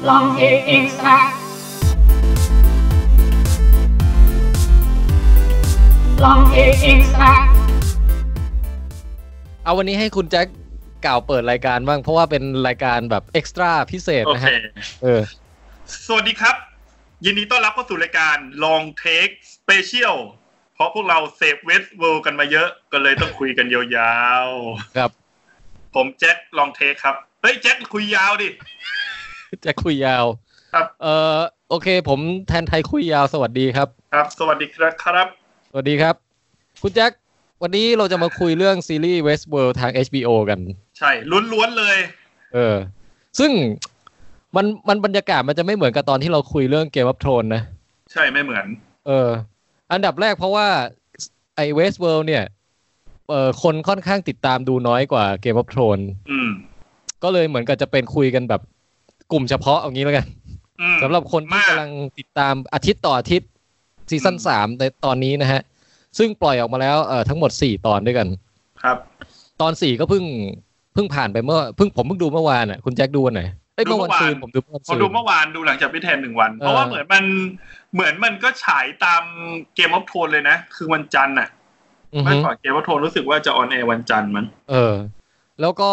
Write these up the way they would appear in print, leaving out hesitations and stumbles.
Long hair extra Long hair extra เอาวันนี้ให้คุณแจ็คกล่าวเปิดรายการบ้างเพราะว่าเป็นรายการแบบเอ็กซ์ตร้าพิเศษนะฮะสวัสดีครับยินดีต้อนรับเข้าสู่รายการ Long Take Special เพราะพวกเราเสพเวสต์เวิลด์กันมาเยอะก็เลยต้องคุยกันยาวๆครับผมแจ็ค Long Take ครับเฮ้ยแจ็คคุยยาวดิแจ็คคุยยาวครับโอเคผมแทนไทยคุยยาวสวัสดีครับครับสวัสดีครับสวัสดีครับคุณแจ็ควันนี้เราจะมาคุยเรื่องซีรีส์ Westworld ทาง HBO กันใช่ล้วนๆเลยซึ่งมันบรรยากาศมันจะไม่เหมือนกับตอนที่เราคุยเรื่อง Game of Thrones นะใช่ไม่เหมือนอันดับแรกเพราะว่าไอ้ Westworld เนี่ยคนค่อนข้างติดตามดูน้อยกว่า Game of Thrones ก็เลยเหมือนกับจะเป็นคุยกันแบบกลุ่มเฉพาะอย่างนี้แล้วกันสำหรับคนที่กำลังติดตามอาทิตย์ต่ออาทิตย์ซีซั่น3ในตอนนี้นะฮะซึ่งปล่อยออกมาแล้วทั้งหมด4ตอนด้วยกันครับตอน4ก็เพิ่งผ่านไปผมเพิ่งดูเมื่อวานอ่ะคุณแจ็คดูวันไหนเมื่อวันซืนผมดูเมื่อวานดูหลังจากพี่แทน1วันเพราะว่าเหมือนมันก็ฉายตาม Game of Thrones เลยนะคือวันจันทร์น่ะเมื่อก่อน Game of Thrones รู้สึกว่าจะออนแอร์วันจันทร์มั้งแล้วก็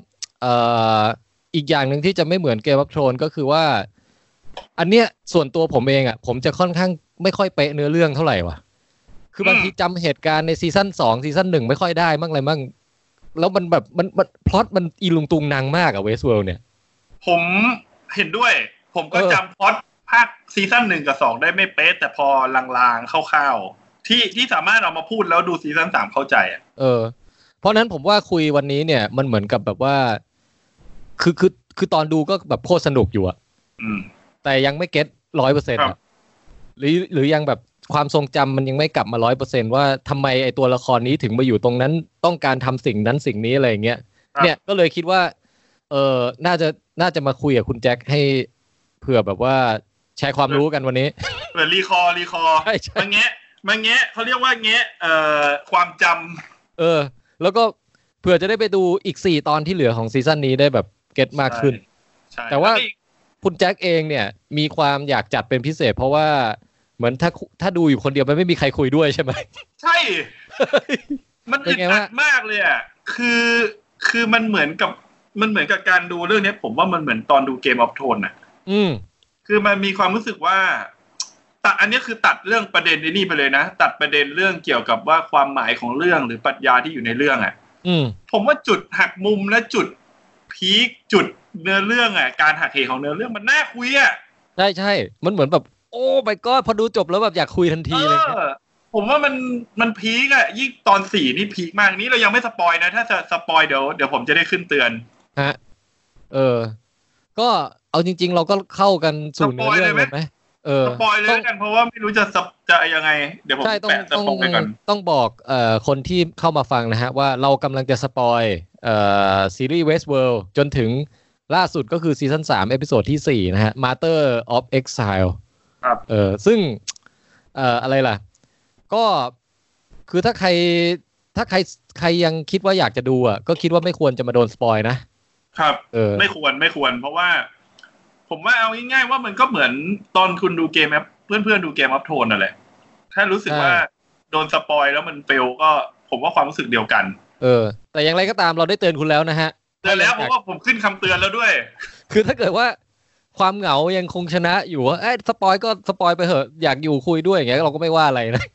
อีกอย่างนึงที่จะไม่เหมือน Game of Thrones ก็คือว่าอันเนี้ยส่วนตัวผมเองอ่ะผมจะค่อนข้างไม่ค่อยเป๊ะเนื้อเรื่องเท่าไหร่ว่ะคือบางทีจำเหตุการณ์ในซีซั่น2ซีซั่น1ไม่ค่อยได้มั่งอะไรมั่งแล้วมันแบบมันพล็อตมันอีลุงตุงนางมากอะWestworldเนี่ยผมเห็นด้วยผมก็จำพล็อตภาคซีซั่น1กับ2ได้ไม่เป๊ะแต่พอลางๆคร่าวๆที่สามารถเอามาพูดแล้วดูซีซั่น3เข้าใจอ่ะเพราะนั้นผมว่าคุยวันนี้เนี่ยมันเหมือนกับแบบว่าคือตอนดูก็แบบโคตรสนุกอยู่อะแต่ยังไม่เก็ต 100% อ่ะหรือยังแบบความทรงจำมันยังไม่กลับมา 100% ว่าทำไมไอตัวละครนี้ถึงมาอยู่ตรงนั้นต้องการทำสิ่งนั้นสิ่งนี้อะไรอย่างเงี้ยเนี่ยก็เลยคิดว่าน่าจะมาคุยกับคุณแจ็คให้เผื่อแบบว่าแชร์ความรู้กันวันนี้เปิดรีคอร์มาแงะเขาเรียกว่าแงะความจำแล้วก็เผื่อจะได้ไปดูอีก4ตอนที่เหลือของซีซั่นนี้ได้แบบเก็ตมากขึ้นแต่ว่าคุณแจ็คเองเนี่ยมีความอยากจัดเป็นพิเศษเพราะว่าเหมือนถ้าดูอยู่คนเดียวมันไม่มีใครคุยด้วยใช่ไหมใช่มันอึดอัดมากเลยอ่ะคือมันเหมือนกับการดูเรื่องนี้ผมว่ามันเหมือนตอนดู Game of Thrones น่ะคือมันมีความรู้สึกว่าอันนี้คือตัดเรื่องประเด็นนี้ไปเลยนะตัดประเด็นเรื่องเกี่ยวกับว่าความหมายของเรื่องหรือปรัชญาที่อยู่ในเรื่องอ่ะผมว่าจุดหักมุมและจุดพีคจุดเนื้อเรื่องอ่ะการหักเหของเนื้อเรื่องมันน่าคุยอ่ะใช่มันเหมือนแบบโอ้my godพอดูจบแล้วแบบอยากคุยทันทีเลยผมว่ามันพีคอ่ะยิ่งตอน4นี่พีคมากนี่เรายังไม่สปอยนะถ้าสปอยเดี๋ยวผมจะได้ขึ้นเตือนฮะก็เอาจริงๆเราก็เข้ากันสู่เนื้อเรื่องเลยไหมสปอยเลยกันเพราะว่าไม่รู้จะยังไงเดี๋ยวผมแปะสปอยก่อนต้องบอกคนที่เข้ามาฟังนะฮะว่าเรากำลังจะสปอยซีรีส์ Westworld จนถึงล่าสุดก็คือซีซั่น3เอพิโซดที่4นะฮะ Master of Exile ครับซึ่งอะไรล่ะก็คือถ้าใครยังคิดว่าอยากจะดูอ่ะก็คิดว่าไม่ควรจะมาโดนสปอยนะครับไม่ควรเพราะว่าผมว่าเอาง่ายๆว่ามันก็เหมือนตอนคุณดูเกมเพื่อนๆดูเกมอัพโทนนั่นแหละถ้ารู้สึกว่าโดนสปอยแล้วมันเฟลก็ผมว่าความรู้สึกเดียวกันแต่อย่างไรก็ตามเราได้เตือนคุณแล้วนะฮะเตือนแล้วเพราะว่าผมขึ้นคำเตือนแล้วด้วยคือถ้าเกิดว่าความเหงายังคงชนะอยู่ว่าสปอยก็สปอยไปเถอะอยากอยู่คุยด้วยอย่างเงี้ยเราก็ไม่ว่าอะไรนะ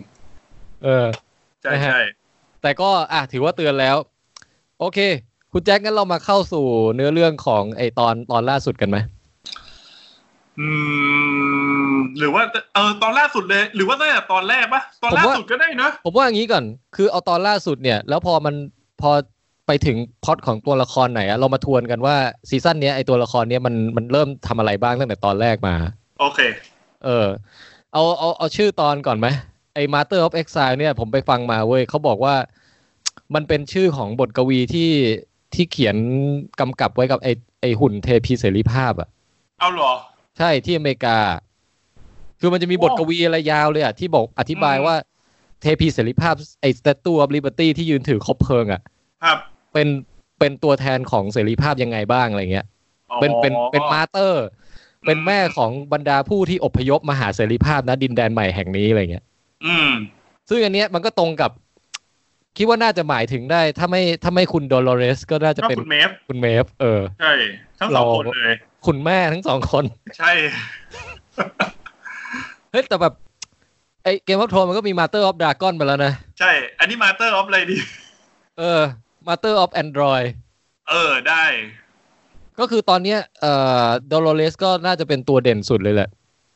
ใช่แต่ก็ถือว่าเตือนแล้วโอเคคุณแจ็คงั้นเรามาเข้าสู่เนื้อเรื่องของไอตอนล่าสุดกันไหมหรือว่าตอนล่าสุดเลยหรือว่าตั้งแต่ตอนแรกปะตอนล่าสุดก็ได้นะผมว่าอย่างนี้ก่อนคือเอาตอนล่าสุดเนี่ยแล้วพอไปถึงพล็อตของตัวละครไหนเรามาทวนกันว่าซีซั่นนี้ไอตัวละครนี้มันเริ่มทำอะไรบ้างตั้งแต่ตอนแรกมาโอเคเอาชื่อตอนก่อนไหมไอ Master of Exile เนี่ยผมไปฟังมาเว้ยเขาบอกว่ามันเป็นชื่อของบทกวีที่เขียนกำกับไว้กับไอหุ่นเทพีเสรีภาพอ่ะเอาเหรอใช่ที่อเมริกาคือมันจะมีบทกวีอะไรยาวเลยอ่ะที่บอกอธิบายว่าเทพีเสรีภาพไอ้ Statue of Liberty ที่ยืนถือคบเพลิงอ่ะครับเป็นตัวแทนของเสรีภาพยังไงบ้างอะไรเงี้ยเป็นมาเตอร์เป็นแม่ของบรรดาผู้ที่อพยพมาหาเสรีภาพณดินแดนใหม่แห่งนี้อะไรเงี้ยซึ่งอันเนี้ยมันก็ตรงกับคิดว่าน่าจะหมายถึงได้ถ้าไม่คุณโดโลเรสก็น่าจะเป็นคุณเมฟใช่ทั้งสองคนเลยคุณแม่ทั้งสองคนใช่เฮ้ยแต่แบบไอเกมออฟโทรมันก็มี Master of Dragon ไปแล้วนะใช่อันนี้ Master of อะไรดี Master of Android ได้ก็คือตอนเนี้ยโดโลเรสก็น่าจะเป็นตัวเด่นสุดเลยแหละ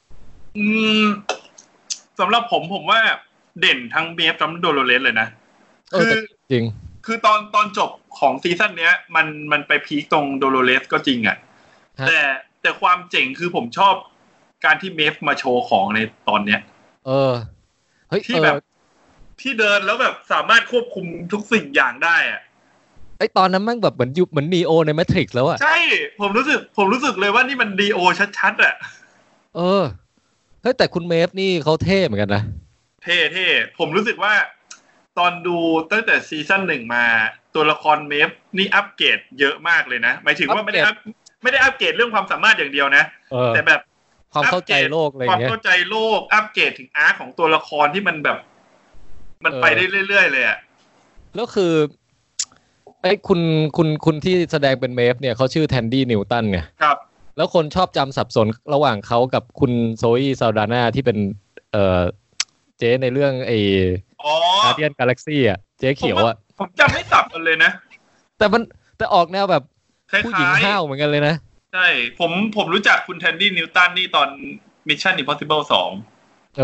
สำหรับผมว่าเด่นทั้งเมฟทั้งโดโลเรสเลยนะคือจริงคือตอนจบของซีซั่นเนี้ยมันไปพีคตรงโดโลเรสก็จริงอ่ะแต่ความเจ๋งคือผมชอบการที่เมฟมาโชว์ของในตอนเนี้ยเฮ้ยที่แบบที่เดินแล้วแบบสามารถควบคุมทุกสิ่งอย่างได้อ่ะไอตอนนั้นมันแบบเหมือนนีโอในแมทริกซ์แล้วอ่ะใช่ผมรู้สึกเลยว่านี่มันนีโอชัดๆอ่ะเฮ้ยแต่คุณเมฟนี่เขาเท่เหมือนกันนะเท่ผมรู้สึกว่าตอนดูตั้งแต่ซีซั่น1มาตัวละครเมฟนี่อัปเกรดเยอะมากเลยนะหมายถึงว่าไม่ได้อัปเกรดเรื่องความสามารถอย่างเดียวนะแต่แบบความเข้าใจโลกอะไรเงี้ยความเข้าใจโลกอัปเกรดถึงอาร์คของตัวละครที่มันแบบมันไปได้เรื่อยๆเลยอ่ะแล้วคือไอ้คุณที่แสดงเป็นเมฟเนี่ยเขาชื่อแทนดี้นิวตันไงครับแล้วคนชอบจำสับสนระหว่างเขากับคุณโซอีซาลดาน่าที่เป็นเจ๊ในเรื่องไอ้Guardian Galaxy อ่ะเจ๊เขียวอ่ะผมจำไม่สับกันเลยนะแต่ออกแนวแบบผู้หญิงห้าวเหมือนกันเลยนะใช่ผมรู้จักคุณแทนดี้นิวตันนี่ตอน Mission Impossible 2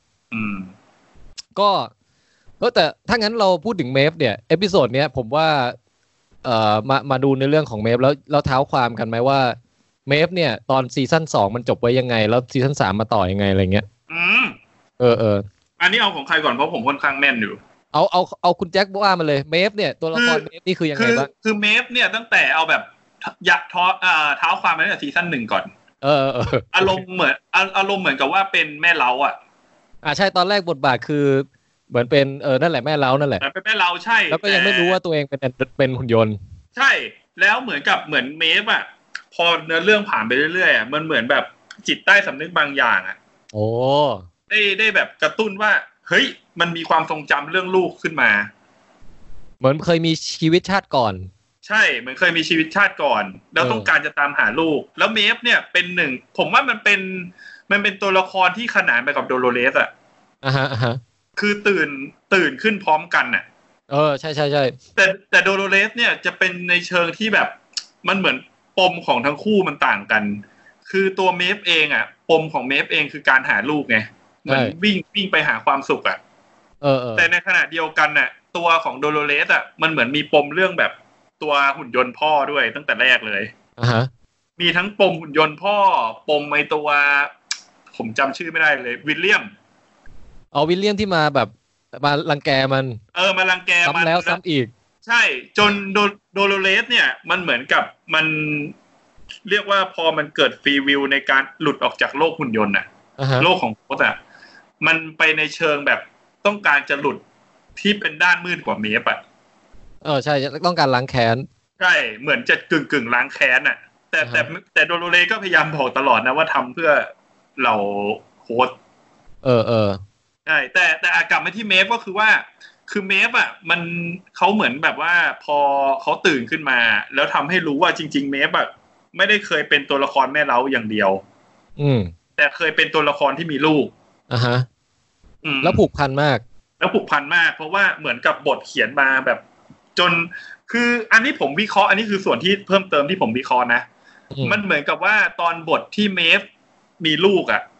ก็แต่ถ้างั้นเราพูดถึงเมฟเนี่ยเอพิโซดเนี้ยผมว่ามาดูในเรื่องของเมฟแล้วเท้าความกันไหมว่าเมฟเนี่ยตอนซีซั่น2มันจบไว้ยังไงแล้วซีซั่น3มาต่อยังไงอะไรเงี้ยอันนี้เอาของใครก่อนเพราะผมค่อนข้างแม่นอยู่เอาคุณแจ็คว่ามาเลยเมฟเนี่ยตัวละครเมฟนี่คือยังไงบ้างคือเมฟเนี่ยตั้งแต่เอาแบบเท้าความมาตั้งแต่ซีซั่น1ก่อนอารมณ์เหมือนกับว่าเป็นแม่เล้าอ่ะใช่ตอนแรกบทบาทคือเหมือนเป็นนั่นแหละแม่เล้านั่นแหละเป็นแม่เล้าใช่แล้วก็ยังไม่รู้ว่าตัวเองเป็นหุ่นยนต์ใช่แล้วเหมือนเมฟอ่ะพอเนื้อเรื่องผ่านไปเรื่อยๆอ่ะมันเหมือนแบบจิตใต้สำนึกบางอย่างอ่ะได้แบบกระตุ้นว่าเฮ้ยมันมีความทรงจำเรื่องลูกขึ้นมาเหมือนเคยมีชีวิตชาติก่อนใช่เหมือนเคยมีชีวิตชาติก่อนแล้วต้องการจะตามหาลูกแล้วเมฟเนี่ยเป็นหนึ่งผมว่ามันเป็นตัวละครที่ขนานไปกับโดโลเรสอ่ะคือตื่นขึ้นพร้อมกันน่ะใช่แต่โดโลเรสเนี่ยจะเป็นในเชิงที่แบบมันเหมือนปมของทั้งคู่มันต่างกันคือตัวเมฟเองอ่ะปมของเมฟเองคือการหาลูกไงเหมือนวิ่งไปหาความสุขอ่ะแต่ในขณะเดียวกันน่ะตัวของโดโลเรสอ่ะมันเหมือนมีปมเรื่องแบบตัวหุ่นยนต์พ่อด้วยตั้งแต่แรกเลยมีทั้งปมหุ่นยนต์พ่อปมไอตัวผมจำชื่อไม่ได้เลยวิลเลียมวิลเลียมที่มาแบบมารังแกมันมารังแกมันซ้ำแล้วซ้ำอีกใช่จนโดโลเรสเนี่ยมันเหมือนกับมันเรียกว่าพอมันเกิดฟรีวิลในการหลุดออกจากโลกหุ่นยนต์น่ะโลกของโค้ดอ่ะมันไปในเชิงแบบต้องการจะหลุดที่เป็นด้านมืดกว่าเมฟอ่ะใช่ต้องการล้างแค้นใช่เหมือนจะกึ่งล้างแค้นอ่ะแต่โดโลเรสก็พยายามบอกตลอดนะว่าทำเพื่อเราโค้ดใช่แต่กลับมาที่เมฟก็คือว่าคือเมฟอ่ะมันเขาเหมือนแบบว่าพอเขาตื่นขึ้นมาแล้วทำให้รู้ว่าจริงๆเมฟอ่ะไม่ได้เคยเป็นตัวละครแม่เล้าอย่างเดียวแต่เคยเป็นตัวละครที่มีลูกแล้วผูกพันมากเพราะว่าเหมือนกับบทเขียนมาแบบจนคืออันนี้ผมวิเคราะห์อันนี้คือส่วนที่เพิ่มเติมที่ผมวิเคราะห์นะมันเหมือนกับว่าตอนบทที่เมฟมีลูกอ่ะ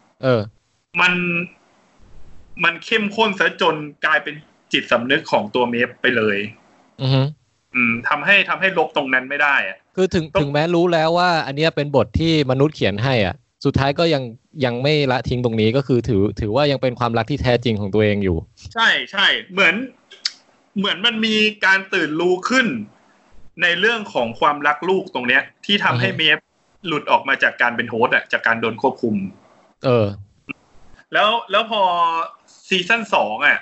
มันเข้มข้นซะจนกลายเป็นจิตสำนึกของตัวเมฟไปเลยทำให้ลบตรงนั้นไม่ได้อ่ะคือถึงแม้รู้แล้วว่าอันนี้เป็นบทที่มนุษย์เขียนให้อ่ะสุดท้ายก็ยังไม่ละทิ้งตรงนี้ก็คือถือว่ายังเป็นความรักที่แท้จริงของตัวเองอยู่ใช่เหมือนมันมีการตื่นรู้ขึ้นในเรื่องของความรักลูกตรงเนี้ยที่ทำให้เมฟหลุดออกมาจากการเป็นโฮสต์อ่ะจากการโดนควบคุมแล้วพอซีซั่น2อ่ะ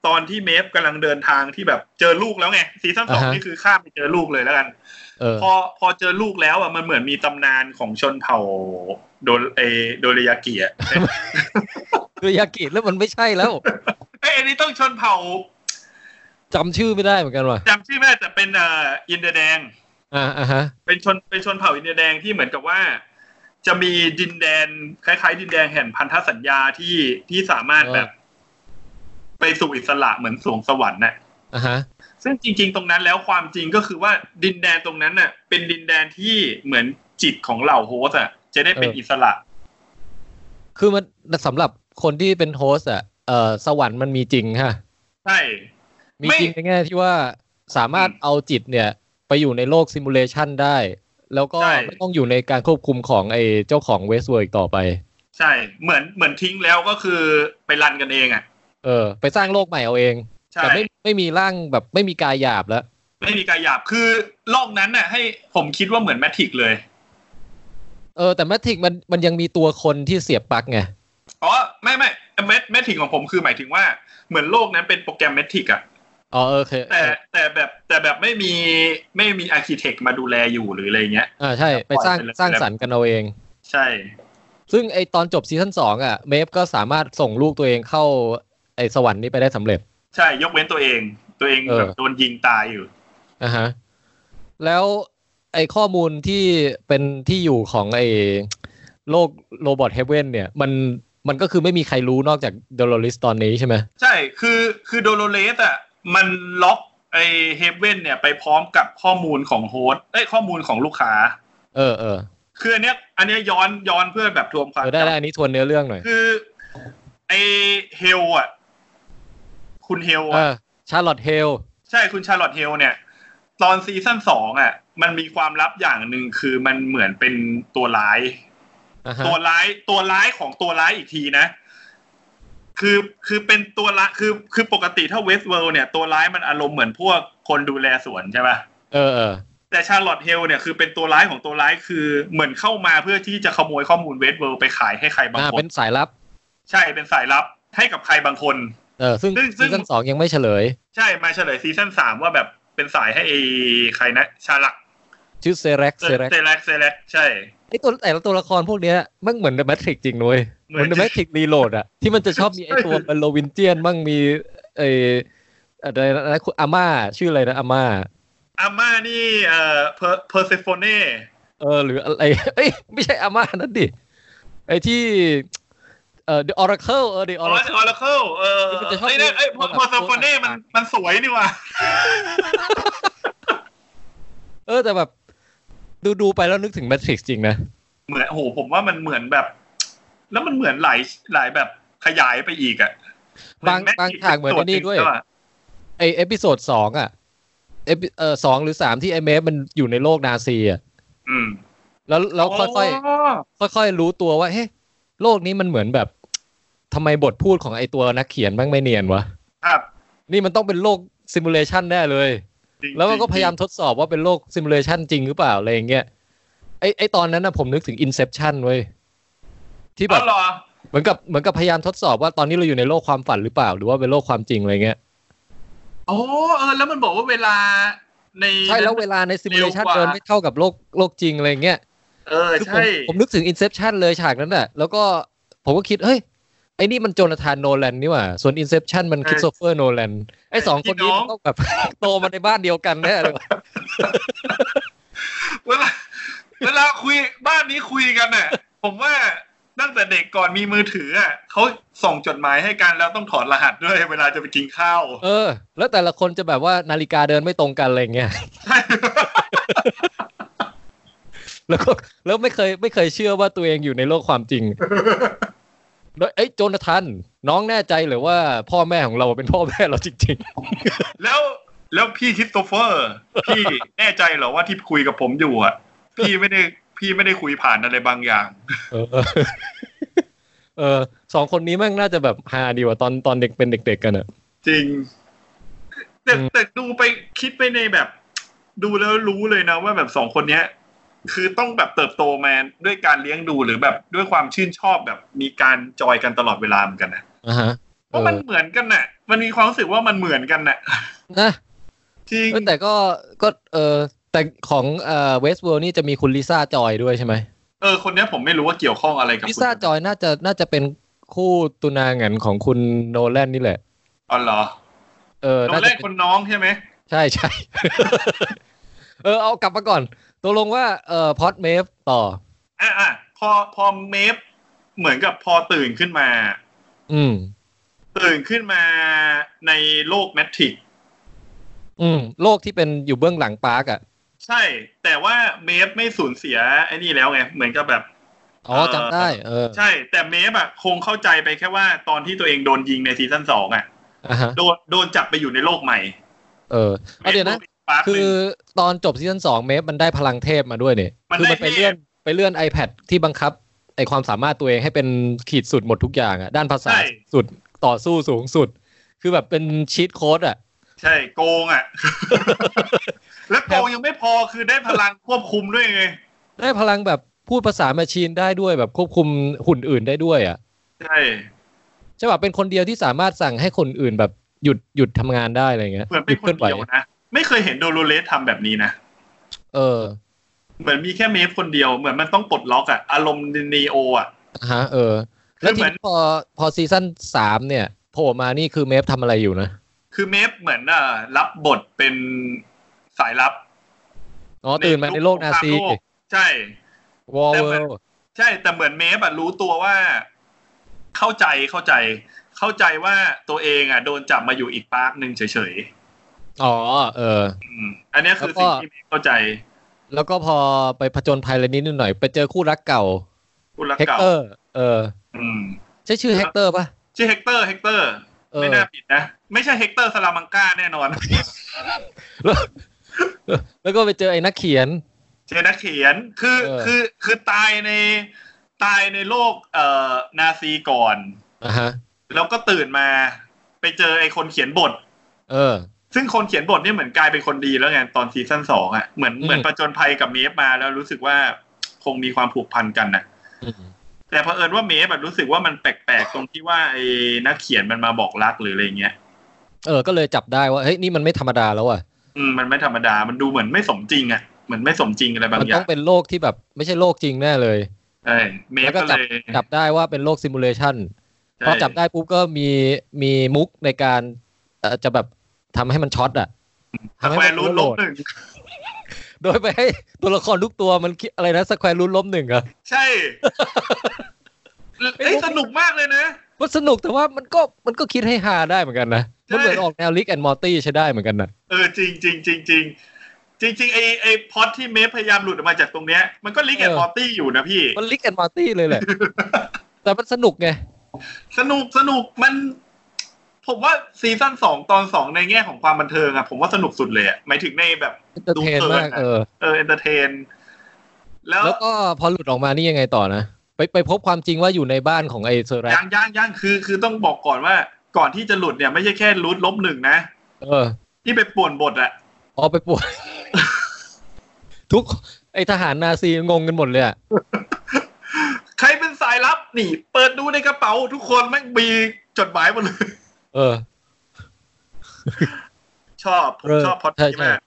ตอนที่เมฟกำลังเดินทางที่แบบเจอลูกแล้วไงซีซั่น2นี่คือข้ามไปเจอลูกเลยแล้วกันพอเจอลูกแล้วอ่ะมันเหมือนมีตำนานของชนเผ่าโดเรยากิอ่ะโดเรยากิแล้วมันไม่ใช่แล้วอันนี้ต้องชนเผ่าจำชื่อไม่ได้เหมือนกันว่ะจำชื่อไม่ได้แต่เป็นอินเดียแดงฮะเป็นชนเผ่าอินเดียแดงที่เหมือนกับว่าจะมีดินแดนคล้ายๆดินแดนแห่งพันธสัญญาที่สามารถแบบไปสู่อิสระเหมือนสวงสวรรค์น่ะซึ่งจริงๆตรงนั้นแล้วความจริงก็คือว่าดินแดนตรงนั้นน่ะเป็นดินแดนที่เหมือนจิตของเหล่าโฮสต์อ่ะจะได้เป็นอิสระคือมันสำหรับคนที่เป็นโฮสต์อ่ะสวรรค์มันมีจริงฮะใช่มีจริงในแง่ที่ว่าสามารถเอาจิตเนี่ยไปอยู่ในโลกซิมูเลชันได้แล้วก็ไม่ต้องอยู่ในการควบคุมของไอ้เจ้าของเวสต์เวิร์อีกต่อไปใช่เหมือนทิ้งแล้วก็คือไปรันกันเองอ่ะไปสร้างโลกใหม่เอาเองแต่ไม่มีร่างแบบไม่มีกายหยาบแล้วไม่มีกายหยาบคือโลกนั้นน่ะให้ผมคิดว่าเหมือนแมทริกเลยแต่แมทริกมันยังมีตัวคนที่เสียบปลั๊กไงอ๋อไม่แมทริกของผมคือหมายถึงว่าเหมือนโลกนั้นเป็นโปรแกรมแมทริกอ่ะโอเคแต่แบบไม่มีอาร์คิเทคมาดูแลอยู่หรืออะไรเงี้ยใช่ไปสร้างสรรค์กันเอาเองใช่ซึ่งไอตอนจบซีซั่น2อ่ะเมฟก็สามารถส่งลูกตัวเองเข้าไอสวรรค์นี้ไปได้สำเร็จใช่ยกเว้นตัวเองแบบโดนยิงตายอยู่ฮะแล้วไอข้อมูลที่เป็นที่อยู่ของไอโลกโรบอทเฮเว่นเนี่ยมันก็คือไม่มีใครรู้นอกจากโดโลริสตอนนี้ใช่ไหมใช่คือโดโลเรสอ่ะมันล็อกไอเฮเว่นเนี่ยไปพร้อมกับข้อมูลของโฮสต์ข้อมูลของลูกค้าคืออันเนี้ยย้อนเพื่อแบบทวนความได้อันนี้ทวนเนื้อเรื่องหน่อยคือไอเฮลอ่ะคุณเฮลชาร์ลอตเฮลใช่คุณชาร์ลอตเฮลเนี่ยตอนซีซั่น2อ่ะมันมีความลับอย่างหนึ่งคือมันเหมือนเป็นตัวร้ายตัวร้ายของตัวร้ายอีกทีนะคือเป็นตัวร้ายคือปกติถ้าเวสต์เวิลด์เนี่ยตัวร้ายมันอารมณ์เหมือนพวกคนดูแลสวนใช่ป่ะแต่ชาร์ลอตเฮลเนี่ยคือเป็นตัวร้ายของตัวร้ายคือเหมือนเข้ามาเพื่อที่จะขโมยข้อมูลเวสต์เวิลด์ไปขายให้ใครบางคนเป็นสายลับใช่เป็นสายลับให้กับใครบางคนซึ่งซีซั่น2ยังไม่เฉลยใช่มาเฉลยซีซั่น3ว่าแบบเป็นสายให้ใครนะชาลักชื่อเซเร็กใช่ไอตัวละครพวกเนี้ยมันเหมือนThe Matrix จริงนุ้ยเหมือน The Matrix Reload อ่ะที่มันจะชอบมีไอตัวเป็นโลวินเจียนบ้างมีอะไรนะอาม่าชื่ออะไรนะอาม่านี่เพอร์เซโฟเน่หรืออะไรไม่ใช่อาม่านั่นดิไอที่The Oracle The Oracle ไอ้เพอร์เซโฟเน่มันสวยนี่ว่ะแต่แบบดูไปแล้วนึกถึง Matrix จริงนะเหมือนโหผมว่ามันเหมือนแบบแล้วมันเหมือนหลายแบบขยายไปอีกอ่ะบางฉากเหมือนนี่ด้วยไอเอพิโซด2อ่ะ2หรือ3ที่ไอเมฟมันอยู่ในโลกนาซีอ่ะแล้วค่อยรู้ตัวว่าเฮ้โลกนี้มันเหมือนแบบทำไมบทพูดของไอตัวนักเขียนบ้างไม่เนียนวะครับนี่มันต้องเป็นโลกซิมูเลชันแน่เลยแล้วก็พยายามทดสอบว่าเป็นโลกซิมูเลชันจริงหรือเปล่าอะไรอย่างเงี้ยไอตอนนั้นนะผมนึกถึง Inception เว้ยที่แบบเหมือนกับพยายามทดสอบว่าตอนนี้เราอยู่ในโลกความฝันหรือเปล่าหรือว่าเป็นโลกความจริงอะไรเงี้ยแล้วมันบอกว่าเวลาในใช่แล้วเวลาในซิมูเลชันเดินไม่เท่ากับโลกจริงอะไรเงี้ยใช่ผมนึกถึง Inception เลยฉากนั้นน่ะแล้วก็ผมก็คิดเฮ้ยไอ้นี่มันโจนาธานโนแลนนี่หว่าส่วน Inception มันคริสโตเฟอร์โนแลนไอ้2คนนี้ก็แบบโตมาในบ้านเดียวกันแน่เลยเวลาคุยบ้านนี้คุยกันน่ะผมว่าตั้งแต่เด็กก่อนมีมือถืออ่ะเขาส่งจดหมายให้กันแล้วต้องถอดรหัสด้วยเวลาจะไปกินข้าวแล้วแต่ละคนจะแบบว่านาฬิกาเดินไม่ตรงกันอะไรเงี้ยแล้วไม่เคยเชื่อว่าตัวเองอยู่ในโลกความจริงโจนาธานน้องแน่ใจหรือว่าพ่อแม่ของเราเป็นพ่อแม่เราจริงๆแล้วพี่คริสโตเฟอร์พี่แน่ใจเหรอว่าที่คุยกับผมอยู่อ่ะพี่ไม่ได้คุยผ่านอะไรบางอย่าง 2คนนี้แม่งน่าจะแบบฮาดีกว่าตอนเด็กเป็นเด็กๆกันอ่ะจริงแต่ดูไปคิดไปในแบบดูแล้วรู้เลยนะว่าแบบ2คนเนี้ยคือต้องแบบเติบโตมาด้วยการเลี้ยงดูหรือแบบด้วยความชื่นชอบแบบมีการจอยกันตลอดเวลาเหมือนกันนะเพราะมันเหมือนกันน่ะมันมีความรู้สึกว่ามันเหมือนกันน่ะนะจริงแต่ก็แต่ของเวสต์เวิลด์นี่จะมีคุณลิซ่าจอยด้วยใช่ไหมคนนี้ผมไม่รู้ว่าเกี่ยวข้องอะไรกับลิซ่าจอยน่าจะเป็นคู่ตุนางันของคุณโนแลนนี่แหละอ๋อเหรอโนแลนคนน้องใช่ไหมใช่ เอากลับมาก่อนตกลงว่าพอดเมฟต่อพอเมฟเหมือนกับพอตื่นขึ้นมาตื่นขึ้นมาในโลกแมทริกซ์โลกที่เป็นอยู่เบื้องหลังปาร์คอ่ะใช่แต่ว่าเมฟไม่สูญเสียไอ้นี่แล้วไงเหมือนกับแบบจำได้ใช่แต่เมฟอ่ะคงเข้าใจไปแค่ว่าตอนที่ตัวเองโดนยิงในซีซั่น2อ่ะโดนจับไปอยู่ในโลกใหม่เดี๋ยวนะคือตอนจบซีซั่น2เมฟมันได้พลังเทพมาด้วยเนี่ยคือมันไปเลื่อน iPad ที่บังคับไอความสามารถตัวเองให้เป็นขีดสุดหมดทุกอย่างอ่ะด้านภาษาสุดต่อสู้สูงสุดคือแบบเป็นชีทโค้ดอ่ะใช่โกงอ่ะ แล้วโกงยังไม่พอคือได้พลังควบคุมด้วยไงได้พลังแบบพูดภาษาแมชชีนได้ด้วยแบบควบคุมหุ่นอื่นได้ด้วยอ่ะใช่ป่ะเป็นคนเดียวที่สามารถสั่งให้คนอื่นแบบหยุดทำงานได้อะไรเงี้ยเหมือนเป็นคนเดียวนะไม่เคยเห็นโดโลเรสทำแบบนี้นะเหมือนมีแค่เมฟคนเดียวเหมือนมันต้องปลดล็อกอ่ะอารมณ์นีโออ่ะแล้วทีนี้พอซีซั่น3เนี่ยโผล่มานี่คือเมฟทำอะไรอยู่นะคือเมฟเหมือนรับบทเป็นสายลับตื่นมาในโลกนาซีใช่วอลเวลใช่แต่เหมือนเมฟรู้ตัวว่าเข้าใจว่าตัวเองโดนจับมาอยู่อีกปาร์คนึงเฉยๆอันนี้คือสิ่งที่เมฟเข้าใจแล้วก็พอไปผจญภัยอะไรนิดหน่อยไปเจอคู่รักเก่าเฮกเตอร์ใช่ชื่อเฮกเตอร์ป่ะชื่อเฮกเตอร์ไม่น่าผิดนะไม่ใช่เฮกเตอร์สลามังกาแน่นอนแล้วก็ไปเจอไอ้นักเขียนคือตายในโลกนาซีก่อนแล้วก็ตื่นมาไปเจอไอ้คนเขียนบทซึ่งคนเขียนบทนี่เหมือนกลายเป็นคนดีแล้วไงตอนซีซั่น2อ่ะเหมือนประจนภัยกับเมฟมาแล้วรู้สึกว่าคงมีความผูกพันกันนะแต่เผอิญว่าเมฟรู้สึกว่ามันแปลกๆตรงที่ว่าไอ้นักเขียนมันมาบอกรักหรืออะไรเงี้ยก็เลยจับได้ว่าเฮ้ยนี่มันไม่ธรรมดาแล้วอ่ะมันไม่ธรรมดามันดูเหมือนไม่สมจริงอ่ะเหมือนไม่สมจริงอะไรบางอย่างมันต้องเป็นโลกที่แบบไม่ใช่โลกจริงแน่เลยใช่เมฟก็เลยจับได้ว่าเป็นโลกซิมูเลชันพอจับได้ปุ๊บก็มีมุกในการจะแบบทำให้มันช็อตอ่ะทำให้มันลบ1 โดยไปให้ตัวละครทุกตัวมันคิดอะไรนะสแควร์รูทลบ1อ่ะใช่สนุกมากเลยนะมันสนุกแต่ว่ามันก็คิดให้ฮาได้เหมือนกันนะมันเหมือนออกแนวลิกแอนด์มอร์ตี้ใช้ได้เหมือนกันนะจริงไอ้พล็อตที่เมฟพยายามหลุดออกมาจากตรงเนี้ยมันก็ลิกแอนด์มอร์ตี้อยู่นะพี่มันลิกแอนด์มอร์ตี้เลยแหละแต่มันสนุกไงสนุกมันผมว่าซีซั่น2ตอน2ในแง่ของความบันเทิงผมว่าสนุกสุดเลยหมายถึงในแบบดูเพลินมากเอนเตอร์เทนแล้วก็พอหลุดออกมานี่ยังไงต่อนะไปพบความจริงว่าอยู่ในบ้านของไอ้เซอร์แร็กยังคือต้องบอกก่อนว่าก่อนที่จะหลุดเนี่ยไม่ใช่แค่รูทลบ1นะที่ไปป่วนบทไปป่วนทุกไอ้ทหารนาซีงงกันหมดเลยใครเป็นสายลับนี่เปิดดูในกระเป๋าทุกคนแม่งมีจดหมายหมดเลยผมชอบพล็อตนี้มาก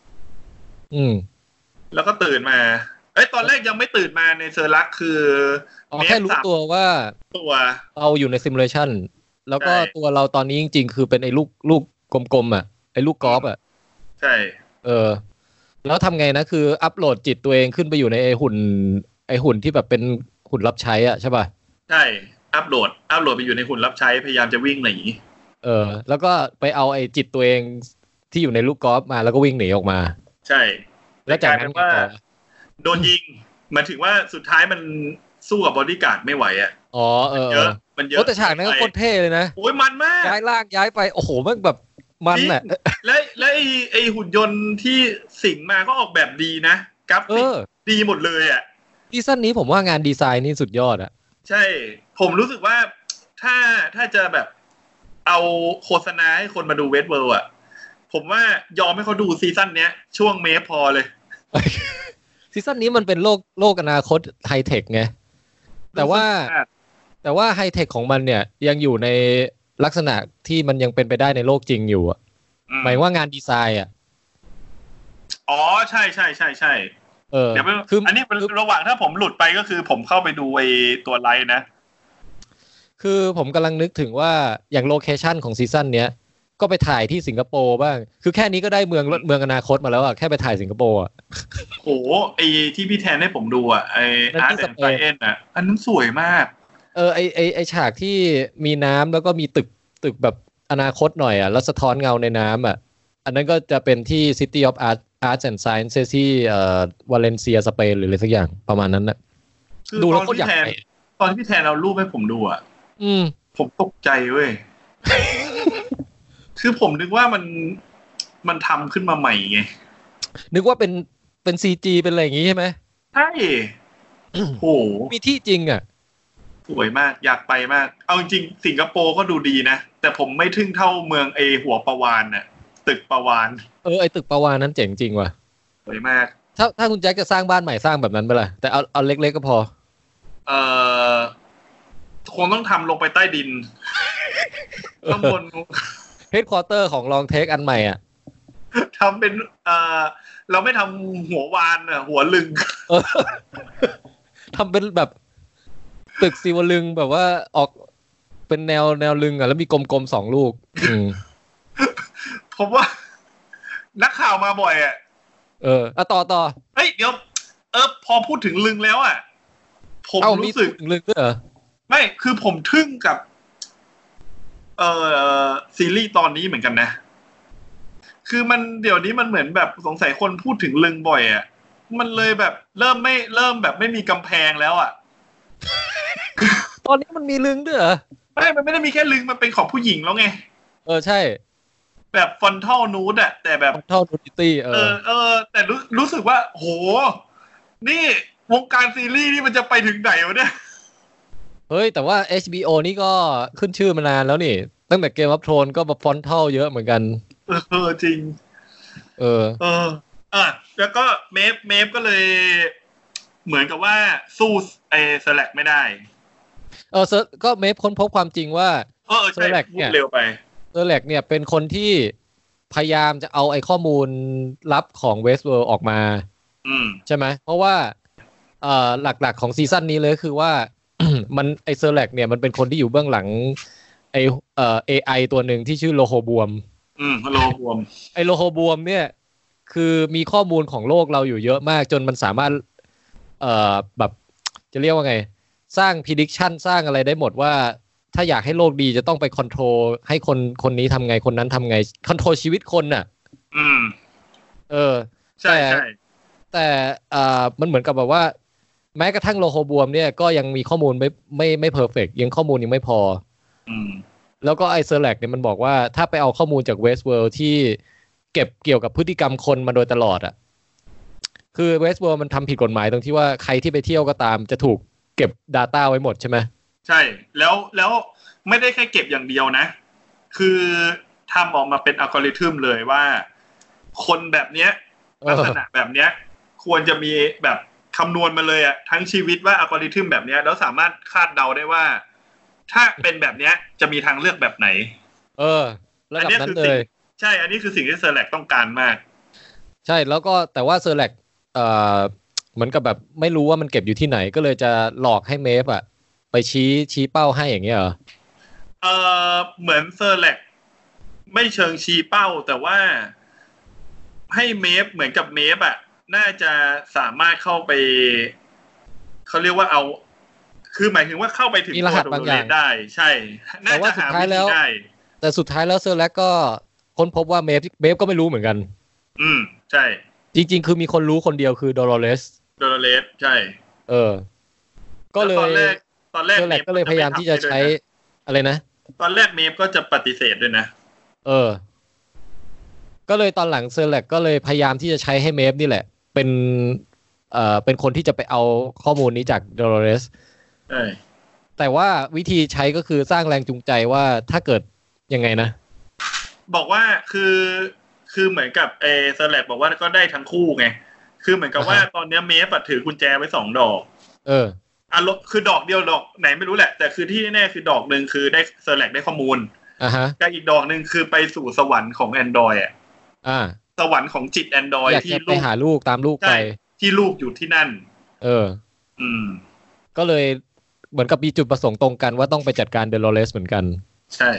แล้วก็ตื่นมาตอนแรกยังไม่ตื่นมาในเซอร์ลักคือแค่รู้ตัวว่าเราอยู่ในซิมูเลชันแล้วก็ตัวเราตอนนี้จริงๆคือเป็นไอ้ลูกกลมๆไอ้ลูกกอล์ฟใช่แล้วทำไงนะคืออัปโหลดจิตตัวเองขึ้นไปอยู่ในไอ้หุ่นที่แบบเป็นหุ่นรับใช้ใช่ป่ะใช่อัปโหลดไปอยู่ในหุ่นรับใช้พยายามจะวิ่งหนีแล้วก็ไปเอาไอ้จิตตัวเองที่อยู่ในลูกกอล์ฟมาแล้วก็วิ่งหนีออกมาใช่แล้วจากนั้นว่าโดนยิงหมายถึงว่าสุดท้ายมันสู้กับบอดี้การ์ดไม่ไหวมันเยอะแต่ฉากนั้นก็โคตรเท่เลยนะโอ้ยมันมากย้ายล่างย้ายไปโอ้โหมันแบบมันและไอหุ่นยนต์ที่สิงมาก็ออกแบบดีนะกราฟิกดีหมดเลยซีซั่นนี้ผมว่างานดีไซน์นี่สุดยอดใช่ผมรู้สึกว่าถ้าจะแบบเอาโฆษณาให้คนมาดูเวสต์เวิลด์ผมว่ายอมให้เขาดูซีซั่นเนี้ยช่วงเมฟพอเลยซีซั่นนี้มันเป็นโลกอนาคตไฮเทคไงแต่ว่าไฮเทคของมันเนี่ยยังอยู่ในลักษณะที่มันยังเป็นไปได้ในโลกจริงอยู่อ่ะหมายว่างานดีไซน์อ่ะอ๋อใช่เดี๋ยวคืออันนี้ระหว่างถ้าผมหลุดไปก็คือผมเข้าไปดูไอ้ตัวไลน์นะคือผมกำลังนึกถึงว่าอย่างโลเคชั่นของซีซั่นเนี้ยก็ไปถ่ายที่สิงคโปร์บ้างคือแค่นี้ก็ได้เมืองอนาคตมาแล้วอ่ะแค่ไปถ่ายสิงคโปร์อ่ะโอ้ไอ้ที่พี่แทนให้ผมดูอ่ะไอ้ Art and Science อ่ะอันนั้นสวยมากไอฉากที่มีน้ำแล้วก็มีตึกแบบอนาคตหน่อยอ่ะแล้วสะท้อนเงาในน้ำอ่ะอันนั้นก็จะเป็นที่ City of Arts and Science ที่วาเลนเซียสเปนหรืออะไรสักอย่างประมาณนั้นนะดูแล้วก็อยากไปตอนที่พี่แทนเอารูปให้ผมดูอ่ะผมตกใจเว้ย คือผมนึกว่ามันทำขึ้นมาใหม่ไงนึกว่าเป็น CG เป็นอะไรอย่างงี้ใช่ไหมใช่โหมีที่จริงอ่ะสวยมากอยากไปมากเอาจริงสิงคโปร์ก็ดูดีนะแต่ผมไม่ทึ่งเท่าเมืองหัวปะวานน่ะตึกปะวานไอตึกปะวานนั้นเจ๋งจริงว่ะสวยมากถ้าคุณแจ็คจะสร้างบ้านใหม่สร้างแบบนั้นไปเลยแต่เอาเล็กๆก็พอคงต้องทำลงไปใต้ดินข้างบนเฮดควอเตอร์ของลองเทคอันใหม่อ่ะทำเป็นเราไม่ทำหัววานอ่ะหัวลึงทำเป็นแบบตึกสีวลึงแบบว่าออกเป็นแนวลึงอ่ะแล้วมีกลมๆ2ลูกผมว่านักข่าวมาบ่อยอ่ะต่อเฮ้ยเดี๋ยวพอพูดถึงลึงแล้วอ่ะผมรู้สึกลึงด้วยเหรอไม่คือผมทึ่งกับซีรีส์ตอนนี้เหมือนกันนะคือมันเดี๋ยวนี้มันเหมือนแบบสงสัยคนพูดถึงลึงบ่อยอ่ะมันเลยแบบเริ่มแบบไม่มีกำแพงแล้วอ่ะตอนนี้มันมีลึงด้วยเหรอมันไม่ได้มีแค่ลึงมันเป็นของผู้หญิงแล้วไงใช่แบบฟอนทัลนูดอะแต่แบบฟอนทัลนูดิตี้แต่รู้สึกว่าโหนี่วงการซีรีส์นี่มันจะไปถึงไหนวะเนี่ยเฮ้ยแต่ว่า HBO นี่ก็ขึ้นชื่อมานานแล้วนี่ตั้งแต่ Game of Thrones ก็มาฟอนทัลเยอะเหมือนกันจริงแล้วก็เมฟก็เลยเหมือนกับว่าสู้สแลกไม่ได้ก็เมฟค้นพบความจริงว่าสแลกเนี่ยเร็วไปสแลกเนี่ยเป็นคนที่พยายามจะเอาไอ้ข้อมูลลับของ Westworld ออกมาใช่ไหมเพราะว่าหลักๆของซีซั่นนี้เลยคือว่า มันไอ้เซอร์แลกเนี่ยมันเป็นคนที่อยู่เบื้องหลังไอ้ AI ตัวหนึ่งที่ชื่อโลโฮบวมโลโฮบวมไอ้โลโฮบวมเนี่ยคือมีข้อมูลของโลกเราอยู่เยอะมากจนมันสามารถแบบจะเรียกว่าไงสร้าง prediction สร้างอะไรได้หมดว่าถ้าอยากให้โลกดีจะต้องไปคอนโทรลให้คนนี้ทำไงคนนั้นทำไงคอนโทรลชีวิตคนน่ะใช่แต่มันเหมือนกับแบบว่าแม้กระทั่งโลโฮบวมเนี่ยก็ยังมีข้อมูลไม่เพอร์เฟกต์ยังข้อมูลยังไม่พอแล้วก็ไอเซอร์แลกเนี่ยมันบอกว่าถ้าไปเอาข้อมูลจาก Westworld ที่เก็บเกี่ยวกับพฤติกรรมคนมาโดยตลอดอ่ะคือ Westworld มันทำผิดกฎหมายตรงที่ว่าใครที่ไปเที่ยวก็ตามจะถูกเก็บ data ไว้หมดใช่ไหมใช่แล้วไม่ได้แค่เก็บอย่างเดียวนะคือทำออกมาเป็นอัลกอริทึมเลยว่าคนแบบเนี้ยลักษณะแบบเนี้ยควรจะมีแบบคำนวณมาเลยอะทั้งชีวิตว่าอัลกอริทึมแบบเนี้ยแล้วสามารถคาดเดาได้ว่าถ้าเป็นแบบเนี้ยจะมีทางเลือกแบบไหนระดับนั้นเลยใช่อันนี้คือสิ่งที่เซอร์แลกต้องการมากใช่แล้วก็แต่ว่าเซอร์แลกเหมือนกับแบบไม่รู้ว่ามันเก็บอยู่ที่ไหนก็เลยจะหลอกให้เมฟอะไปชี้เป้าให้อย่างเงี้ยเหรอเหมือนเซอร์แลกไม่เชิงชี้เป้าแต่ว่าให้เมฟเหมือนกับเมฟอะน่าจะสามารถเข้าไปเขาเรียกว่าเอาคือหมายถึงว่าเข้าไปถึงตัวโดเรได้ใช่น่าจะหาวิธีได้แต่สุดท้ายแล้วเซอร์แลกก็ค้นพบว่าเมฟก็ไม่รู้เหมือนกันใช่จริงๆคือมีคนรู้คนเดียวคือโดโรเลสใช่ก็เลยตอนแรกเซอร์แลกก็เลยพยายามที่จะใช้อะไรนะตอนแรกเมฟก็จะปฏิเสธด้วยนะก็เลยตอนหลังเซอร์แลกก็เลยพยายามที่จะใช้ให้เมฟนี่แหละเป็นคนที่จะไปเอาข้อมูลนี้จากโดโรเลสแต่ว่าวิธีใช้ก็คือสร้างแรงจูงใจว่าถ้าเกิดยังไงนะบอกว่าคือเหมือนกับเซอร์แลกบอกว่าก็ได้ทั้งคู่ไงคือเหมือนกับว่าตอนนี้เมฟถือกุญแจไว้2ดอกคือดอกเดียวดอกไหนไม่รู้แหละแต่คือที่แน่คือดอกนึงคือได้เซอร์แลกได้ข้อมูลกับอีกดอกนึงคือไปสู่สวรรค์ของ Android อ่ะสวรรค์ของจิต Android ที่ไปหาลูกตามลูกไปที่ลูกอยู่ที่นั่นก็เลยเหมือนกับมีจุดประสงค์ตรงกันว่าต้องไปจัดการเดโลเรสเหมือนกันใช่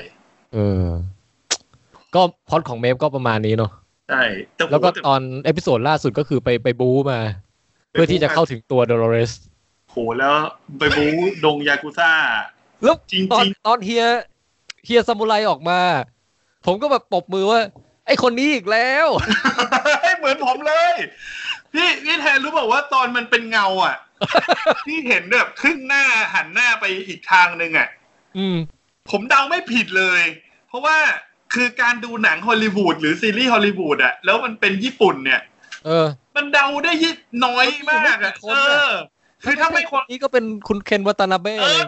ก็พล็อตของเมฟก็ประมาณนี้เนาะใช่แล้วก็ตอนเอพิโซดล่าสุดก็คือไปบู๊มาเพื่อที่จะเข้าถึงตัวเดโลเรสโหแล้วไปบู๊ดงยากุซ่าแล้วจริงตอนเฮียซามูไรออกมาผมก็แบบปรบมือว่าไอคนนี้อีกแล้วเหมือนผมเลยพี่แทนรู้บอกว่าตอนมันเป็นเงาอ่ะพี่เห็นแบบครึ่งหน้าหันหน้าไปอีกทางนึงอ่ะผมเดาไม่ผิดเลยเพราะว่าคือการดูหนังฮอลลีวูดหรือซีรีส์ฮอลลีวูดอ่ะแล้วมันเป็นญี่ปุ่นเนี่ยมันเดาได้น้อยมากอ่ะคือถ้าไม่คนนี้ก็เป็นคุณเคนวัตนาเบ้เลย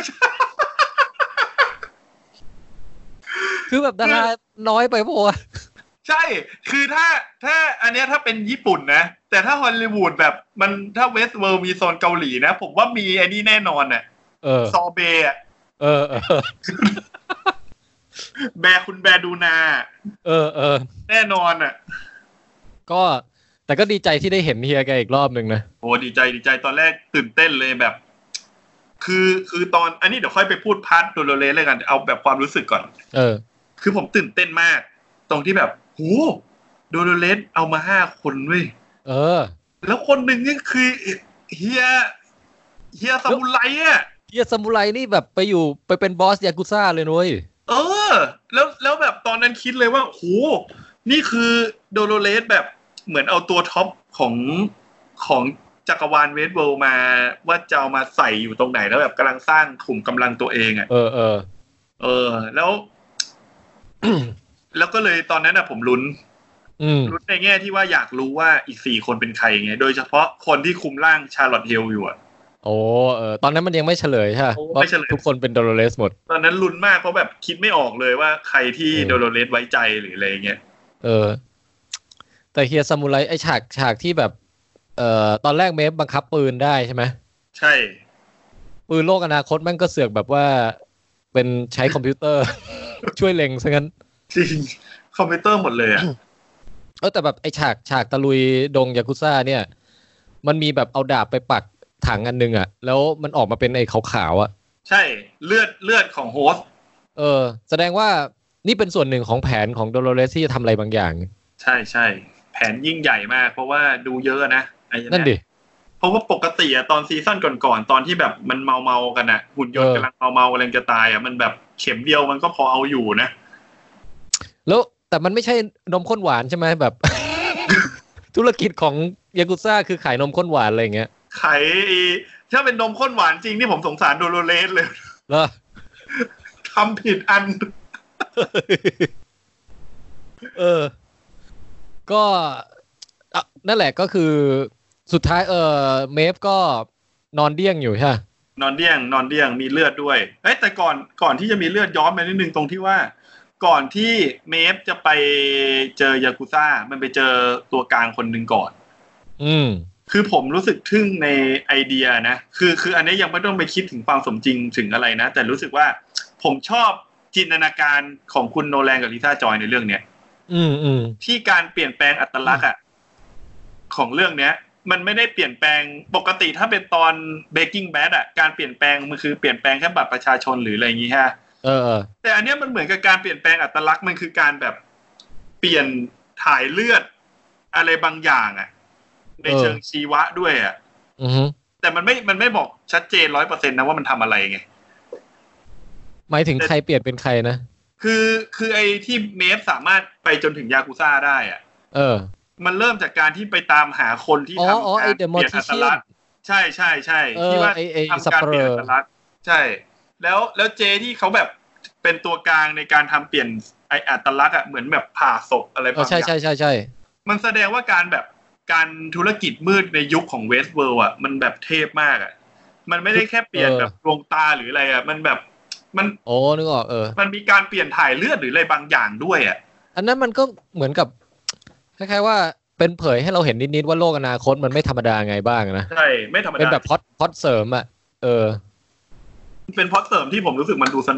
คือแบบดาราน้อยไปป่ะใช่คือถ้าอันเนี้ยถ้าเป็นญี่ปุ่นนะแต่ถ้าฮอลลีวูดแบบมันถ้าเวสต์เวิลด์มีโซนเกาหลีนะผมว่ามีไอ้นี่แน่นอนน่ะซอเบอ่ะคุณแบดูนาแน่นอนอ่ะก็แต่ก็ดีใจที่ได้เห็นเฮียแกอีกรอบนึงนะโอ้ดีใจตอนแรกตื่นเต้นเลยแบบคือตอนอันนี้เดี๋ยวค่อยไปพูดพาร์ทโดโลเรสเลยกันเอาแบบความรู้สึกก่อนคือผมตื่นเต้นมากตรงที่แบบโหโดโลเรสเอามา5คนเว้ยแล้วคนหนึ่งนี่คือเฮียซามูไรอ่ะเฮียซามูไรนี่แบบไปเป็นบอสยากุซ่าเลยนุ้ยแล้วแบบตอนนั้นคิดเลยว่าโหนี่คือโดโลเรสแบบเหมือนเอาตัวท็อปของจักรวาลเวสต์เวิลด์มาว่าจะเอามาใส่อยู่ตรงไหนแล้วแบบกำลังสร้างขุมกำลังตัวเองอ่ะแล้วแล้วก็เลยตอนนั้นผมลุ้นในแง่ที่ว่าอยากรู้ว่าอีก4คนเป็นใครไงโดยเฉพาะคนที่คุมร่างชาร์ลอตต์เฮลอยู่อ่ะตอนนั้นมันยังไม่เฉลยใช่ป่ะทุกคนเป็นโดโลเรสหมดตอนนั้นลุ้นมากเพราะแบบคิดไม่ออกเลยว่าใครที่โดโลเรสไว้ใจหรืออะไรเงี้ยแต่เฮียซามูไรไอฉากที่แบบตอนแรกเมฟบังคับปืนได้ใช่ไหมใช่ปืนโลกอนาคตแม่งก็เสือกแบบว่าเป็นใช้คอมพิวเตอร์ ช่วยเล็งซะงั้นจริงคอมพิวเตอร์หมดเลยอ่ะแต่แบบไอฉากตะลุยดงยากุซ่าเนี่ยมันมีแบบเอาดาบไปปักถังอันนึงอ่ะแล้วมันออกมาเป็นไอขาวๆอ่ะใช่เลือดของโฮสต์แสดงว่านี่เป็นส่วนหนึ่งของแผนของโดโลเรสที่จะทำอะไรบางอย่างใช่แผนยิ่งใหญ่มากเพราะว่าดูเยอะนะนั่นดิเพราะว่าปกติตอนซีซั่นก่อนๆตอนที่แบบมันเมากันน่ะหุ่นยนต์กำลังเมากำลังจะตายมันแบบเข็มเดียวมันก็พอเอาอยู่นะแล้วแต่มันไม่ใช่นมข้นหวานใช่ไหมแบบ ธุรกิจของยากุซ่าคือขายนมข้นหวานอะไรอย่างเงี้ยขายถ้าเป็นนมข้นหวานจริงนี่ผมสงสารโดโลเรสเลยเหรอทำผิดอันก็นั่นแหละก็คือสุดท้ายเมฟก็นอนเดี้ยงอยู่ใช่นอนเดี้ยงมีเลือดด้วยแต่ก่อนที่จะมีเลือดย้อนไปนิดนึงตรงที่ว่าก่อนที่เมฟจะไปเจอยากุซ่ามันไปเจอตัวกลางคนนึงก่อนคือผมรู้สึกทึ่งในไอเดียนะคืออันนี้ยังไม่ต้องไปคิดถึงความสมจริงถึงอะไรนะแต่รู้สึกว่าผมชอบจินตนาการของคุณโนแลนกับลิซ่าจอยในเรื่องเนี้ยที่การเปลี่ยนแปลงอัตลักษณ์ของเรื่องเนี้ยมันไม่ได้เปลี่ยนแปลงปกติถ้าเป็นตอน Breaking Bad การเปลี่ยนแปลงมันคือเปลี่ยนแปลงแค่บัตรประชาชนหรืออะไรอย่างงี้ฮะแต่อันเนี้ยมันเหมือนกับการเปลี่ยนแปลงอัตลักษณ์มันคือการแบบเปลี่ยนถ่ายเลือดอะไรบางอย่างในเชิงชีวะด้วยแต่มันไม่บอกชัดเจน 100% นะว่ามันทำอะไรไงหมายถึงใครเปลี่ยนเป็นใครนะคือไอ้ที่เมฟสามารถไปจนถึงยากุซ่าได้มันเริ่มจากการที่ไปตามหาคนที่ทำการเปลี่ยนอัตลักษณ์ใช่ที่ว่าทำการเปลี่ยนอัตลักษณ์ใช่แล้วเจที่เขาแบบเป็นตัวกลางในการทำเปลี่ยนไออัตลักษณ์เหมือนแบบผ่าศพอะไรบางอย่างใช่มันแสดงว่าการธุรกิจมืดในยุคของเวสต์เวิลด์มันแบบเทพมากมันไม่ได้แค่เปลี่ยนแบบดวงตาหรืออะไรมันแบบมันนึกออกมันมีการเปลี่ยนถ่ายเลือดหรืออะไรบางอย่างด้วยอันนั้นมันก็เหมือนกับคล้ายๆว่าเป็นเผยให้เราเห็นนิดๆว่าโลกอนาคตมันไม่ธรรมดาไงบ้างนะใช่ไม่ธรรมดาเป็นแบบพล็อตเสริมเป็นพล็อตเสริมที่ผมรู้สึกมันดูสนุก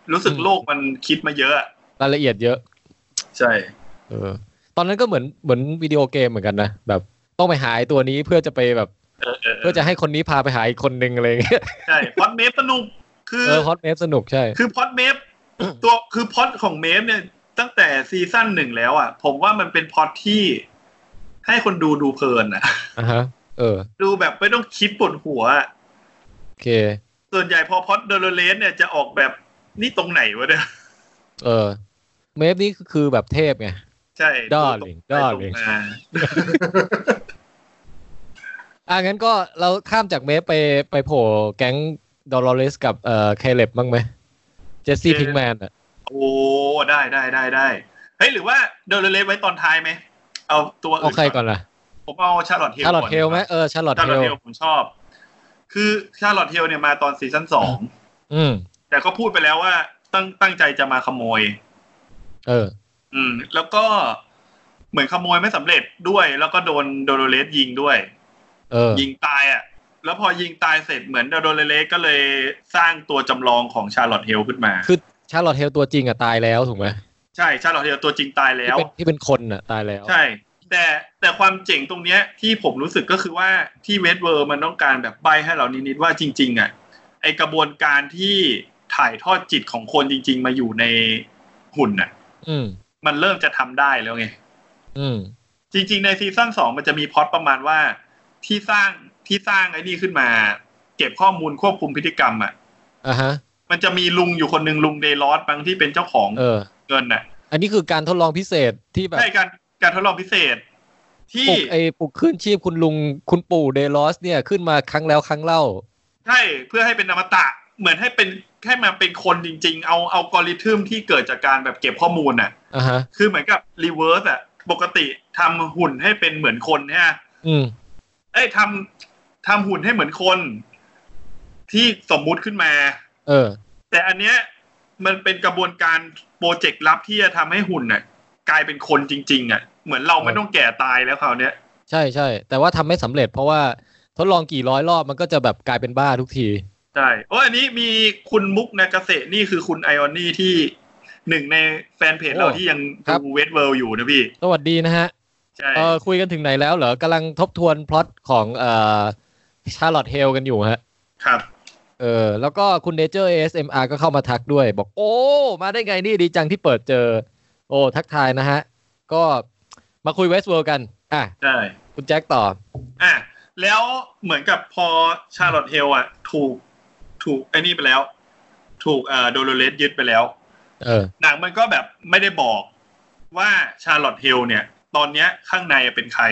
รู้สึกโลกมันคิดมาเยอะรายละเอียดเยอะใช่ตอนนั้นก็เหมือนวิดีโอเกมเหมือนกันนะแบบต้องไปหาตัวนี้เพื่อจะไปแบบเพื่อจะให้คนนี้พาไปหาอีกคนนึงอะไรอย่างเงี้ยใช่พอดเมฟสนุกคือพอดเมฟสนุกใช่คือพอดเมฟตัวคือพอดของเมฟเนี่ยตั้งแต่ซีซั่น1แล้วอ่ะผมว่ามันเป็นพอดที่ให้คนดูเพลินอ่ะดูแบบไม่ต้องคิดปวดหัวโอเคส่วนใหญ่พอพอดโดโลเลสเนี่ยจะออกแบบนี่ตรงไหนวะเนี่ยเมฟนี่คือแบบเทพไงใช่ดอลลิงงั้นก็เราข้ามจากเมฟไปโผล่แก๊งดอลลาร์กับเคเลบบ้างไหมเจสซี่พิงแมนอ่ะโอ้ได้เฮ้ยหรือว่าดอลลาร์ไว้ตอนท้ายไหมเอาตัวอื่นเอาใครก่อนล่ะผมเอาชาร์ลอตเฮลไหมชาร์ลอตเฮลผมชอบคือชาร์ลอตเฮลเนี่ยมาตอนซีซั่น2แต่เขาพูดไปแล้วว่าตั้งใจจะมาขโมยแล้วก็เหมือนขโมยไม่สำเร็จด้วยแล้วก็โดนโดโลเลสยิงด้วยยิงตายอ่ะแล้วพอยิงตายเสร็จเหมือนโดโลเลสก็เลยสร้างตัวจำลองของชาร์ลอตเฮลขึ้นมาคือชาร์ลอตเฮลตัวจริงอ่ะตายแล้วถูกไหมใช่ชาร์ลอตเฮลตัวจริงตายแล้วที่เป็นคนอ่ะตายแล้วใช่แต่ความเจ๋งตรงเนี้ยที่ผมรู้สึกก็คือว่าที่เวสต์เวิร์มันต้องการแบบใบให้เรานิดๆว่าจริงๆอ่ะไอกระบวนการที่ถ่ายทอดจิตของคนจริงๆมาอยู่ในหุ่นอ่ะมันเริ่มจะทำได้แล้วไงจริงๆในซีซั่น2มันจะมีพล็อตประมาณว่าที่สร้างไอ้นี่ขึ้นมาเก็บข้อมูลควบคุมพฤติกรรมอ่ะมันจะมีลุงอยู่คนนึงลุงเดลอสบางที่เป็นเจ้าของเงินน่ะอันนี้คือการทดลองพิเศษที่แบบใช่การทดลองพิเศษที่ปลุกขึ้นชีพคุณปู่เดลอสเนี่ยขึ้นมาครั้งแล้วครั้งเล่าใช่เพื่อให้เป็นอมตะเหมือนให้มาเป็นคนจริงๆเอาอัลกอริทึมที่เกิดจากการแบบเก็บข้อมูลน่ะคือเหมือนกับรีเวิร์สอ่ะปกติทำหุ่นให้เป็นเหมือนคนใช่ไหมทำหุ่นให้เหมือนคนที่สมมุติขึ้นมาแต่อันเนี้ยมันเป็นกระบวนการโปรเจกต์ลับที่จะทำให้หุ่นน่ะกลายเป็นคนจริงๆอ่ะเหมือนเราไม่ต้องแก่ตายแล้วคราวเนี้ยใช่แต่ว่าทำไม่สำเร็จเพราะว่าทดลองกี่ร้อยรอบมันก็จะแบบกลายเป็นบ้าทุกทีใช่อันนี้มีคุณมุกนากาเสะนี่คือคุณไอออนนี่ที่หนึ่งในแฟนเพจเราที่ยังดูเวทเวิลด์อยู่นะพี่สวัสดีนะฮะคุยกันถึงไหนแล้วเหรอกำลังทบทวนพล็อตของชาร์ลอตเฮลกันอยู่ฮะครับแล้วก็คุณเนเจอร์ ASMR ก็เข้ามาทักด้วยบอกโอ้มาได้ไงนี่ดีจังที่เปิดเจอโอ้ทักทายนะฮะก็มาคุยเวสต์เวิลด์กันใช่คุณแจ็คต่อแล้วเหมือนกับพอชาร์ลอตเฮลอ่ะถูกไอ้นี่ไปแล้วถูกโดโลเลสยึดไปแล้วหนังมันก็แบบไม่ได้บอกว่าชาร์ลอตเฮลเนี่ยตอนเนี้ยข้างในเป็นใคร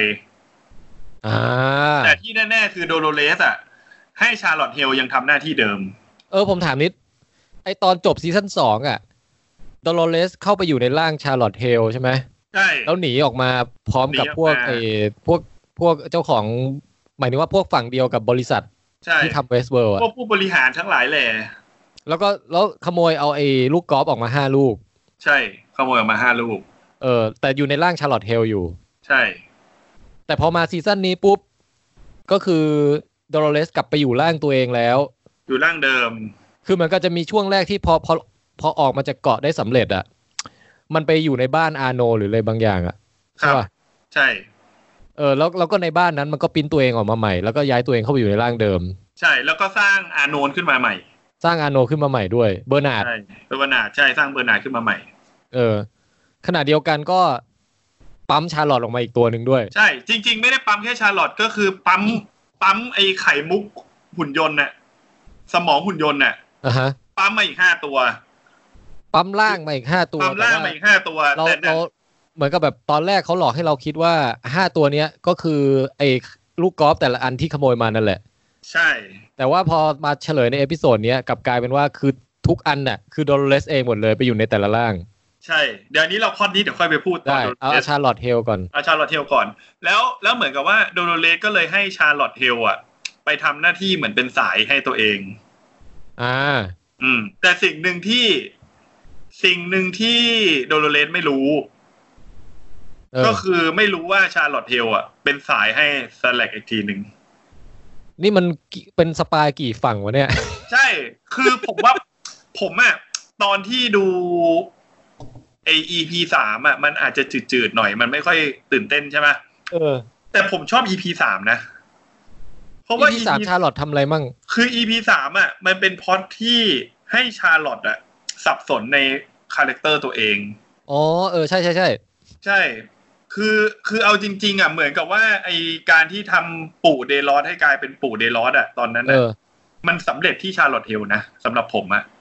แต่ที่แน่ๆคือโดโลเลสอ่ะให้ชาร์ลอตเฮลยังทำหน้าที่เดิมผมถามนิดไอตอนจบซีซั่น2อ่ะโดโลเลสเข้าไปอยู่ในร่างชาร์ลอตเฮลใช่ไหมใช่แล้วหนีออกมาพร้อมกับพวกพวกเจ้าของหมายถึงว่าพวกฝั่งเดียวกับบริษัทที่ทำเวสต์เวิลด์พวกผู้บริหารทั้งหลายแหละแล้วขโมยเอาไอ้ลูกกอล์ฟออกมา5ลูกใช่ขโมยออกมา5ลูกแต่อยู่ในร่างชาร์ลอตเฮลอยู่ใช่แต่พอมาซีซั่นนี้ปุ๊บก็คือโดโลเลสกลับไปอยู่ร่างตัวเองแล้วอยู่ร่างเดิมคือมันก็จะมีช่วงแรกที่พอออกมาจากเกาะได้สำเร็จอ่ะมันไปอยู่ในบ้านอาโนหรืออะไรบางอย่างอ่ะใช่ป่ะใช่แล้วก็ในบ้านนั้นมันก็ปิ้นตัวเองออกมาใหม่แล้วก็ย้ายตัวเองเข้าไปอยู่ในร่างเดิมใช่แล้วก็สร้างอาโนขึ้นมาใหม่สร้างอาโนขึ้นมาใหม่ด้วยเบอร์นาร์ดใช่เบอร์นาร์ดใช่สร้างเบอร์นาร์ดขึ้นมาใหม่ขณะเดียวกันก็ปั๊มชาร์ลอตออกมาอีกตัวหนึ่งด้วยใช่จริงๆไม่ได้ปั๊มแค่ชาร์ลอตก็คือปั๊มไอ้ไข่มุกหุ่นยนต์น่ะสมองหุ่นยนต์น่ะปั๊มมาอีก5ตัวปั๊มล่างมาอีก5ตัวปั๊มล่างมาอีก5ตัวเราเหมือนกับแบบตอนแรกเขาหลอกให้เราคิดว่า5ตัวเนี้ยก็คือไอ้ลูกกอล์ฟแต่ละอันที่ขโมยมานั่นแหละใช่แต่ว่าพอมาเฉลยในเอพิโซดเนี้ยกลับกลายเป็นว่าคือทุกอันน่ะคือโดโลเลสเองหมดเลยไปอยู่ในแต่ละร่างใช่เดี๋ยวนี้เราพอดนี้เดี๋ยวค่อยไปพูดตอนเอาชาร์ลอตเฮลก่อนเอาชาร์ลอตเฮลก่อนแล้วเหมือนกับว่าโดโลเลสก็เลยให้ชาร์ลอตเฮลอ่ะไปทำหน้าที่เหมือนเป็นสายให้ตัวเองแต่สิ่งหนึ่งที่โดโลเลสไม่รู้ก็คือไม่รู้ว่าชาร์ลอตเฮลอ่ะเป็นสายให้สแลกอีกทีนึงนี่มันเป็นสปายกี่ฝั่งวะเนี่ยใช่คือผมว่าผมอ่ะตอนที่ดูไอ EP 3อ่ะมันอาจจะจืดๆหน่อยมันไม่ค่อยตื่นเต้นใช่ไหมแต่ผมชอบ EP 3นะเพราะว่า EP 3ชาร์ลอตทำอะไรมั่งคือ EP 3อ่ะมันเป็นพล็อตที่ให้ชาร์ลอตอ่ะสับสนในคาแรคเตอร์ตัวเองอ๋อใช่ใช่คือเอาจริงๆอ่ะเหมือนกับว่าไอการที่ทำปู่เดลอสให้กลายเป็นปู่เดลอสอ่ะตอนนั้นน่ะมันสำเร็จที่ชาร์ลอตเฮลนะสำหรับผมอ่ะ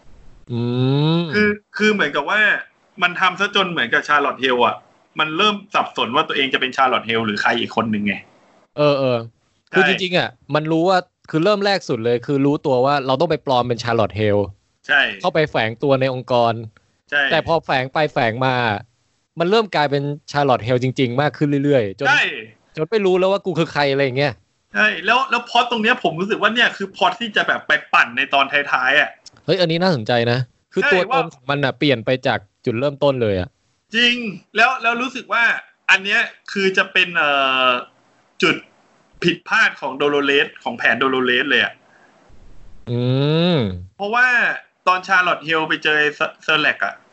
คือเหมือนกับว่ามันทำซะจนเหมือนกับชาร์ลอตเฮลอ่ะมันเริ่มสับสนว่าตัวเองจะเป็นชาร์ลอตเฮลหรือใครอีกคนนึงไงคือจริงๆอ่ะมันรู้ว่าคือเริ่มแรกสุดเลยคือรู้ตัวว่าเราต้องไปปลอมเป็นชาร์ลอตเฮลใช่เข้าไปแฝงตัวในองค์กรใช่แต่พอแฝงไปแฝงมามันเริ่มกลายเป็นชาร์ลอตเฮลจริงๆมากขึ้นเรื่อยๆจนไม่รู้แล้วว่ากูคือใครอะไรอย่างเงี้ยใช่แล้วพอตรงเนี้ยผมรู้สึกว่าเนี่ยคือพอที่จะแบบไปปั่นในตอนท้ายๆอ่ะเฮ้ยอันนี้น่าสนใจนะคือตัวตนของมันอ่ะเปลี่ยนไปจากจุดเริ่มต้นเลยอ่ะจริงแล้วรู้สึกว่าอันเนี้ยคือจะเป็นจุดผิดพลาดของโดโลเรสของแผนโดโลเรสเลยอ่ะเพราะว่าตอนชาร์ลอตเฮลไปเจอเซอร์แลกอ่ะ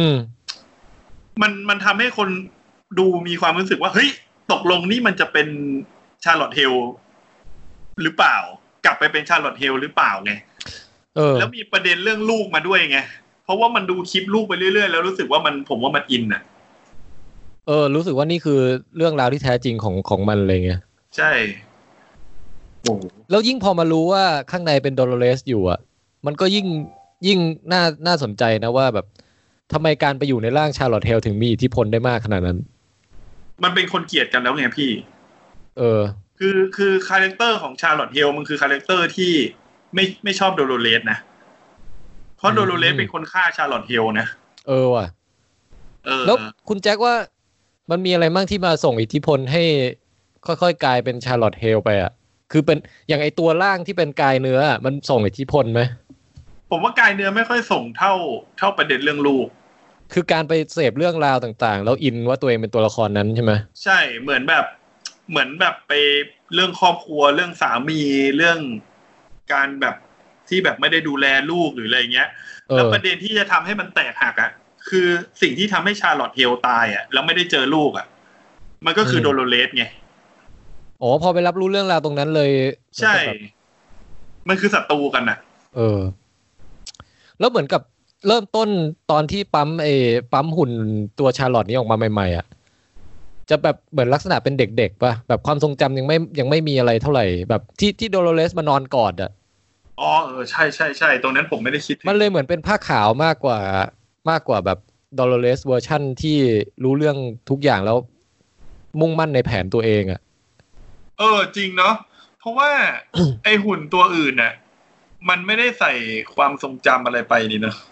มันทำให้คนดูมีความรู้สึกว่าเฮ้ยตกลงนี่มันจะเป็นชาร์ลอตเฮลหรือเปล่ากลับไปเป็นชาร์ลอตเฮลหรือเปล่าไงแล้วมีประเด็นเรื่องลูกมาด้วยไงเพราะว่ามันดูคลิปลูกไปเรื่อยๆแล้วรู้สึกว่าผมว่ามันอินอ่ะรู้สึกว่านี่คือเรื่องราวที่แท้จริงของมันเลยไงใช่แล้วยิ่งพอมารู้ว่าข้างในเป็นโดโลเรสอยู่อ่ะมันก็ยิ่งน่าสนใจนะว่าแบบทำไมการไปอยู่ในร่างชาร์ลอตเฮลถึงมีอิทธิพลได้มากขนาดนั้นมันเป็นคนเกลียดกันแล้วไงพี่คือคาแรคเตอร์ของชาร์ลอตเฮลมันคือคาแรคเตอร์ที่ไม่ชอบโดโลเรสนะเพราะโดโลเรสเป็นคนฆ่าชาร์ลอตเฮลนะว่ะแล้วคุณแจ็คว่ามันมีอะไรบ้างที่มาส่งอิทธิพลให้ค่อยๆกลายเป็นชาร์ลอตเฮลไปอ่ะคือเป็นอย่างไอตัวร่างที่เป็นกายเนื้อมันส่งอิทธิพลไหมผมว่ากายเนื้อไม่ค่อยส่งเท่าประเด็นเรื่องลูกคือการไปเสพเรื่องราวต่างๆแล้วอินว่าตัวเองเป็นตัวละครนั้นใช่ไหมใช่เหมือนแบบไปเรื่องครอบครัวเรื่องสามีเรื่องการแบบที่แบบไม่ได้ดูแลลูกหรืออะไรเงี้ยแล้วประเด็นที่จะทำให้มันแตกหักอ่ะคือสิ่งที่ทำให้ชาร์ลอตเฮลตายอ่ะแล้วไม่ได้เจอลูกอ่ะมันก็คือโดโลเรสไงพอไปรับรู้เรื่องราวตรงนั้นเลยใช่มันคือศัตรูกันน่ะแล้วเหมือนกับเริ่มต้นตอนที่ปั๊มหุ่นตัวชาร์ลอตนี้ออกมาใหม่ๆอ่ะจะแบบเหมือนลักษณะเป็นเด็กๆป่ะแบบความทรงจำยังไม่มีอะไรเท่าไหร่แบบที่โดโลเรสมานอนกอดอ่ะใช่ตรงนั้นผมไม่ได้คิดมันเลยเหมือนเป็นผ้าขาวมากกว่าแบบโดโลเรสเวอร์ชั่นที่รู้เรื่องทุกอย่างแล้วมุ่งมั่นในแผนตัวเองอ่ะจริงเนาะเพราะว่า ไอหุ่นตัวอื่นน่ะมันไม่ได้ใส่ความทรงจำอะไรไปนี่เนอะ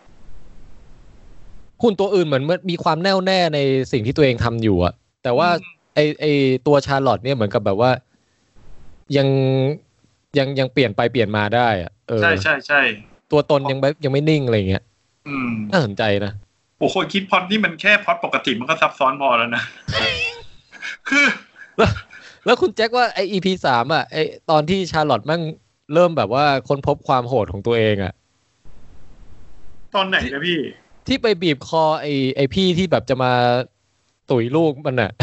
หุ่นตัวอื่นเหมือนมีความแน่วแน่ในสิ่งที่ตัวเองทำอยู่อะแต่ว่าไอตัวชาร์ลอตเนี่ยเหมือนกับแบบว่ายังเปลี่ยนไปเปลี่ยนมาได้อะใช่ตัวตนยังไม่นิ่งอะไรเงี้ยน่าสนใจนะคนคิดพล็อตนี่มันแค่พล็อตปกติมันก็ซับซ้อนพอแล้วนะ คือแล้วคุณแจ็คว่าไอ EP 3อ่ะไอตอนที่ชาร์ลอตมั่งเริ่มแบบว่าค้นพบความโหดของตัวเองอ่ะตอนไหนนะพี่ที่ไปบีบคอไอพี่ที่แบบจะมาตุ๋ยลูกมันอ่ะ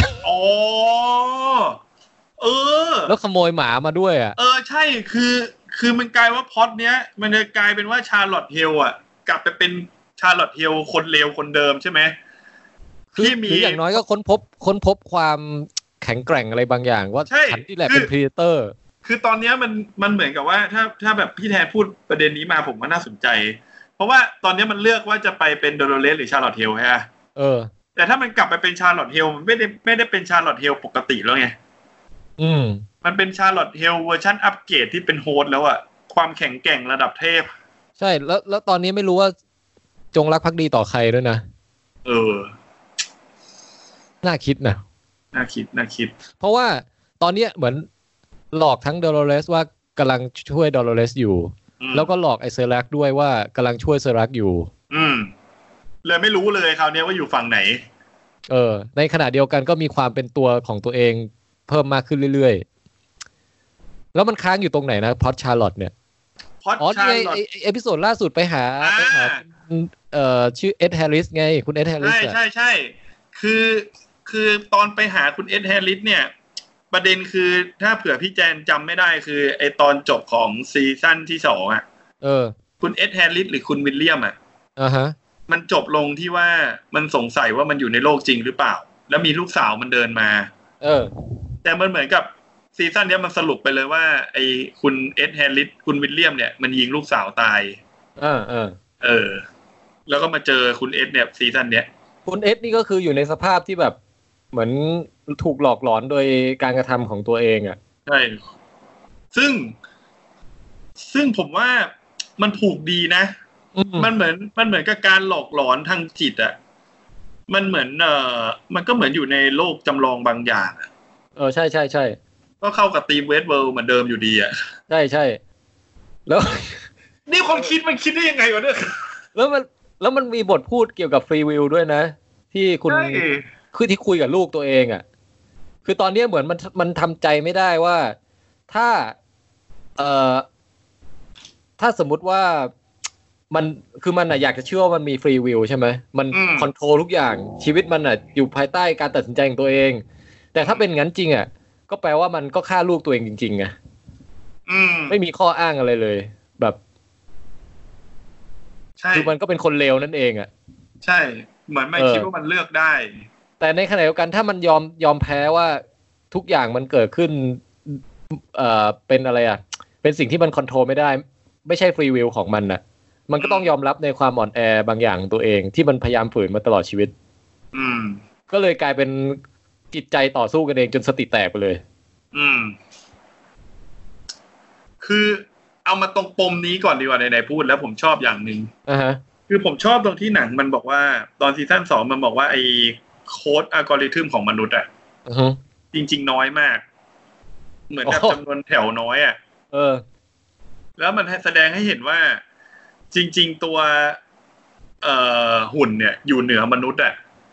แล้วขโมยหมามาด้วยอ่ะใช่คือมันกลายว่าพล็อตเนี้ยมันจะกลายเป็นว่าชาร์ลอตเฮลอ่ะกลับไปเป็นชาร์ลอตเฮลคนเลวคนเดิมใช่ไหมที่มีอย่างน้อยก็ค้นพบความแข็งแกร่งอะไรบางอย่างว่าฉันที่แหละเป็นพรีเดเตอร์คือตอนนี้มันเหมือนกับว่าถ้าแบบพี่แทนพูดประเด็นนี้มาผมก็น่าสนใจเพราะว่าตอนนี้มันเลือกว่าจะไปเป็นโดโลเรสหรือชาร์ลอตเฮลใช่ไหมแต่ถ้ามันกลับไปเป็นชาร์ลอตเฮลมันไม่ได้เป็นชาร์ลอตเฮลปกติแล้วไงมันเป็นชาร์ลอตเฮลเวอร์ชันอัปเกรดที่เป็นโฮสต์แล้วอะความแข็งแกร่งระดับเทพใช่แล้วตอนนี้ไม่รู้ว่าจงรักภักดีต่อใครด้วยนะน่าคิดนะน่าคิดเพราะว่าตอนนี้เหมือนหลอกทั้งโดโลเรสว่ากำลังช่วยโดโลเรสอยู่แล้วก็หลอกไอเซอร์ลักด้วยว่ากำลังช่วยเซอร์ลักอยู่เลยไม่รู้เลยคราวนี้ว่าอยู่ฝั่งไหนในขณะเดียวกันก็มีความเป็นตัวของตัวเองเพิ่มมากขึ้นเรื่อยๆแล้วมันค้างอยู่ตรงไหนนะพล็อตชาร์ลอตเนี่ยพล็อตชาร์ลอตเอพิโซดล่าสุดไปหาชื่อเอ็ดแฮร์ริสไงคุณเอ็ดแฮร์ริสใช่คือตอนไปหาคุณเอ็ดแฮร์ริสเนี่ยประเด็นคือถ้าเผื่อพี่แจนจำไม่ได้คือไอตอนจบของซีซั่นที่2อ่ะคุณเอ็ดแฮร์ริสหรือคุณวิลเลียมฮะมันจบลงที่ว่ามันสงสัยว่ามันอยู่ในโลกจริงหรือเปล่าแล้วมีลูกสาวมันเดินมาแต่มันเหมือนกับซีซั่นนี้มันสรุปไปเลยว่าไอคุณเอ็ดแฮร์ริสคุณวิลเลียมเนี่ยมันยิงลูกสาวตายแล้วก็มาเจอคุณเอ็ดเนี่ยซีซั่นเนี้ยคุณเอ็ดนี่ก็คืออยู่ในสภาพที่แบบเหมือนถูกหลอกหลอนโดยการกระทำของตัวเองใช่ซึ่งผมว่ามันผูกดีนะมันเหมือนกับการหลอกหลอนทางจิตมันเหมือนมันก็เหมือนอยู่ในโลกจำลองบางอย่างใช่ก็เข้ากับธีมเวสต์เวิลด์เหมือนเดิมอยู่ดีใช่แล้วนี่คนคิดมันคิดได้ยังไงวะเนี่ยแล้วมันมีบทพูดเกี่ยวกับฟรีวิลด้วยนะที่คุณคือที่คุยกับลูกตัวเองคือตอนนี้เหมือนมันทำใจไม่ได้ว่าถ้าสมมุติว่ามันคือมันอยากจะเชื่อว่ามันมีฟรีวิลใช่ไหมมันคอนโทรลทุกอย่างชีวิตมันอยู่ภายใต้การตัดสินใจของตัวเองแต่ถ้าเป็นงั้นจริงก็แปลว่ามันก็ฆ่าลูกตัวเองจริงๆไงไม่มีข้ออ้างอะไรเลยแบบคือมันก็เป็นคนเลวนั่นเองใช่เหมือนไม่คิดว่ามันเลือกได้แต่ในขณะเดียวกันถ้ามันยอมแพ้ว่าทุกอย่างมันเกิดขึ้นเป็นอะไรเป็นสิ่งที่มันคอนโทรลไม่ได้ไม่ใช่ฟรีวิลของมันมันก็ต้องยอมรับในความอ่อนแอบางอย่างของตัวเองที่มันพยายามฝืนมาตลอดชีวิตก็เลยกลายเป็นจิตใจต่อสู้กันเองจนสติแตกไปเลยคือเอามาตรงปมนี้ก่อนดีกว่าไหนๆพูดแล้วผมชอบอย่างนึงคือผมชอบตรงที่หนังมันบอกว่าตอนซีซั่น2มันบอกว่าไอ้โค้ดอัลกอริทึมของมนุษย์จริงๆน้อยมากเหมือนกับจำนวนแถวน้อยแล้วมันแสดงให้เห็นว่าจริงๆตัวหุ่นเนี่ยอยู่เหนือมนุษย์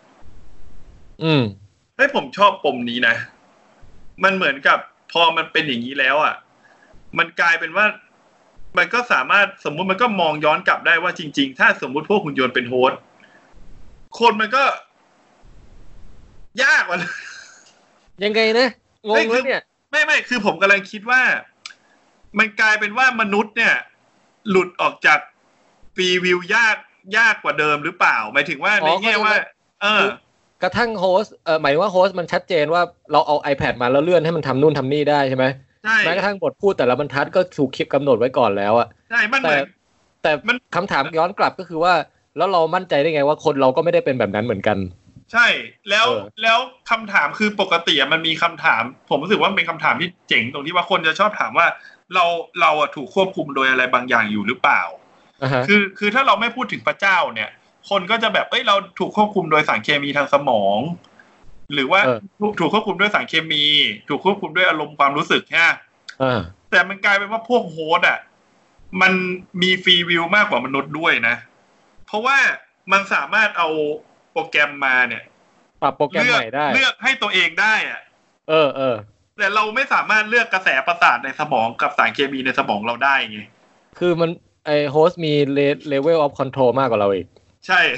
เฮ้ยผมชอบปมนี้นะมันเหมือนกับพอมันเป็นอย่างนี้แล้วมันกลายเป็นว่ามันก็สามารถสมมุติมันก็มองย้อนกลับได้ว่าจริงๆถ้าสมมุติพวกหุ่นยนต์เป็นโฮสต์คนมันก็ยากกว่ายังไงนะงงเลยเนี่ยไม่คือผมกำลังคิดว่ามันกลายเป็นว่ามนุษย์เนี่ยหลุดออกจากฟรีวิลยากกว่าเดิมหรือเปล่าหมายถึงว่าในแง่ว่ากระทั่งโฮสต์หมายว่าโฮสต์มันชัดเจนว่าเราเอา iPad มาแล้วเลื่อนให้มันทำนู่นทำนี่ได้ใช่ไหมแม้กระทั่งบทพูดแต่ละบรรทัดก็ถูกกำหนดไว้ก่อนแล้วใช่แต่คำถามย้อนกลับก็คือว่าแล้วเรามั่นใจได้ไงว่าคนเราก็ไม่ได้เป็นแบบนั้นเหมือนกันใช่แล้วคำถามคือปกติมันมีคำถามผมรู้สึกว่าเป็นคำถามที่เจ๋งตรงที่ว่าคนจะชอบถามว่าเราถูกควบคุมโดยอะไรบางอย่างอยู่หรือเปล่าคือถ้าเราไม่พูดถึงพระเจ้าเนี่ยคนก็จะแบบเราถูกควบคุมโดยสารเคมีทางสมองหรือว่าถูกควบคุมด้วยสารเคมีถูกควบคุมด้วยอารมณ์ความรู้สึกแต่มันกลายเป็นว่าพวกโฮสต์มันมีฟรีวิลมากกว่ามนุษย์ด้วยนะเพราะว่ามันสามารถเอาโปรแกรมมาเนี่ยปรับโปรแกรมใหม่ได้เลือกให้ตัวเองได้แต่เราไม่สามารถเลือกกระแสประสาทในสมองกับสารเคมีในสมองเราได้ไงคือมันไอโฮสต์มีเลเวลออฟคอนโทรลมากกว่าเราอีกใช่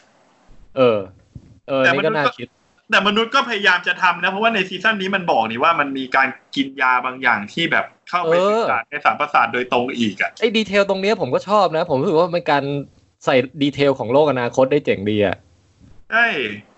นี่ก็น่าคิดแต่มนุษย์ก็พยายามจะทำนะเพราะว่าในซีซั่นนี้มันบอกนี่ว่ามันมีการกินยาบางอย่างที่แบบเข้าไปศึกษาในสารประสาทโดยตรงอีกไอ้ดีเทลตรงนี้ผมก็ชอบนะผมรู้สึกว่าเป็นการใส่ดีเทลของโลกอนาคตได้เจ๋งดีใช่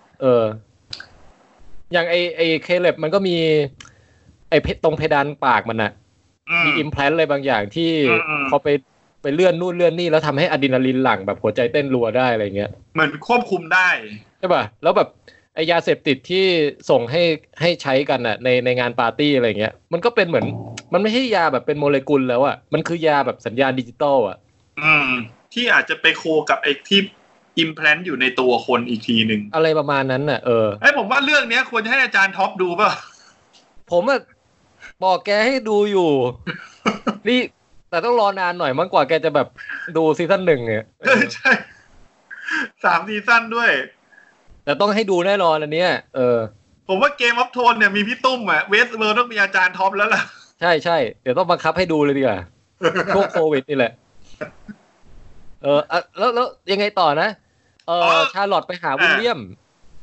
อย่างไอเคเล็บมันก็มีไอตรงเพดานปากมันมีอิมแพลนต์อะไรบางอย่างที่พอไปเลื่อนนู่นเลื่อนนี่แล้วทำให้อะดรีนาลินหลั่งแบบหัวใจเต้นรัวได้อะไรเงี้ยเหมือนควบคุมได้ใช่ป่ะแล้วแบบไอยาเสพติดที่ส่งให้ใช้กันในงานปาร์ตี้อะไรเงี้ยมันก็เป็นเหมือนมันไม่ใช่ยาแบบเป็นโมเลกุลแล้วมันคือยาแบบสัญญาณดิจิตอลที่อาจจะไปโคกับไอที่อิมแพลนต์อยู่ในตัวคนอีกทีนึงอะไรประมาณนั้นผมว่าเรื่องนี้ควรจะให้อาจารย์ท็อปดูป่ะผมบอกแกให้ดูอยู่ นี่แต่ต้องรอนานหน่อยมั้งกว่าแกจะแบบดูซีซั่น1เนี่ยใช่3ซีซั่นด้วยแต่ต้องให้ดูแน่นอนอันเนี้ยผมว่าเกมออฟโทนเนี่ยมีพี่ตุ้มเวสเวิร์ต้องมีอาจารย์ท็อปแล้วล่ะใช่เดี๋ยวต้องบังคับให้ดูเลยดีกว่าช่วงโควิดนี่แหละแล้วยังไงต่อนะชาร์ลอตไปหาวิลเลียม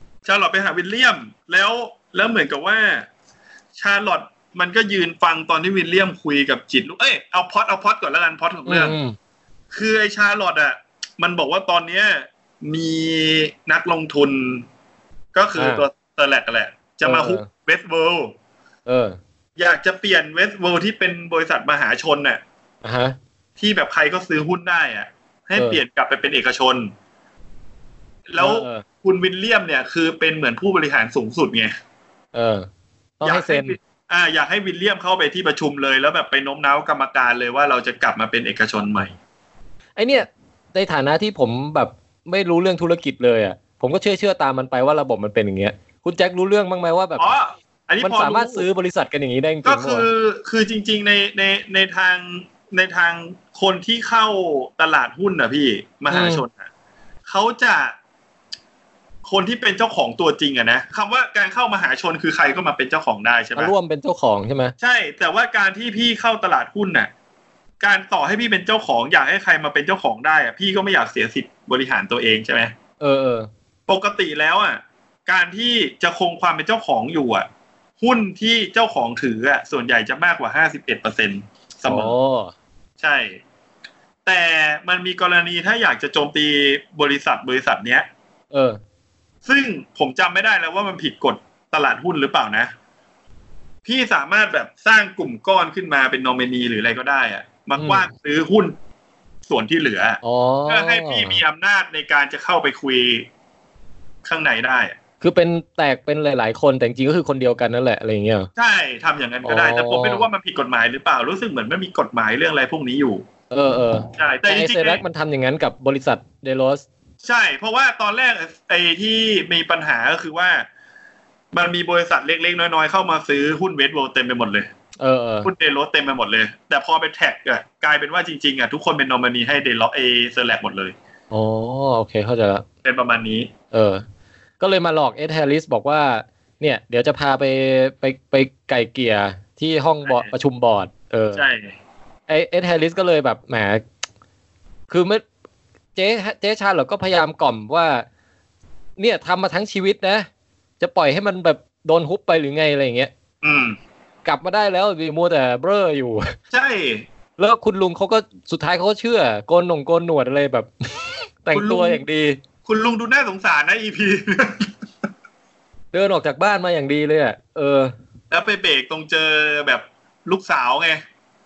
แล้วเหมือนกับว่าชาร์ลอตมันก็ยืนฟังตอนที่วิลเลียมคุยกับจิตลูกเอาพอดก่อนแล้วกันพอดของเรื่องคือไอ้ชาร์ลอตอ่ะมันบอกว่าตอนเนี้ยมีนักลงทุนก็คือตัวเตอร์แลกแหละจะมาฮุบเวสต์เวิลด์อยากจะเปลี่ยนเวสต์เวิลด์ที่เป็นบริษัทมหาชนน่ะที่แบบใครก็ซื้อหุ้นได้อ่ะให้เปลี่ยนกลับไปเป็นเอกชนแล้วคุณวิลเลียมเนี่ยคือเป็นเหมือนผู้บริหารสูงสุดไงต้องให้เซ็นอยากให้วิลเลียมเข้าไปที่ประชุมเลยแล้วแบบไปโน้มน้าวกรรมการเลยว่าเราจะกลับมาเป็นเอกชนใหม่ไอเนี่ยในฐานะที่ผมแบบไม่รู้เรื่องธุรกิจเลยอ่ะผมก็เชื่อตามมันไปว่าระบบมันเป็นอย่างเงี้ยคุณแจ็ครู้เรื่องบ้างไหมว่าแบบมันสามารถซื้อบริษัทกันอย่างนี้ได้จริงๆก็คือจริงๆในทางคนที่เข้าตลาดหุ้นนะพี่มหาชนอ่ะเขาจะคนที่เป็นเจ้าของตัวจริงอะนะคำว่าการเข้ามหาชนคือใครก็มาเป็นเจ้าของได้ใช่ไหมร่วมเป็นเจ้าของใช่ไหมใช่แต่ว่าการที่พี่เข้าตลาดหุ้นน่ะการต่อให้พี่เป็นเจ้าของอยากให้ใครมาเป็นเจ้าของได้อะพี่ก็ไม่อยากเสียสิทธิ์บริหารตัวเองใช่ไหมปกติแล้วอ่ะการที่จะคงความเป็นเจ้าของอยู่อ่ะหุ้นที่เจ้าของถืออ่ะส่วนใหญ่จะมากกว่า 51% เสมอใช่แต่มันมีกรณีถ้าอยากจะโจมตีบริษัทเนี้ยซึ่งผมจำไม่ได้แล้วว่ามันผิดกฎตลาดหุ้นหรือเปล่านะพี่สามารถแบบสร้างกลุ่มก้อนขึ้นมาเป็นนอมินีหรืออะไรก็ได้อะมากว้านซื้อหุ้นส่วนที่เหลือเพื่อให้พี่มีอำนาจในการจะเข้าไปคุยข้างในได้คือเป็นแตกเป็นหลายๆคนแต่จริงๆก็คือคนเดียวกันนั่นแหละอะไรอย่างเงี้ยใช่ทำอย่างนั้นก็ได้แต่ผมไม่รู้ว่ามันผิดกฎหมายหรือเปล่ารู้สึกเหมือนไม่มีกฎหมายเรื่องอะไรพวกนี้อยู่ใช่แต่จริงๆเซรักมันทำอย่างนั้นกับบริษัทเดโลสใช่เพราะว่าตอนแรกไอ้ที่มีปัญหาก็คือว่ามันมีบริษัทเล็กๆน้อยๆเข้ามาซื้อหุ้นเวสต์เวิลด์เต็มไปหมดเลยหุ้นเดโลสเต็มไปหมดเลยแต่พอไปแท็กอ่ะกลายเป็นว่าจริงๆอ่ะทุกคนเป็นนอมินีให้เดโลเซอร์แลกหมดเลยอ๋อโอเคเข้าใจแล้วเป็นประมาณนี้ก็เลยมาหลอกเอ็ดแฮร์ริสบอกว่าเนี่ยเดี๋ยวจะพาไปไก่เกลี่ยที่ห้องประชุมบอร์ดใช่ไอเอ็ดแฮร์ริสก็เลยแบบแหมคือเมื่อเจ๊ชาเหรอก็พยายามกล่อมว่าเนี่ยทำมาทั้งชีวิตนะจะปล่อยให้มันแบบโดนฮุบไปหรือไงอะไรอย่างเงี้ยกลับมาได้แล้วมัวแต่เบ้ออยู่ใช่แล้วคุณลุงเขาก็สุดท้ายเขาก็เชื่อโกนหนวดอะไรแบบ แต่งตัวอย่างดีคุณลุงดูน่าสงสารนะ EP เดินออกจากบ้านมาอย่างดีเลยอ่ะแล้วไปเบรกตรงเจอแบบลูกสาวไง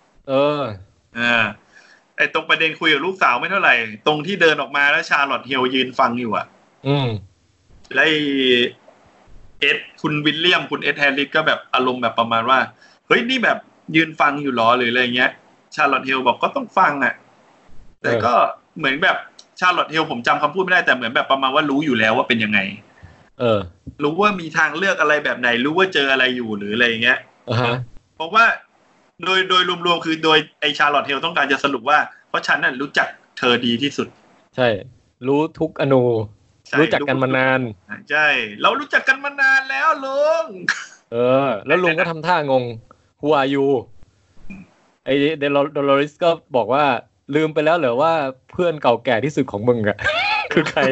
ไอ้ตรงประเด็นคุยกับลูกสาวไม่เท่าไหร่ตรงที่เดินออกมาแล้วชาร์ลอตเฮลยืนฟังอยู่อ่ะแล้วคุณวิลเลียมคุณเอ็ดแฮร์ริสก็แบบอารมณ์แบบประมาณว่าเฮ้ยนี่แบบยืนฟังอยู่หรอหรืออะไรเงี้ยชาร์ลอตเฮลบอกก็ต้องฟังอ่ะแต่ก็เหมือนแบบชาร์ลอตเฮลผมจำคำพูดไม่ได้แต่เหมือนแบบประมาณว่ารู้อยู่แล้วว่าเป็นยังไงรู้ว่ามีทางเลือกอะไรแบบไหนรู้ว่าเจออะไรอยู่หรืออะไรเงี้ยเพราะว่าโดยรวมๆคือโดยไอชาร์ลอตเฮลต้องการจะสรุปว่าเพราะฉันน่ะรู้จักเธอดีที่สุดใช่รู้ทุกอนูรู้จักกันมานานใช่เรารู้จักกันมานานแล้วลุงแล้วลุงก็ทำท่างง Who are you ไอเดโลริสก็บอกว่าลืมไปแล้วเหรอว่าเพื่อนเก่าแก่ที่สุดของมึงอ่ะ คือใคร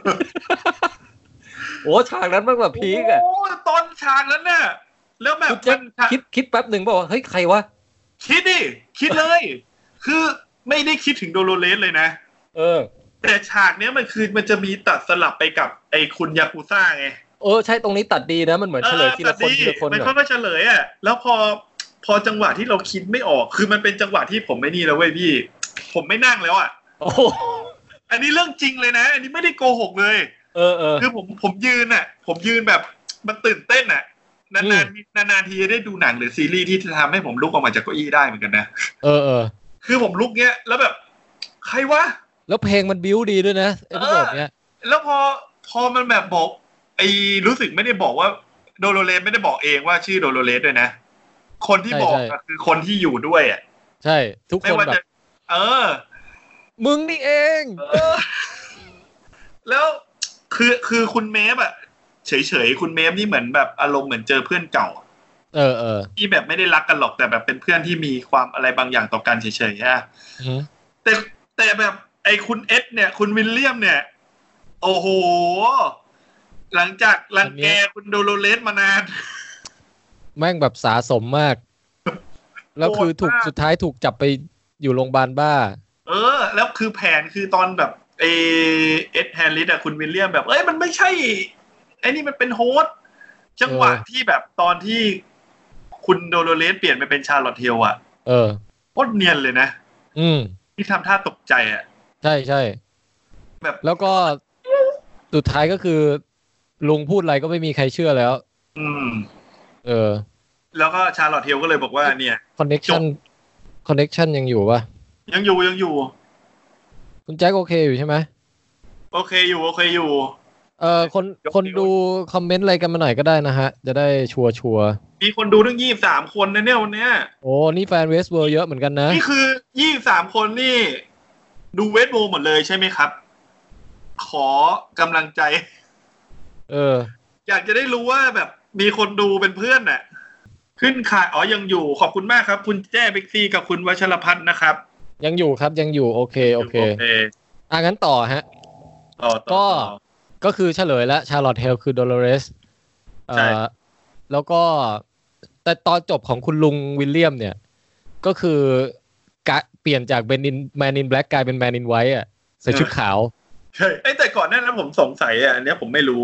โอ้ฉากนั้นมันแบบพีคอ่ะโอ้ตอนฉากนั้นน่ะแล้วแบบคิดแป๊บหนึ่งบอกว่าเฮ้ยใครวะคิดเลย คือไม่ได้คิดถึงโดโลเรสเลยนะแต่ฉากเนี้ยมันจะมีตัดสลับไปกับไอ้คุณยากุซ่าไงใช่ตรงนี้ตัดดีนะมันเหมือนเฉลยทีละคนมันก็เฉลยอ่ะแล้วพอจังหวะที่เราคิดไม่ออกคือมันเป็นจังหวะที่ผมไม่นี่แล้วเว้ยพี่ผมไม่นั่งแล้วอ่ะอันนี้เรื่องจริงเลยนะอันนี้ไม่ได้โกหกเลยคือผมยืนแบบมันตื่นเต้นอ่ะนานทีจะได้ดูหนังหรือซีรีส์ที่จะทำให้ผมลุกออกมาจากเก้าอี้ได้เหมือนกันนะคือผมลุกเนี้ยแล้วแบบใครวะแล้วเพลงมันบิ้วดีด้วยนะเอพิโซดเนี้ยแล้วพอมันแบบบอกรู้สึกไม่ได้บอกว่าโดโลเรสไม่ได้บอกเองว่าชื่อโดโลเรสด้วยนะคนที่บอกคือคนที่อยู่ด้วยอ่ะใช่ทุกคนแบบมึงนี่เองแล้วคือคุณเมฟอ่ะเฉยๆคุณเมฟนี่เหมือนแบบอารมณ์เหมือนเจอเพื่อนเก่าที่แบบไม่ได้รักกันหรอกแต่แบบเป็นเพื่อนที่มีความอะไรบางอย่างต่อกันเฉยๆฮะแต่แบบไอ้คุณเอ็ดเนี่ยคุณวิลเลียมเนี่ยโอ้โหหลังจากรังแกคุณโดโลเรสมานานแม่งแบบสะสมมากแล้วคือสุดท้ายถูกจับไปอยู่โรงพยาบาลบ้าแล้วคือแผนคือตอนแบบเอ็ดแฮร์ริสคุณวิลเลียมแบบมันไม่ใช่ไอ้นี่มันเป็นโฮสต์จังหวะที่แบบตอนที่คุณโดโลเรสเปลี่ยนไปเป็นชาร์ลอตเทลโคตรเนียนเลยนะที่ทำท่าตกใจใช่แบบแล้วก็สุดท้ายก็คือลุงพูดอะไรก็ไม่มีใครเชื่อแล้วแล้วก็ชาร์ลอตเทลก็เลยบอกว่าเนี่ยคอนเนคชั่นยังอยู่ป่ะยังอยู่คุณแจ็คโอเคอยู่ใช่ไหมโอเคอยู่คนดูคอมเมนต์อะไรกันมาหน่อยก็ได้นะฮะจะได้ชัวร์มีคนดูทั้ง23คนนะเนี่ยวันเนี้ยโอ้นี่แฟนเวสต์เวิร์เยอะเหมือนกันนะนี่คือ23คนนี่ดูเวสต์เวิร์หมดเลยใช่ไหมครับขอกำลังใจอยากจะได้รู้ว่าแบบมีคนดูเป็นเพื่อนน่ะขึ้นข่ายยังอยู่ขอบคุณมากครับคุณแจ้บิ๊กซีกับคุณวัชรพัฒน์นะครับยังอยู่ครับยังอยู่โอเคงั้นต่อฮะก็คือเฉลยแล้วชาร์ลอตเทลคือโดโลเรสแล้วก็แต่ตอนจบของคุณลุงวิลเลียมเนี่ยก็คือเปลี่ยนจากแมนอินแบล็กกลายเป็นแมนอินไวท์ใส่ชุดขาวใช่แต่ก่อนหน้านั้นผมสงสัยอันนี้ผมไม่รู้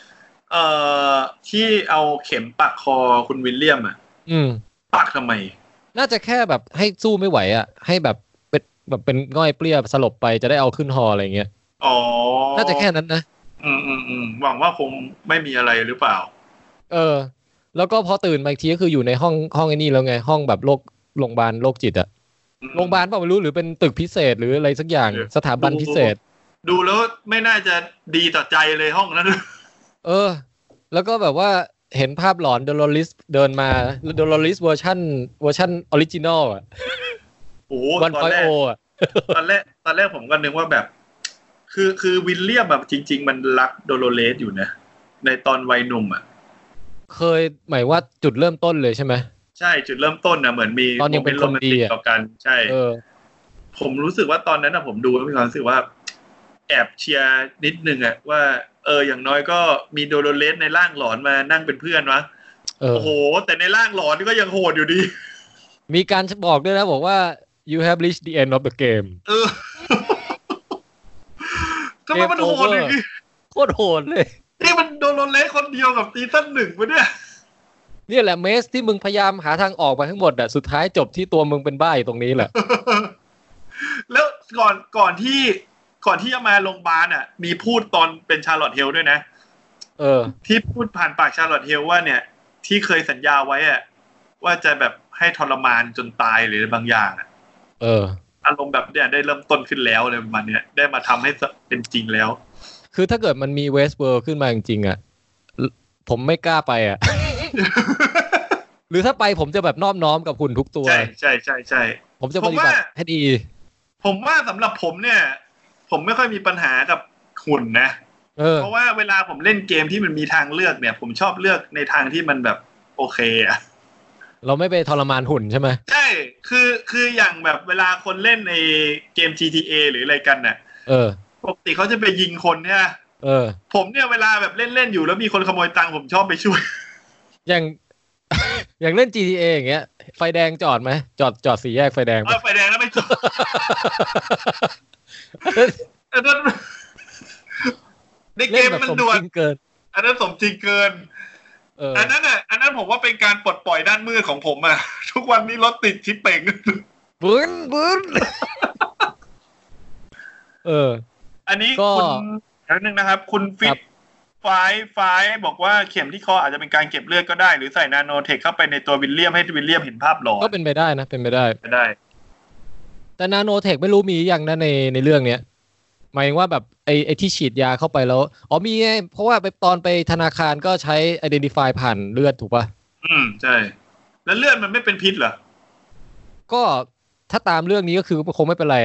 ที่เอาเข็มปักคอคุณวิลเลียมปักทำไมน่าจะแค่แบบให้สู้ไม่ไหวให้แบบเป็นง่อยเปรี้ยสลบไปจะได้เอาขึ้นฮออะไรเงี้ยน่าจะแค่นั้นนะหวังว่าคงไม่มีอะไรหรือเปล่าแล้วก็พอตื่นมาอีกทีก็คืออยู่ในห้องไอ้นี่แล้วไงห้องแบบโรงพยาบาลโรคจิตโรงพยาบาลเปล่าไม่รู้หรือเป็นตึกพิเศษหรืออะไรสักอย่างสถาบันพิเศษดูแล้วไม่น่าจะดีต่อใจเลยห้องนั้นแล้วก็แบบว่าเห็นภาพหลอนโดโลริสเดินมาโดโลริสเวอร์ชันออริจินอลโอ้ตอนแรกผมก็นึกว่าแบบคือวิลเลียมแบบจริงๆมันรักโดโลเรสอยู่นะในตอนวัยหนุ่มเคยหมายว่าจุดเริ่มต้นเลยใช่ไหมใช่จุดเริ่มต้นเหมือนมีตอนยังเป็นคนดีต่อกันใช่ผมรู้สึกว่าตอนนั้นผมดูแล้วมีความรู้สึกว่าแอบเชียร์นิดนึงว่าอย่างน้อยก็มีโดโลเรสในร่างหลอนมานั่งเป็นเพื่อนวะโอ้โหแต่ในร่างหลอนนี่ก็ยังโหดอยู่ดีมีการบอกด้วยนะบอกว่า you have reached the end of the game ทำไมมันโหดอย่างนี้โคตรโหดเลยนี่มันโดโลเรสคนเดียวกับซีซั่น1ปะเนี่ยนี่แหละเมสที่มึงพยายามหาทางออกมาทั้งหมดสุดท้ายจบที่ตัวมึงเป็นบ้าอยู่ตรงนี้แหละแล้วก่อนที่จะมาโรงพยาบาลมีพูดตอนเป็นชาร์ลอตเทลด้วยนะที่พูดผ่านปากชาร์ลอตเทลว่าเนี่ยที่เคยสัญญาไว้ว่าจะแบบให้ทรมานจนตายหรือบางอย่างอารมณ์แบบเนี่ยได้เริ่มต้นขึ้นแล้วเลยประมาณนี้ได้มาทำให้เป็นจริงแล้วคือถ้าเกิดมันมีเวสต์เวิร์ขึ้นมาจริงๆผมไม่กล้าไปหรือถ้าไปผมจะแบบนอบน้อมกับหุ่นทุกตัวใช่ผมจะปฏิบัติให้ดีผมว่าสำหรับผมเนี่ยผมไม่ค่อยมีปัญหากับหุ่นนะเพราะว่าเวลาผมเล่นเกมที่มันมีทางเลือกเนี่ยผมชอบเลือกในทางที่มันแบบโอเคเราไม่ไปทรมานหุ่นใช่ไหมใช่คืออย่างแบบเวลาคนเล่นในเกม GTA หรืออะไรกันเนี่ยปกติเขาจะไปยิงคนเนี่ยผมเนี่ยเวลาแบบเล่นอยู่แล้วมีคนขโมยตังค์ผมชอบไปช่วยอย่างเล่น GTA อย่างเงี้ยไฟแดงจอดไหมจอดสี่แยกไฟแดงไฟแดงแล้วไม่จอดในเกมมันด่วนอันนั้นสมจริงเกินอันนั้นผมว่าเป็นการปลดปล่อยด้านมืดของผมทุกวันนี้รถติดชิปเป่งบึ้นอันนี้คุณอย่างนึงนะครับคุณฟิตไฟบอกว่าเข็มที่คออาจจะเป็นการเก็บเลือดก็ได้หรือใส่นาโนเทคเข้าไปในตัววิลเลียมให้วิลเลียมเห็นภาพหลอนก็เป็นไปได้นะเป็นไปได้แต่นาโนเทคไม่รู้มีอย่างนะในเรื่องเนี้ยหมายว่าแบบไอ้ที่ฉีดยาเข้าไปแล้วมีไงเพราะว่าไปตอนไปธนาคารก็ใช้ identify ผ่านเลือดถูกป่ะใช่แล้วเลือดมันไม่เป็นพิษเหรอก็ถ้าตามเรื่องนี้ก็คือคงไม่เป็นไร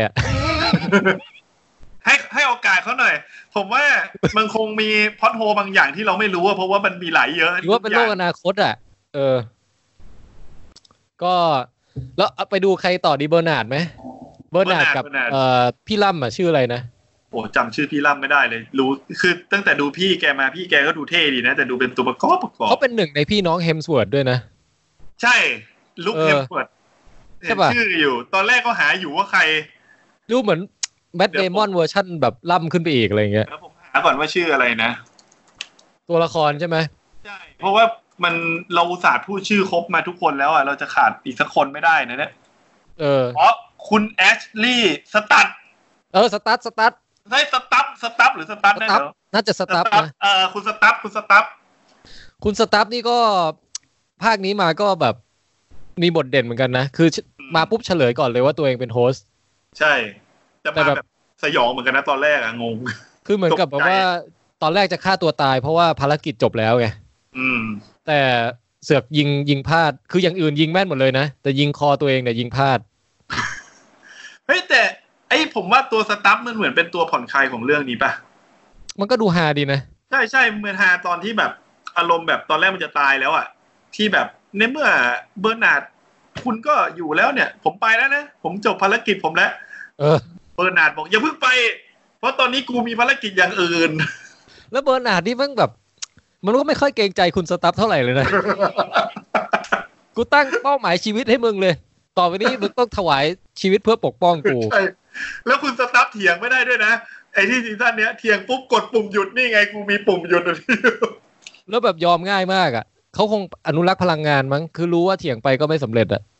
ให้โอกาสเขาหน่อยผมว่ามันคงมีพล็อตโฮลบางอย่างที่เราไม่รู้เพราะว่ามันมีหลายเยอะหรือว่าเป็นโลกอนาคตก็แล้วไปดูใครต่อดีเบอร์นาร์ดไหมเบอร์นาร์ดกับพี่ล่ำชื่ออะไรนะโอ้จำชื่อพี่ล่ำไม่ได้เลยรู้คือตั้งแต่ดูพี่แกมาพี่แกก็ดูเท่ดีนะแต่ดูเป็นตัวประกอบเขาเป็นหนึ่งในพี่น้องเฮมสเวิร์ธด้วยนะใช่ลุคเฮมสเวิร์ธเห็นชื่ออยู่ตอนแรกก็หาอยู่ว่าใครดูเหมือนแมทเดมอนเวอร์ชั่นแบบล่ำขึ้นไปอีกอะไรเงี้ยแล้วผมหาก่อนว่าชื่ออะไรนะตัวละครใช่ไหมใช่เพราะว่ามันเราอุตส่าห์พูดชื่อครบมาทุกคนแล้วอ่ะเราจะขาดอีกสักคนไม่ได้นะเนี่ยเพราะคุณแอชลีย์สตั๊ดสตั๊ดใช่สตั๊ดหรือสตั๊ดนะน่าจะสตั๊ดนะคุณสตั๊ดนี่ก็ภาคนี้มาก็แบบมีบทเด่นเหมือนกันนะคือมาปุ๊บเฉลยก่อนเลยว่าตัวเองเป็นโฮสต์ใช่แต่แบบสยองเหมือนกันนะตอนแรกงงคือเหมือนกับแบบว่าตอนแรกจะฆ่าตัวตายเพราะว่าภารกิจจบแล้วไงแต่เสือกยิงพลาดคืออย่างอื่นยิงแม่นหมดเลยนะแต่ยิงคอตัวเองเนี่ยยิงพลาดเฮ้ยแต่ผมว่าตัวสตั๊ฟมันเหมือนเป็นตัวผ่อนคลายของเรื่องนี้ป่ะมันก็ดูฮาดีนะใช่เหมือนฮาตอนที่แบบอารมณ์แบบตอนแรกมันจะตายแล้วอ่ะที่แบบในเมื่อเบอร์นาร์ดคุณก็อยู่แล้วเนี่ยผมไปแล้วนะผมจบภารกิจผมแล้วเบอร์นาร์ดบอกอย่าเพิ่งไปเพราะตอนนี้กูมีภารกิจอย่างอื่นแล้วเบอร์นาร์ดนี่มันแบบมันก็ไม่ค่อยเกรงใจคุณสตั๊ฟเท่าไหร่เลยนะกูตั้งเป้าหมายชีวิตให้มึงเลยต่อไปนี้มึงต้องถวายชีวิตเพื่อปกป้องกูใช่แล้วคุณสตั๊ฟเถียงไม่ได้ด้วยนะไอ้ที่ซีซั่นเนี้ยเถียงปุ๊บกดปุ่มหยุดนี่ไงกูมีปุ่มหยุดแล้วแบบยอมง่ายมากอ่ะเขาคงอนุรักษ์พลังงานมั้งคือรู้ว่าเถียงไปก็ไม่สำเร็จอ่ะ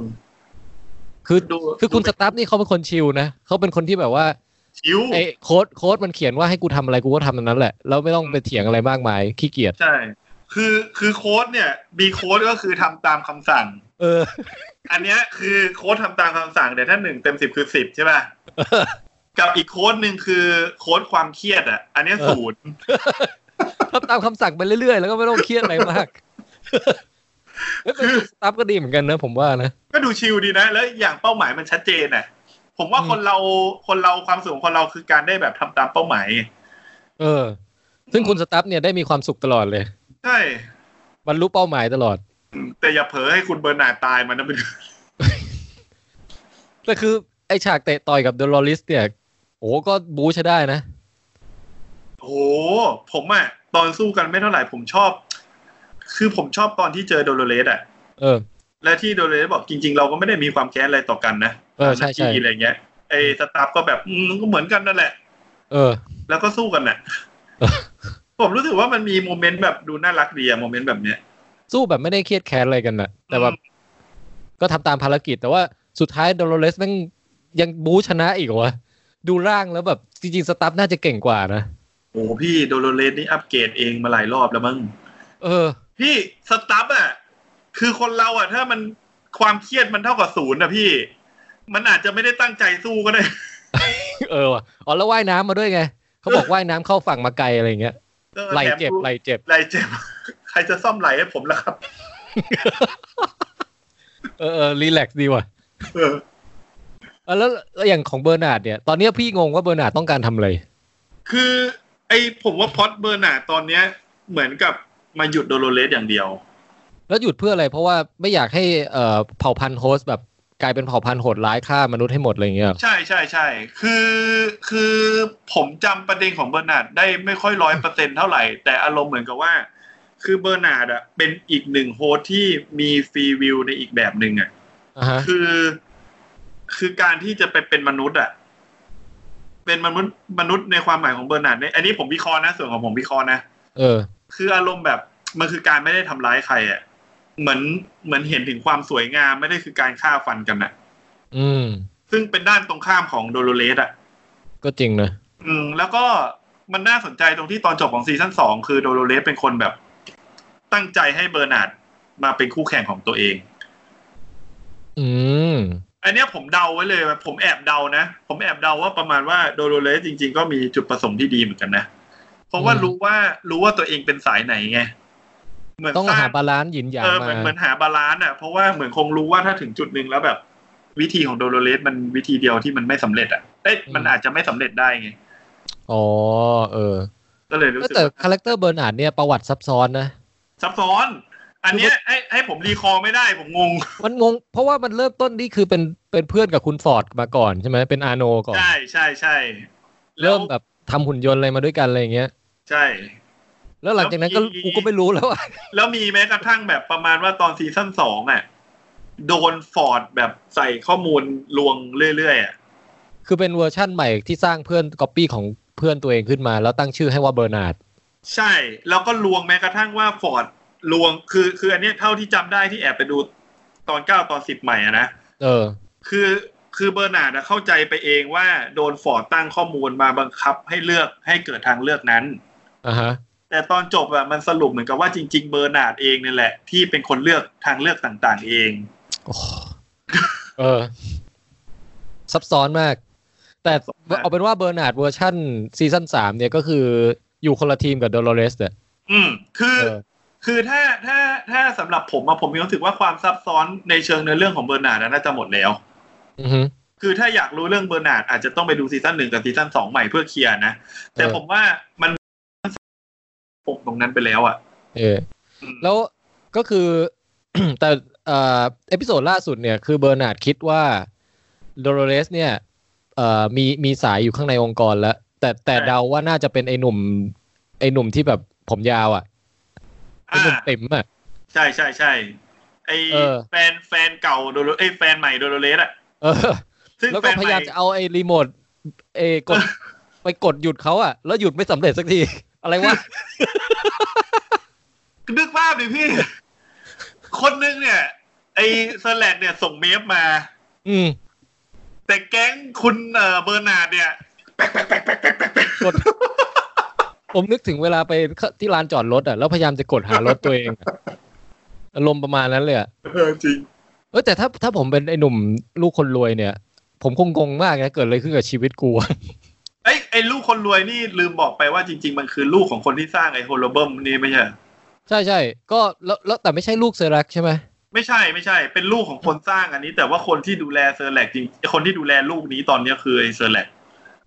คือคุณสตั๊ฟนี่เขาเป็นคนชิลนะเขาเป็นคนที่แบบว่าชิลไอ้โค้ดมันเขียนว่าให้กูทำอะไรกูก็ทำนั้นแหละแล้วไม่ต้องไปเถียงอะไรมากมายขี้เกียจใช่คือโค้ดเนี่ยบีโค้ดก็คือทำตามคำสั่งอันเนี้ยคือโค้ดทำตามคำสั่งแต่ถ้า1 เต็ม 10คือ10ใช่ป่ะกับอีกโค้ดนึงคือโค้ดความเครียดอ่ะอันนี้0 ทำตามคำสั่งไปเรื่อยๆแล้วก็ไม่ต้องเครียดอะไรมากคือสตั๊ฟก็ดีเหมือนกันนะผมว่านะก็ดูชิลดีนะแล้วอย่างเป้าหมายมันชัดเจนอ่ะผมว่าคนเราความสุขของคนเราคือการได้แบบทำตามเป้าหมายซึ่งคุณสตั๊ฟเนี่ยได้มีความสุขตลอดเลยใช่บรรลุเป้าหมายตลอดแต่อย่าเผลอให้คุณเบอร์นาร์ดตายมันนะเป็นแต่คือไอฉากเตะต่อยกับโดลอริสเนี่ยโอ้ก็บู๊ใช้ได้นะโอ้ผมอะตอนสู้กันไม่เท่าไหร่ผมชอบตอนที่เจอโดลอริสอะและที่โดลอริสบอกจริงๆเราก็ไม่ได้มีความแค้นอะไรต่อกันนะใช่ๆอะไรเงี้ยไอสตาฟก็แบบก็เหมือนกันนั่นแหละแล้วก็สู้กันน่ะผมรู้สึกว่ามันมีโมเมนต์แบบดูน่ารักดีอะโมเมนต์แบบเนี้ยสู้แบบไม่ได้เครียดแค้นอะไรกันน่ะแต่แบบก็ทำตามภารกิจแต่ว่าสุดท้ายโดโลเรสแม่งยังบู๊ชนะอีกวะดูร่างแล้วแบบจริงๆสตั๊ฟน่าจะเก่งกว่านะโอ้พี่โดโลเรสนี่อัปเกรดเองมาหลายรอบแล้วมั้งพี่สตั๊ฟอ่ะคือคนเราอ่ะถ้ามันความเครียดมันเท่ากับ0นะพี่มันอาจจะไม่ได้ตั้งใจสู้ก็ได้ว่ะแล้วว่ายน้ำมาด้วยไงเขาบอกว่ายน้ำเข้าฝั่งมาไกลอะไรอย่างเงี้ยไหลเจ็บใครจะซ่อมไหลให้ผมล่ะครับรีแลกซ์ดีว่ะแล้วอย่างของเบอร์นาร์ดเนี่ยตอนนี้พี่งงว่าเบอร์นาร์ดต้องการทำอะไรคือผมว่าพอดเบอร์นาร์ดตอนเนี้ยเหมือนกับมาหยุดโดโลเรสอย่างเดียวแล้วหยุดเพื่ออะไรเพราะว่าไม่อยากให้เผ่าพันธุ์โฮสต์แบบกลายเป็นเผ่าพันธุ์โหดร้ายฆ่ามนุษย์ให้หมดอะไรอย่างเงี้ยใช่คือผมจำประเด็นของเบอร์นาร์ดได้ไม่ค่อย 100% เท่าไหร่แต่อารมณ์เหมือนกับว่าคือเบอร์นาร์ดอ่ะเป็นอีกหนึ่งโฮสต์ที่มีฟรีวิลในอีกแบบนึงอ่ะคือการที่จะไปเป็นมนุษย์อ่ะเป็นมนุษย์ในความหมายของเบอร์นาร์ดเนี่ยอันนี้ผมวิเคราะห์นะส่วนของผมวิเคราะห์นะคืออารมณ์แบบมันคือการไม่ได้ทำร้ายใครอ่ะเหมือนเห็นถึงความสวยงามไม่ได้คือการฆ่าฟันกันน่ะซึ่งเป็นด้านตรงข้ามของโดโลเรสอ่ะก็จริงนะแล้วก็มันน่าสนใจตรงที่ตอนจบของซีซั่น2คือโดโลเรสเป็นคนแบบตั้งใจให้เบอร์นาร์ดมาเป็นคู่แข่งของตัวเองอันนี้ผมเดาไว้เลยผมแอบเดานะผมแอบเดาว่าประมาณว่าโดโลเรสจริงๆก็มีจุดประสงค์ที่ดีเหมือนกันนะเพราะว่ารู้ว่าตัวเองเป็นสายไหนไงเหมือนต้องหาบาลานซ์หยินหยางมาเหมือนหาบาลานซ์อ่ะเพราะว่าเหมือนคงรู้ว่าถ้าถึงจุดนึงแล้วแบบวิธีของโดโลเรสมันวิธีเดียวที่มันไม่สำเร็จอ่ะมันอาจจะไม่สำเร็จได้ไงก็เลยรู้สึกแต่คาแรคเตอร์เบอร์นาร์ดเนี่ยประวัติซับซ้อนนะซับซ้อนอันเนี้ยให้ผมรีคอร์ไม่ได้ผมงงมันงงเพราะว่ามันเริ่มต้นนี่คือเป็นเพื่อนกับคุณฟอร์ดมาก่อนใช่ไหมเป็นอาโนก่อนใช่ใช่ใช่เริ่มแบบทำหุ่นยนต์อะไรมาด้วยกันอะไรอย่างเงี้ยใช่แล้วหลังจากนั้นกูก็ไม่รู้แล้วอ่ะแล้วมีแม้กระทั่งแบบประมาณว่าตอนซีซั่น2อ่ะโดนฟอร์ดแบบใส่ข้อมูลลวงเรื่อยๆอ่ะคือเป็นเวอร์ชั่นใหม่ที่สร้างเพื่อนก๊อปปี้ของเพื่อนตัวเองขึ้นมาแล้วตั้งชื่อให้ว่าเบอร์นาร์ดใช่แล้วก็ลวงแม้กระทั่งว่าฟอร์ดลวงคืออันนี้เท่าที่จำได้ที่แอบไปดูตอน9ตอน10ใหม่อะนะคือเบอร์นาร์ดเข้าใจไปเองว่าโดนฟอร์ดตั้งข้อมูลมาบังคับให้เลือกให้เกิดทางเลือกนั้นแต่ตอนจบอะมันสรุปเหมือนกับว่าจริงๆเบอร์นาร์ดเองนี่แหละที่เป็นคนเลือกทางเลือกต่างๆเองซับซ้อนมากแต่เอาเป็นว่าเบอร์นาร์ดเวอร์ชั่นซีซั่น3เนี่ยก็คืออยู่คนละทีมกับโดโลเรสเนี่ยคือถ้าสำหรับผมมีความรู้สึกว่าความซับซ้อนในเชิงเนื้อเรื่องของเบอร์นาร์ดน่าจะหมดแล้วคือถ้าอยากรู้เรื่องเบอร์นาร์ดอาจจะต้องไปดูซีซั่น1กับซีซั่น2ใหม่เพื่อเคลียร์นะแต่ผมว่ามันปกตรงนั้นไปแล้วอ่ะแล้วก็คือแต่เอพิโซดล่าสุดเนี่ยคือเบอร์นาร์ดคิดว่าโดโลเรสเนี่ยมีสายอยู่ข้างในองค์กรแล้วแต่เดาว่าน่าจะเป็นไอ้หนุ่มที่แบบผมยาวอ่ะไอ้หนุ่มเต็มอ่ะใช่ใช่ใช่ไอ้แฟนเก่าโดโลแฟนใหม่โดโลเรสอ่ะแล้วก็พยายามจะเอาไอ้รีโมทกดไปกดหยุดเขาอ่ะแล้วหยุดไม่สำเร็จสักทีอะไรวะนึกภาพดิพี่คนนึงเนี่ยไอ้เซอร์แลกเนี่ยส่งเมฟมาแต่แก๊งคุณเบอร์นาร์ดเนี่ยแป๊กกดผมนึกถึงเวลาไปที่ลานจอดรถอ่ะแล้วพยายามจะกดหารถตัวเองอารมณ์ประมาณนั้นเลยอ่ะจริงแต่ถ้าผมเป็นไอ้หนุ่มลูกคนรวยเนี่ยผมคงงงมากนะเกิดอะไรขึ้นกับชีวิตกูไอ้ลูกคนรวยนี่ลืมบอกไปว่าจริงๆมันคือลูกของคนที่สร้างไอ้โฮโลเบิร์มนี่ไม่ใช่ใช่ก็แล้วแต่ไม่ใช่ลูกเซอร์แลกใช่ไหมไม่ใช่เป็นลูกของคนสร้างอันนี้แต่ว่าคนที่ดูแลเซอร์แลกจริงคนที่ดูแลลูกนี้ตอนนี้คือไอ้เซอร์แลก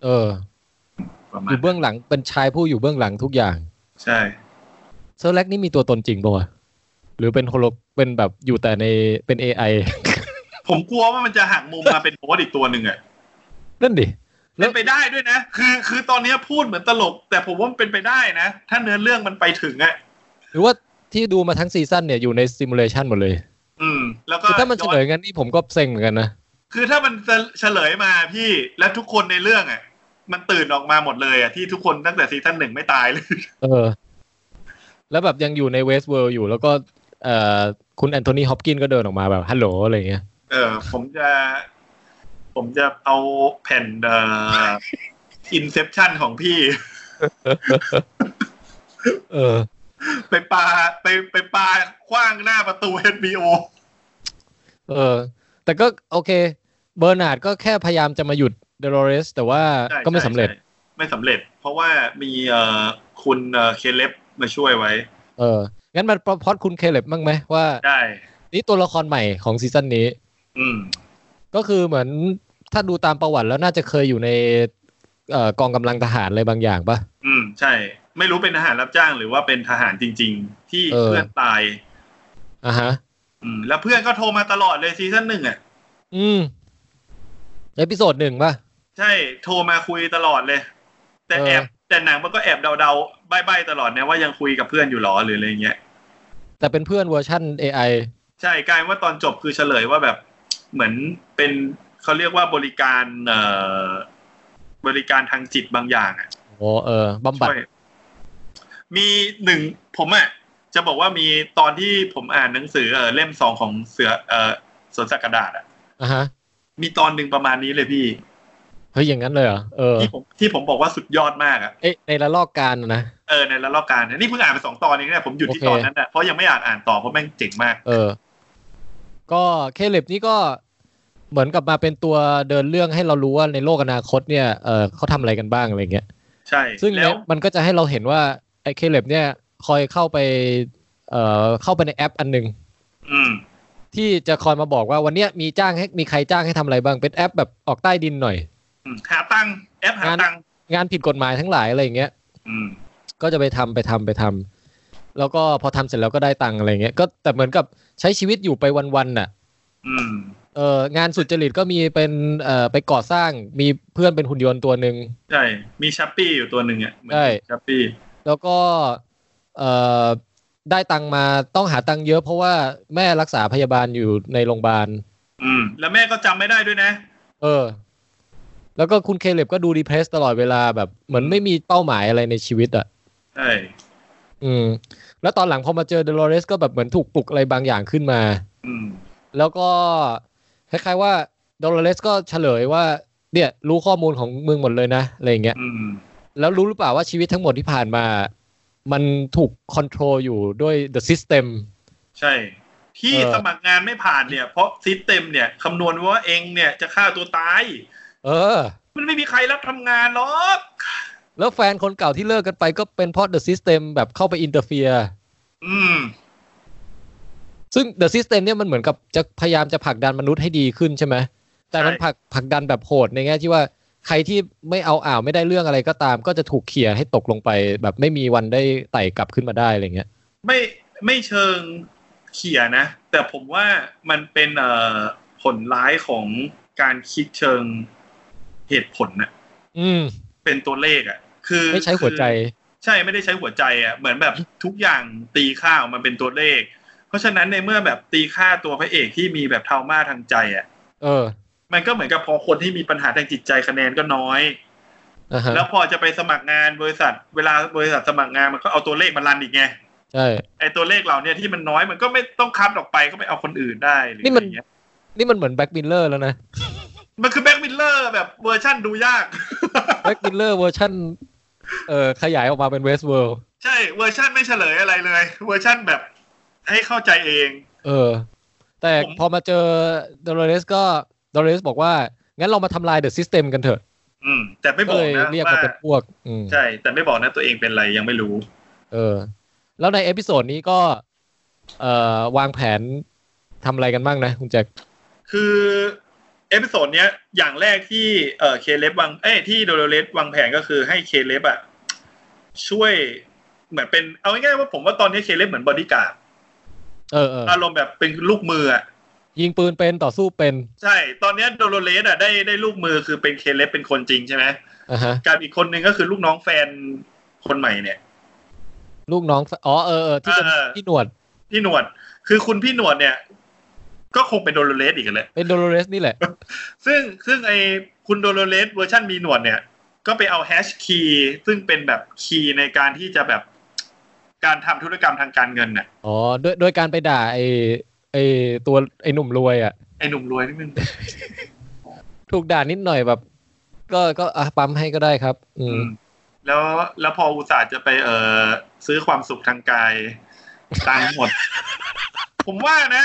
อยู่เบื้องหลังเป็นชายผู้อยู่เบื้องหลังทุกอย่างใช่เซอร์แลกนี่มีตัวตนจริงป่ะวะหรือเป็นโฮโลเป็นแบบอยู่แต่ในเป็น AI ผมกลัวว่ามันจะหักมุมมาเป็นโฮสต์อีกตัวหนึ่งอ่ะนั่นดิเป็นไปได้ด้วยนะคือตอนนี้พูดเหมือนตลกแต่ผมว่ามันเป็นไปได้นะถ้าเนื้อเรื่องมันไปถึงอ่ะหรือว่าที่ดูมาทั้งซีซั่นเนี่ยอยู่ในซิมูเลชันหมดเลยแล้วก็ถ้ามันเฉลยงั้นนี่ผมก็เซ็งเหมือนกันนะคือถ้ามันเฉลยมาพี่และทุกคนในเรื่องอ่ะมันตื่นออกมาหมดเลยอ่ะที่ทุกคนตั้งแต่ซีซั่น1ไม่ตายเลยแล้วแบบยังอยู่ในเวสต์เวิลด์อยู่แล้วก็คุณแอนโทนีฮอปกินก็เดินออกมาแบบฮัลโหลอะไรเงี้ยผมจะเอาแผ่นInception ของพี่ไปปาขว้างหน้าประตู HBO แต่ก็โอเคเบอร์นาร์ดก็แค่พยายามจะมาหยุดเดโลเรสแต่ว่าก็ไม่สำเร็จเพราะว่ามีคุณเคเลปมาช่วยไว้งั้นมาพอดคุณเคเลปบ้างไหมว่าได้นี่ตัวละครใหม่ของซีซั่นนี้ก็คือเหมือนถ้าดูตามประวัติแล้วน่าจะเคยอยู่ในกองกำลังทหารอะไรบางอย่างป่ะใช่ไม่รู้เป็นทหารรับจ้างหรือว่าเป็นทหารจริงๆที่เพื่อนตายแล้วเพื่อนก็โทรมาตลอดเลยซีซั่น1อ่ะเอพิโซด1ป่ะใช่โทรมาคุยตลอดเลยแต่หนังมันก็แอบเดาๆใบ้ๆตลอดนะว่ายังคุยกับเพื่อนอยู่หรอหรืออะไรเงี้ยแต่เป็นเพื่อนเวอร์ชั่น AI ใช่กลายว่าตอนจบคือเฉลยว่าแบบเหมือนเป็นเขาเรียกว่าบริการทางจิตบางอย่างอ่ะบำบัดมีผมอ่ะจะบอกว่ามีตอนที่ผมอ่านหนังสือเล่ม2ของเสือสวนสัตว์กระดาษอ่ะมีตอนนึงประมาณนี้เลยพี่เฮ้ยอย่างนั้นเลยเหรอที่ผมบอกว่าสุดยอดมากอ่ะในละลอกการนะในละลอกการนี่เพิ่งอ่านไป2ตอนเองเนี่ยผมหยุดที่ตอนนั้นน่ะเพราะยังไม่อยากอ่านต่อเพราะแม่งเจ๋งมากก็เคเลปนี่ก็เหมือนกับมาเป็นตัวเดินเรื่องให้เรารู้ว่าในโลกอนาคตเนี่ยเขาทำอะไรกันบ้างอะไรเงี้ยใช่ซึ่งแล้วมันก็จะให้เราเห็นว่าไอ้เคเลปเนี่ยคอยเข้าไปในแอปอันนึงที่จะคอยมาบอกว่าวันนี้มีใครจ้างให้ทำอะไรบ้างเป็นแอปแบบออกใต้ดินหน่อยหาตังค์แอปหาตังค์งานผิดกฎหมายทั้งหลายอะไรอย่างเงี้ยก็จะไปทำแล้วก็พอทำเสร็จแล้วก็ได้ตังค์อะไรเงี้ยก็แต่เหมือนกับใช้ชีวิตอยู่ไปวันๆน่ะงานสุจริตก็มีเป็นไปก่อสร้างมีเพื่อนเป็นหุ่นยนต์ตัวนึงใช่มีชัปปี้อยู่ตัวนึงอ่ะใช่ชัปปี้แล้วก็ได้ตังค์มาต้องหาตังค์เยอะเพราะว่าแม่รักษาพยาบาลอยู่ในโรงพยาบาลแล้วแม่ก็จำไม่ได้ด้วยนะแล้วก็คุณเคเลบก็ดูดีเพรสตลอดเวลาแบบเหมือนไม่มีเป้าหมายอะไรในชีวิตอ่ะใช่แล้วตอนหลังพอมาเจอเดลอเรสก็แบบเหมือนถูกปลุกอะไรบางอย่างขึ้นมาแล้วก็คล้ายๆว่าเดลอเรสก็เฉลยว่าเนี่ยรู้ข้อมูลของมึงหมดเลยนะอะไรอย่างเงี้ยแล้วรู้หรือเปล่าว่าชีวิตทั้งหมดที่ผ่านมามันถูกคอนโทรลอยู่ด้วย the system ใช่ที่สมัครงานไม่ผ่านเนี่ยเพราะซิสเต็มเนี่ยคำนวณว่าเองเนี่ยจะฆ่าตัวตายมันไม่มีใครรับทำงานหรอกแล้วแฟนคนเก่าที่เลิกกันไปก็เป็นเพราะ the system แบบเข้าไป interfere ซึ่ง the system เนี่ยมันเหมือนกับจะพยายามจะผลักดันมนุษย์ให้ดีขึ้นใช่ไหมแต่มันผลักดันแบบโหดในแง่ที่ว่าใครที่ไม่เอาไม่ได้เรื่องอะไรก็ตามก็จะถูกเขี่ยให้ตกลงไปแบบไม่มีวันได้ไต่กลับขึ้นมาได้อะไรเงี้ยไม่เชิงเขี่ยนะแต่ผมว่ามันเป็นผลร้ายของการคิดเชิงเหตุผลน่ะเป็นตัวเลขอ่ะคือไม่ใช้หัวใจใช่ไม่ได้ใช้หัวใจอ่ะเหมือนแบบทุกอย่างตีค่าออกมาเป็นตัวเลขเพราะฉะนั้นในเมื่อแบบตีค่าตัวพระเอกที่มีแบบทรามาทางใจอ่ะมันก็เหมือนกับพอคนที่มีปัญหาทางจิตใจคะแนนก็น้อยแล้วพอจะไปสมัครงานบริษัทเวลาบริษัทสมัครงานมันก็เอาตัวเลขมารันอีกไงใช่ไอตัวเลขเหล่านี้ที่มันน้อยมันก็ไม่ต้องคัดออกไปก็ไปเอาคนอื่นได้หรืออะไรเงี้ยนี่มันเหมือนแบ็คมิลเลอร์แล้วนะมันคือแบ็คมิลเลอร์แบบเวอร์ชั่นดูยากแบ็คมิลเลอร์เวอร์ชั่นขยายออกมาเป็นเวสต์เวิลด์ใช่เวอร์ชั่นไม่เฉลยอะไรเลยเวอร์ชั่นแบบให้เข้าใจเองแต่พอมาเจอดอลเลสก็ดอลเลสบอกว่างั้นเรามาทำลายเดอะซิสเต็มกันเถอะแต่ไม่บอกนะเรียกมาเป็นพวกใช่แต่ไม่บอกนะตัวเองเป็นอะไรยังไม่รู้แล้วในเอพิโซดนี้ก็วางแผนทำอะไรกันบ้างนะคุณแจ็คคือเอพิโซดเนี้ยอย่างแรกที่เคเลฟวางที่โดโลเรสวางแผนก็คือให้เคเลฟอ่ะช่วยเหมือนเป็นเอาง่ายๆว่าผมว่าตอนนี้เคเลฟเหมือนบอดี้การ์ดอารมณ์แบบเป็นลูกมืออ่ะยิงปืนเป็นต่อสู้เป็นใช่ตอนนี้โดโลเรสอ่ะได้ลูกมือคือเป็นเคเลฟเป็นคนจริงใช่ไหมกับอีกคนนึงก็คือลูกน้องแฟนคนใหม่เนี่ยลูกน้องที่เป็นพี่หนวดคือคุณพี่หนวดเนี่ยก็คงเป็นโดโลเรสอีกเลยเป็นโดโลเรสนี่แหละซึ่งไอคุณโดโลเรสเวอร์ชันมีหนวดเนี่ยก็ไปเอาแฮชคีย์ซึ่งเป็นแบบคีย์ในการที่จะแบบการทำธุรกรรมทางการเงินน่ะโดยการไปด่าไอตัวไอหนุ่มรวยอ่ะไอหนุ่มรวยนี่มันถูกด่านิดหน่อยแบบก็ปั๊มให้ก็ได้ครับแล้วพออุตส่าห์จะไปซื้อความสุขทางกายตังค์หมด ผมว่านะ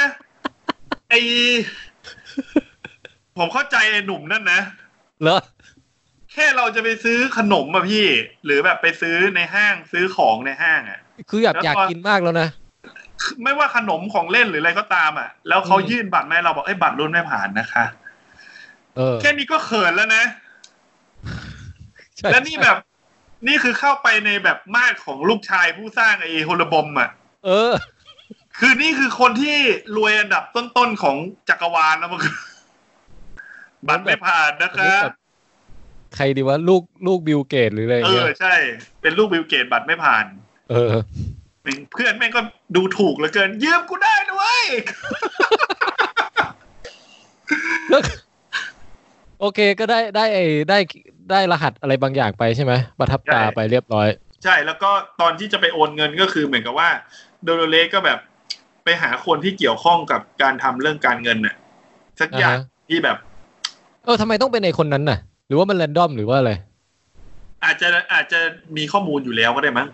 ผมเข้าใจไอ้หนุ่มนั่นนะเหรอแค่เราจะไปซื้อขนมอะพี่หรือแบบไปซื้อในห้างซื้อของในห้างอะคืออยากกินมากแล้วนะไม่ว่าขนมของเล่นหรืออะไรก็ตามอะแล้วเขายื่นบัตรมาให้เราบอกบัตรรุ่นไม่ผ่านนะคะแค่นี้ก็เขินแล้วนะและนี่แบบนี่คือเข้าไปในแบบมาดของลูกชายผู้สร้างไอ้โฮโลบอมอะคือนี่คือคนที่รวยอันดับต้นๆของจักรวาลแล้วมันบัตรไม่ผ่านนะครับใครดีวะลูกบิลเกตหรืออะไรเงี้ยใช่เป็นลูกบิลเกตบัตรไม่ผ่านเพื่อนแม่งก็ดูถูกเหลือเกินยืมกูได้ด้วยโอเคก็ได้รหัสอะไรบางอย่างไปใช่ไหมประทับตาไปเรียบร้อยใช่แล้วก็ตอนที่จะไปโอนเงินก็คือเหมือนกับว่าโดโลเรสก็แบบไปหาคนที่เกี่ยวข้องกับการทำเรื่องการเงินน่ะสักอย่างที่แบบทำไมต้องเป็นไอ้คนนั้นน่ะหรือว่ามันแรนดอมหรือว่าอะไรอาจจะมีข้อมูลอยู่แล้วก็ได้มั้ง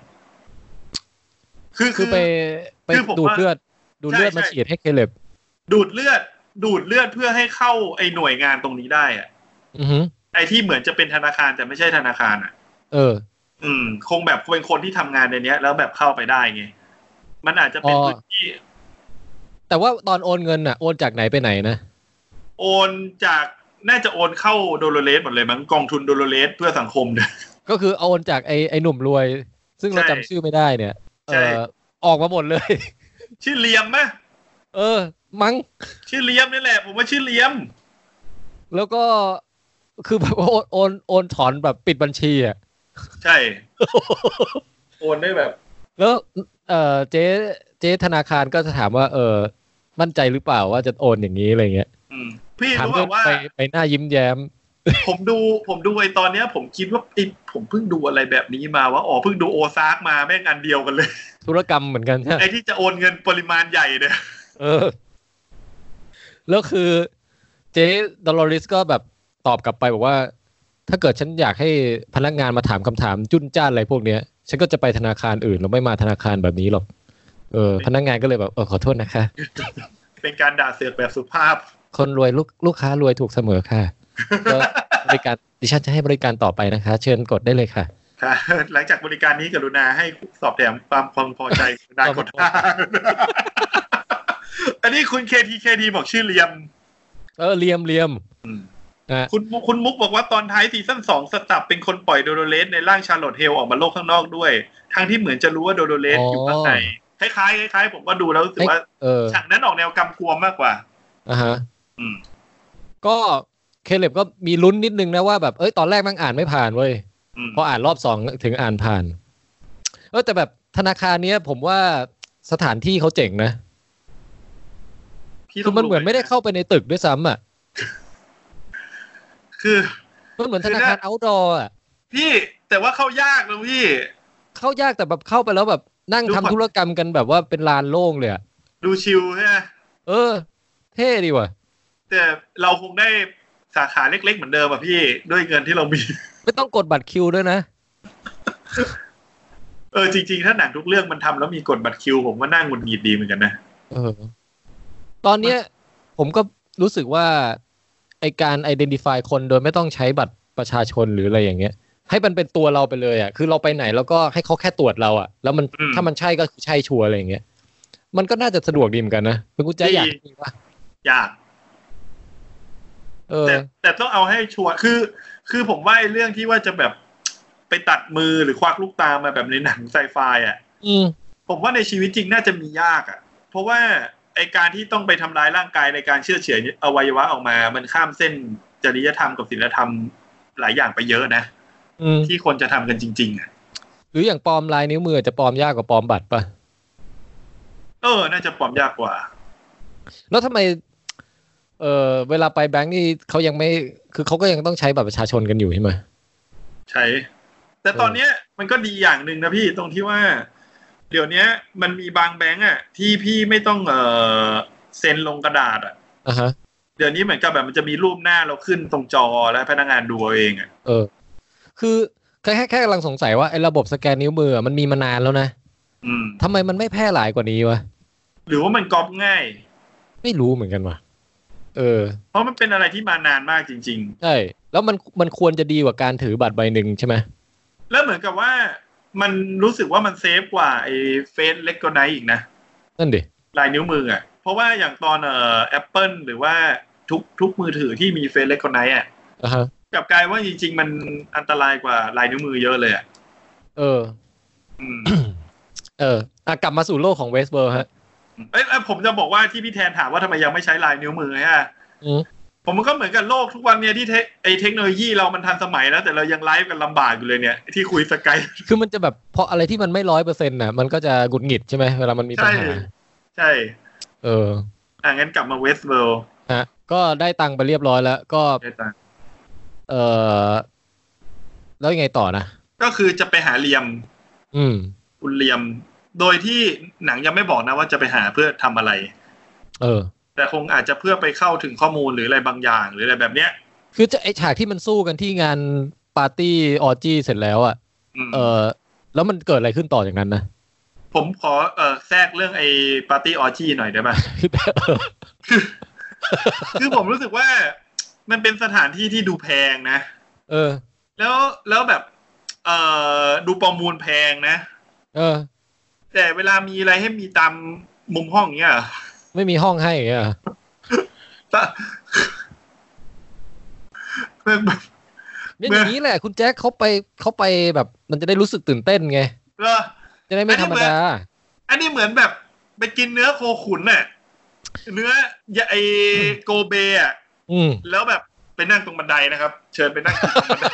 คือไปดูดเลือดมาฉีดให้เคเลบดูดเลือดเพื่อให้เข้าไอ้หน่วยงานตรงนี้ได้อ่ะไอ้ที่เหมือนจะเป็นธนาคารแต่ไม่ใช่ธนาคารอ่ะคงแบบเป็นคนที่ทำงานในนี้แล้วแบบเข้าไปได้ไงมันอาจจะเป็นพื้นที่แต่ว่าตอนโอนเงินน่ะโอนจากไหนไปไหนนะโอนจากน่าจะโอนเข้าโดโลเรสหมดเลยมั้งกองทุนโดโลเรสเพื่อสังคมเนี่ยก็คือโอนจากไอ้หนุ่มรวยซึ่งเราจำชื่อไม่ได้เนี่ยออกมาหมดเลยชื่อเลียมไหมมั้งชื่อเลียมนี่แหละผมว่าชื่อเลียมแล้วก็คือแบบโอนถอนแบบปิดบัญชีอ่ะใช่โอนได้แบบแล้วเจ๊ธนาคารก็จะถามว่ามั่นใจหรือเปล่าว่าจะโอนอย่างนี้อะไรเงี้ยพี่รู้ว่าไปหน้ายิ้มแย้มผมดูไอ้ตอนเนี้ยผมคิดว่าผมเพิ่งดูอะไรแบบนี้มาว่าเพิ่งดูโอซากมาแม่งอันเดียวกันเลยธุรกรรมเหมือนกันใช่ไอ้ที่จะโอนเงินปริมาณใหญ่เนี่ยแล้วคือเจ๊ดอลลาริสก็แบบตอบกลับไปบอกว่าถ้าเกิดฉันอยากให้พนักงานมาถามคำถามจุ้นจ้านอะไรพวกเนี้ยฉันก็จะไปธนาคารอื่นแล้วไม่มาธนาคารแบบนี้หรอกพนักงานก็เลยแบบขอโทษนะคะเป็นการด่าเสือกแบบสุภาพคนรวยลูกค้ารวยถูกเสมอค่ะก็บริการดิฉันจะให้บริการต่อไปนะคะเชิญกดได้เลยค่ะค่ะหลังจากบริการนี้กรุณาให้สอบแถมความพอใจได้กดอันนี้คุณ KTKD บอกชื่อเลียมเลียมคุณมุกบอกว่าตอนท้ายซีซั่น2สตับเป็นคนปล่อยโดโดเลสในร่างชาร์ลอตเฮลออกมาโลกข้างนอกด้วยทั้งที่เหมือนจะรู้ว่าโดโดเลสอยู่ข้างในคล้ายๆผมก็ดูแล้วรู้สึกว่าฉากนั้นออกแนวกำกวมมากกว่าฮะก็เคเล็บก็มีลุ้นนิดนึงนะว่าแบบตอนแรกมันอ่านไม่ผ่านเว้ยพออ่านรอบ2ถึงอ่านผ่านแต่แบบธนาคารเนี้ยผมว่าสถานที่เขาเจ๋งนะคือมันเหมือนไม่ได้เข้าไปในตึกด้วยซ้ำอ่ะคือมันเหมือนธนาคารเอาท์ดอร์อ่ะพี่แต่ว่าเข้ายากเลยพี่เข้ายากแต่แบบเข้าไปแล้วแบบนั่งทำธุรกรรมกันแบบว่าเป็นลานโล่งเลยอ่ะดูชิลใช่ไหมเท่ดีว่ะแต่เราคงได้สาขาเล็กๆเหมือนเดิมอ่ะพี่ด้วยเงินที่เรามีไม่ต้องกดบัตรคิวด้วยนะจริงๆถ้าหนังทุกเรื่องมันทำแล้วมีกดบัตรคิวผมว่านั่งหงุดหงิดดีเหมือนกันนะตอนเนี้ยผมก็รู้สึกว่าไอการ identify คนโดยไม่ต้องใช้บัตรประชาชนหรืออะไรอย่างเงี้ยให้มันเป็นตัวเราไปเลยอ่ะคือเราไปไหนแล้วก็ให้เขาแค่ตรวจเราอ่ะแล้วมันถ้ามันใช่ก็ใช่ชัวร์อะไรอย่างเงี้ยมันก็น่าจะสะดวกดีเหมือนกันนะเป็นกุญแจอยากมีป่ะอยากแต่ต้องเอาให้ชัวร์คือผมว่าเรื่องที่ว่าจะแบบไปตัดมือหรือควักลูกตามาแบบในหนังไซไฟอ่ะผมว่าในชีวิตจริงน่าจะมียากอ่ะเพราะว่าไอการที่ต้องไปทำร้ายร่างกายในการเชื่อเฉือนอวัยวะออกมามันข้ามเส้นจริยธรรมกับศีลธรรมหลายอย่างไปเยอะนะที่คนจะทำกันจริงๆอ่ะหรืออย่างปลอมลายนิ้วมือจะปลอมยากกว่าปลอมบัตรป่ะน่าจะปลอมยากกว่าแล้วทำไมเวลาไปแบงก์นี่เขายังไม่คือเขาก็ยังต้องใช้บัตรประชาชนกันอยู่ใช่ไหมใช่แต่ตอนนี้มันก็ดีอย่างหนึ่งนะพี่ตรงที่ว่าเดี๋ยวนี้มันมีบางแบงก์อ่ะที่พี่ไม่ต้องเซ็นลงกระดาษอ่ะเดี๋ยวนี้เหมือนกับแบบมันจะมีรูปหน้าเราขึ้นตรงจอแล้วพนักงานดูเองอ่ะคือแค่กำลังสงสัยว่าไอ้ระบบสแกนนิ้วมือมันมีมานานแล้วนะทำไมมันไม่แพร่หลายกว่านี้วะหรือว่ามันก๊อปง่ายไม่รู้เหมือนกันว่ะเพราะมันเป็นอะไรที่มานานมากจริงๆใช่แล้วมันควรจะดีกว่าการถือบัตรใบหนึ่งใช่ไหมแล้วเหมือนกับว่ามันรู้สึกว่ามันเซฟกว่าไอ้เฟซเล็กโกไนท์อีกนะนั่นดิลายนิ้วมืออ่ะเพราะว่าอย่างตอนApple หรือว่าทุกมือถือที่มีเฟซเล็กโกไนท์อ่ะกลับกลายว่าจริงๆมันอันตรายกว่าลายนิ้วมือเยอะเลยอ่ะกลับมาสู่โลกของเวสเบิร์กฮะผมจะบอกว่าที่พี่แทนถามว่าทำไมยังไม่ใช้ลายนิ้วมือฮะผมมันก็เหมือนกับโลกทุกวันเนี่ยที่เทคโนโลยีเรามันทันสมัยแล้วแต่เรายังไลฟ์กันลำบากอยู่เลยเนี่ยที่คุยสกายคือมันจะแบบเพราะอะไรที่มันไม่ 100% น่ะมันก็จะหงุดหงิดใช่ไหมเวลามันมีปัญหาใช่งั้นกลับมาเวสเบิร์กก็ได้ตังค์ไปเรียบร้อยแล้วก็ได้ตังค์แล้วยังไงต่อนะก็คือจะไปหาเลียมคุณเลียมโดยที่หนังยังไม่บอกนะว่าจะไปหาเพื่อทำอะไรแต่คงอาจจะเพื่อไปเข้าถึงข้อมูลหรืออะไรบางอย่างหรืออะไรแบบเนี้ยคือจะไอฉากที่มันสู้กันที่งานปาร์ตี้ออจี้เสร็จแล้วอ่ะแล้วมันเกิดอะไรขึ้นต่อจากนั้นนะผมขอแทรกเรื่องไอปาร์ตี้ออจี้หน่อยได้ไหมคือผมรู้สึกว่ามันเป็นสถานที่ที่ดูแพงนะแล้วแบบดูประมูลแพงนะแต่เวลามีอะไรให้มีตามมุมห้องเงี้ยไม่มีห้องให้เงี้ยเนี่ยอย่างนี้แหละคุณแจ็คเขาไปแบบมันจะได้รู้สึกตื่นเต้นไงจะได้ไม่ธรรมดาอันนี้เหมือนแบบไปกินเนื้อโคขุนน่ะเนื้อไอโกเบอ่ะแล้วแบบไปนั่งตรงบันไดนะครับเชิญไปนั่งตรงบันได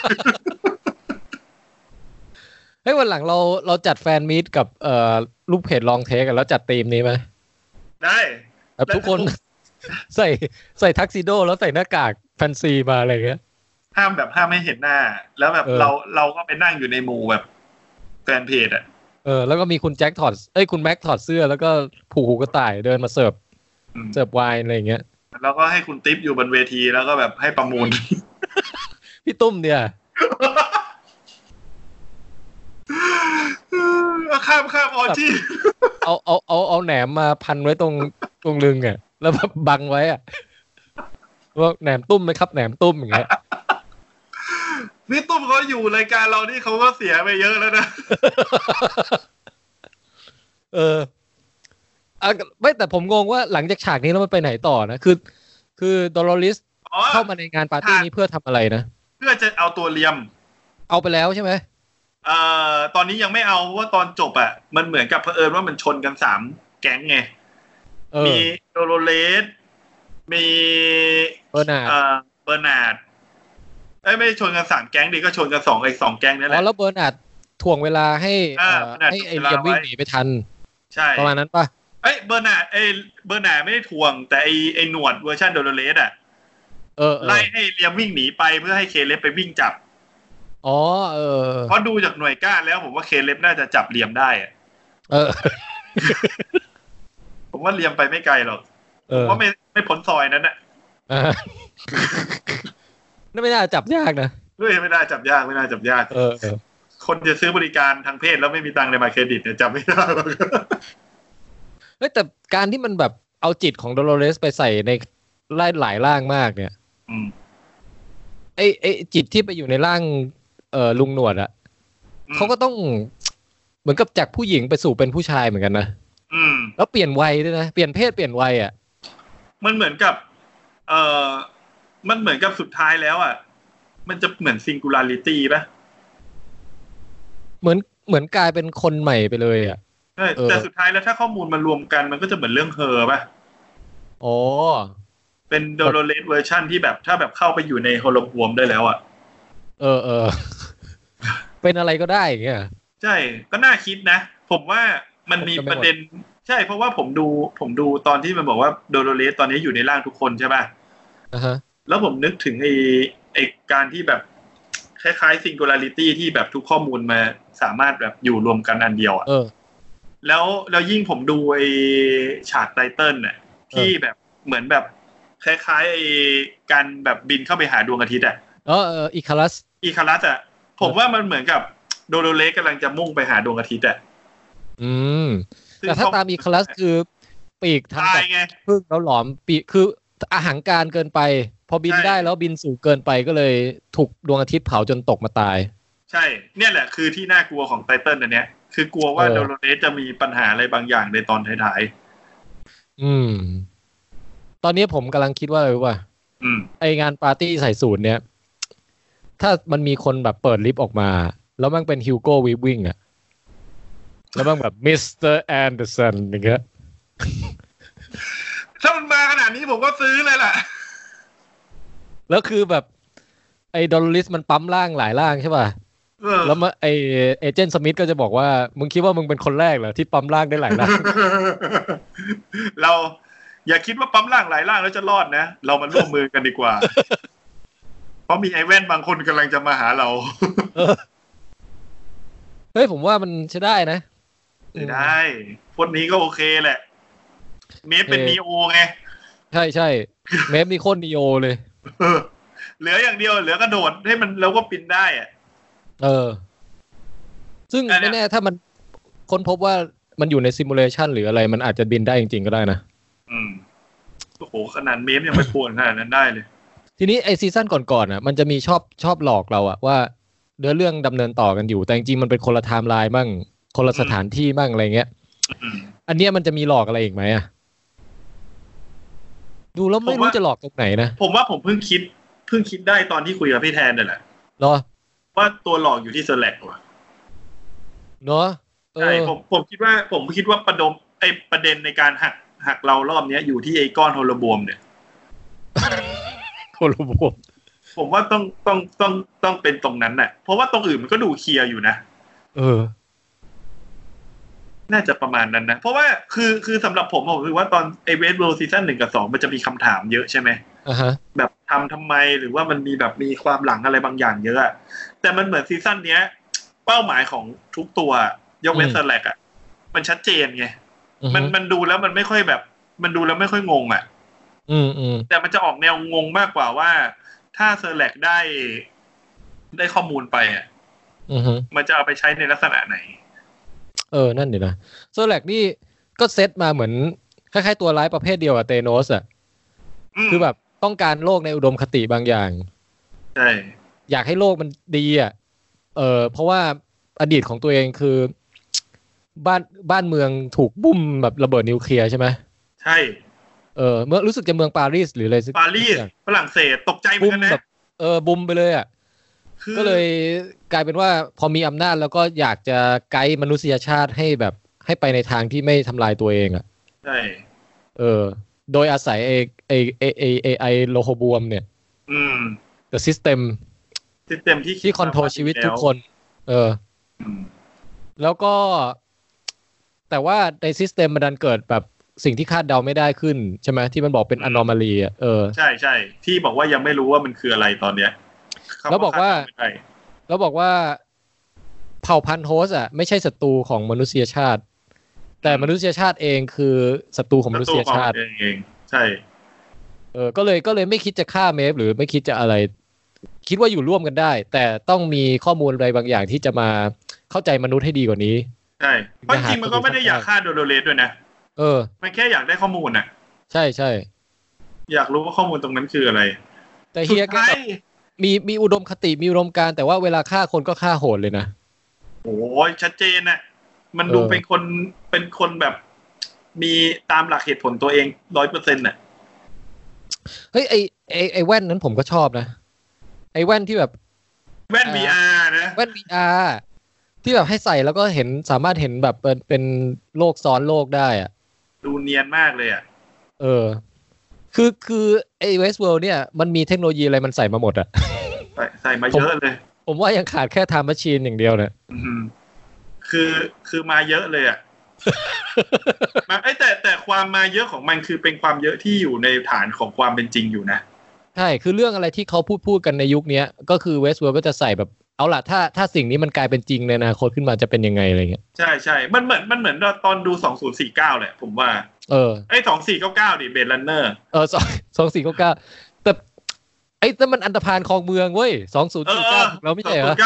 เฮ้ยวันหลังเราจัดแฟนมีตกับลูกเพจลองเทคกันแล้วจัดธีมนี้ไหมได้แบบทุกคนใส่ทักซิโดแล้วใส่หน้ากากแฟนซีมาอะไรเงี้ยห้ามไม่เห็นหน้าแล้วแบบเราก็ไปนั่งอยู่ในหมู่แบบแฟนเพจอ่ะแล้วก็มีคุณแจ็คคุณแม็กถอดเสื้อแล้วก็ผูกหูกระต่ายเดินมาเสิร์ฟไวน์อะไรอย่างเงี้ยแล้วก็ให้คุณติ๊บอยู่บนเวทีแล้วก็แบบให้ประมูลพี่ตุ้มเนี่ยข้ามออจี้เอาแหนมมาพันไว้ตรงลึงอ่ะแล้วแบบบังไว้อ่ะว่าแหนมตุ้มไหมครับแหนมตุ้มอย่างเงี้ยพี่ตุ้มเขาอยู่รายการเรานี่เขาก็เสียไปเยอะแล้วนะไม่แต่ผมงงว่าหลังจากฉากนี้แล้วมันไปไหนต่อนะคือดอลลอริสเข้ามาในงานปาร์ตี้นี้เพื่อทำอะไรนะเพื่อจะเอาตัวเลียมเอาไปแล้วใช่ไหมตอนนี้ยังไม่เอาเพราะว่าตอนจบอ่ะมันเหมือนกับเผอิญว่ามันชนกัน3แก๊งไงมีโดโรเลสมีเบอร์นาร์ดไม่ชนกัน3แก๊งดิก็ชนกัน2แก๊งนั่นแหละแล้วเบอร์นาร์ดถ่วงเวลาให้ไอ้เลียมวิ่งหนีไปทันใช่ประมาณนั้นป่ะเบอร์นาร์ดไม่ได้ถ่วงแต่ไอ้หนวดเวอร์ชันโดโรเลสอ่ะไล่ให้เลียมวิ่งหนีไปเพื่อให้เคเลฟไปวิ่งจับเพราะดูจากหน่วยก้านแล้วผมว่าเคเลฟน่าจะจับเลียมได้ผมว่าเลียมไปไม่ไกลหรอกผมว่าไม่พ้นซอยนั้นน่ะนั่นไม่น่าจับยากนะไม่น่าจับยากคนจะซื้อบริการทางเพศแล้วไม่มีตังค์ในบัตรเครดิตเนี่ยจับไม่ได้หรอกแต่การที่มันแบบเอาจิตของโดโลเรสไปใส่ในหลายร่างมากเนี่ยไอ้จิตที่ไปอยู่ในร่างลุงหนวดอ่ะเขาก็ต้องเหมือนกับจากผู้หญิงไปสู่เป็นผู้ชายเหมือนกันนะแล้วเปลี่ยนวัยด้วยนะเปลี่ยนเพศเปลี่ยนวัยอ่ะมันเหมือนกับสุดท้ายแล้วอ่ะมันจะเหมือนซิงคูลาริตี้ป่ะเหมือนกลายเป็นคนใหม่ไปเลยอ่ะใช่แต่สุดท้ายแล้วถ้าข้อมูลมันรวมกันมันก็จะเหมือนเรื่องเฮอป่ะเป็นโดโลเลสเวอร์ชันที่แบบถ้าแบบเข้าไปอยู่ในโฮโลโกรมได้แล้วอ่ะเป็นอะไรก็ได้อย่างเงี้ยใช่ก็น่าคิดนะผมว่ามันมีประเด็นใช่เพราะว่าผมดูตอนที่มันบอกว่าโดโลเลสตอนนี้อยู่ในร่างทุกคนใช่ป่ะแล้วผมนึกถึงไอ้การที่แบบคล้ายๆซิงคูลาริตี้ที่แบบทุกข้อมูลมาสามารถแบบอยู่รวมกันอันเดียวอ่ะแล้วยิ่งผมดูไอ้ฉากไตเติ้ลน่ะที่แบบเหมือนแบบคล้ายๆไอ้การแบบบินเข้าไปหาดวงอาทิตย์อ่ะอีคารัสอ่ะผมว่ามันเหมือนกับโดโลเลสกำลังจะมุ่งไปหาดวงอาทิตย์อ่ะแต่ถ้าตามอีคารัสคือปีกทำจากพึ่งแล้วหลอมปีกคืออาหารการเกินไปพอบินได้แล้วบินสูงเกินไปก็เลยถูกดวงอาทิตย์เผาจนตกมาตายใช่เนี่ยแหละคือที่น่ากลัวของไตเติ้ลอันเนี้ยคือกลัวว่าโดโลเลสจะมีปัญหาอะไรบางอย่างในตอนท้ายๆตอนนี้ผมกำลังคิดว่าอะไรรู้ป่ะไองานปาร์ตี้ใส่สูทเนี้ยถ้ามันมีคนแบบเปิดลิฟต์ออกมาแล้วมันเป็นฮิวโก้วีฟวิ่งอะแล้วมันแบบมิสเตอร์แอนเดอร์สันอย่างเงี้ยถ้ามันมาขนาดนี้ผมก็ซื้อเลยแหละแล้วคือแบบไอ้ดอลลิสมันปั๊มร่างหลายร่างใช่ป่ะแล้วไอ้เอเจนต์สมิธก็จะบอกว่ามึงคิดว่ามึงเป็นคนแรกเหรอที่ปั๊มร่างได้หลายร่างเราอย่าคิดว่าปั๊มร่างหลายร่างแล้วจะรอดนะเรามาร่วมมือกันดีกว่าเพราะมีไอ้แว่นบางคนกำลังจะมาหาเราเฮ้ยผมว่ามันใช้ได้นะได้พวกนี้ก็โอเคแหละเมฟเป็นนีโอไงใช่เมฟนี่โคตรนีโอเลยเหลืออย่างเดียวเหลือกระโดดให้มันแล้วก็บินได้อะซึ่งไม่แน่ถ้ามันค้นพบว่ามันอยู่ในซิมูเลชันหรืออะไรมันอาจจะบินได้จริงๆก็ได้นะโอ้โหขนาดเมฟยังไม่ปวดขนาดนั้นได้เลยทีนี้ไอซีซั่นก่อนๆอ่ะมันจะมีชอบหลอกเราอ่ะว่าเรื่องดำเนินต่อกันอยู่แต่จริงๆมันเป็นคนละไทม์ไลน์มั่งคนละสถานที่มั่งอะไรเงี้ยอันเนี้ยมันจะมีหลอกอะไรอีกไหมอ่ะดูแล้วไม่รู้จะหลอกตรงไหนนะผมว่าผมเพิ่งคิดได้ตอนที่คุยกับพี่แทนนั่นแหละเหรอว่าตัวหลอกอยู่ที่เซอร์แลกว่ะเนาะใช่ผมคิดว่าประเด็นในการหักเรารอบนี้อยู่ที่ไอ้ก้อนโฮโลบวมเนี่ยโฮโลบวมผมว่าต้องเป็นตรงนั้นน่ะเพราะว่าตรงอื่นมันก็ดูเคลียร์อยู่นะน่าจะประมาณนั้นนะเพราะว่าคือสำหรับผมคือว่าตอนไอ้เวสเวิลด์ซีซั่น1 กับ 2มันจะมีคำถามเยอะใช่ไหมแบบทำไมหรือว่ามันมีความหลังอะไรบางอย่างเยอะแต่มันเหมือนซีซั่นเนี้ยเป้าหมายของทุกตัวยกเว้นเซอร์แลกอ่ะมันชัดเจนไงมันดูแล้วมันไม่ค่อยแบบมันดูแล้วไม่ค่อยงงอ่ะแต่มันจะออกแนวงงมากกว่าว่าถ้าเซอร์แลกได้ข้อมูลไปอ่ะมันจะเอาไปใช้ในลักษณะไหนนั่นดินะเซอร์แลกนี่ก็เซตมาเหมือนคล้ายๆตัวร้ายประเภทเดียวกับเตโนสอ่ะคือแบบต้องการโลกในอุดมคติบางอย่างใช่อยากให้โลกมันดีอ่ะเพราะว่าอดีตของตัวเองคือบ้านเมืองถูกบุ้มแบบระเบิดนิวเคลียร์ใช่ไหมใช่เมื่อรู้สึกจะเมืองปารีสหรืออะไรปารีสฝรั่งเศสตกใจเหมือนกันนะแบบบุ้มไปเลยอ่ะก็เลยกลายเป็นว่าพอมีอำนาจแล้วก็อยากจะไกด์มนุษยชาติให้ไปในทางที่ไม่ทำลายตัวเองอ่ะใช่โดยอาศัยไอโลโฮบวมเนี่ยแต่ซิสเต็มที่คอนโทรลชีวิตทุกคนแล้วก็แต่ว่าในซิสเต็มมันดันเกิดแบบสิ่งที่คาดเดาไม่ได้ขึ้นใช่ไหมที่มันบอกเป็น anomaly อ่ะใช่ที่บอกว่ายังไม่รู้ว่ามันคืออะไรตอนเนี้ยแล้วบอกว่าเผ่าพันธุ์โฮสอ่ะไม่ใช่ศัตรูของมนุษยชาติแต่มนุษยชาติเองคือศัตรูของมนุษยชาติเองใช่ก็เลยไม่คิดจะฆ่าเมฟหรือไม่คิดจะอะไรคิดว่าอยู่ร่วมกันได้แต่ต้องมีข้อมูลอะไรบางอย่างที่จะมาเข้าใจมนุษย์ให้ดีกว่านี้ใช่เพราะจริงมันก็ไม่ได้อยากฆ่าโดโลเรสด้วยนะมันแค่อยากได้ข้อมูลน่ะใช่อยากรู้ว่าข้อมูลตรงนั้นคืออะไรแต่เฮียก็มีอุดมคติมีอุดมการแต่ว่าเวลาฆ่าคนก็ฆ่าโหดเลยนะโอ้ยชัดเจนน่ะมันดูเป็นคนแบบมีตามหลักเหตุผลตัวเอง 100% น่ะเฮ้ยไอแว่นนั้นผมก็ชอบนะไอแว่นที่แบบแว่น VR นะแว่น VR ที่แบบให้ใส่แล้วก็สามารถเห็นแบบเป็นโลกซ้อนโลกได้อ่ะดูเนียนมากเลยอ่ะคือไอเวสต์เวิลด์เนี่ยมันมีเทคโนโลยีอะไรมันใส่มาหมดอ่ะใส่มาเยอะเลยผมว่ายังขาดแค่ไทม์แมชชีนอย่างเดียวเนี่ยคือมาเยอะเลยอ่ะแต่ความมาเยอะของมันคือเป็นความเยอะที่อยู่ในฐานของความเป็นจริงอยู่นะใช่คือเรื่องอะไรที่เขาพูดกันในยุคนี้ก็คือเวสต์เวิลด์ก็จะใส่แบบเอาล่ะถ้าสิ่งนี้มันกลายเป็นจริงในอนาคตขึ้นมาจะเป็นยังไงอะไรเงี้ยใช่มันเหมือนตอนดู2049แหละผมว่า2499ดิเบดรันเนอร์ 2499แต่แต่มันอันธพาลคลองเมืองเว้ย2049เราไม่ใช่เหรอ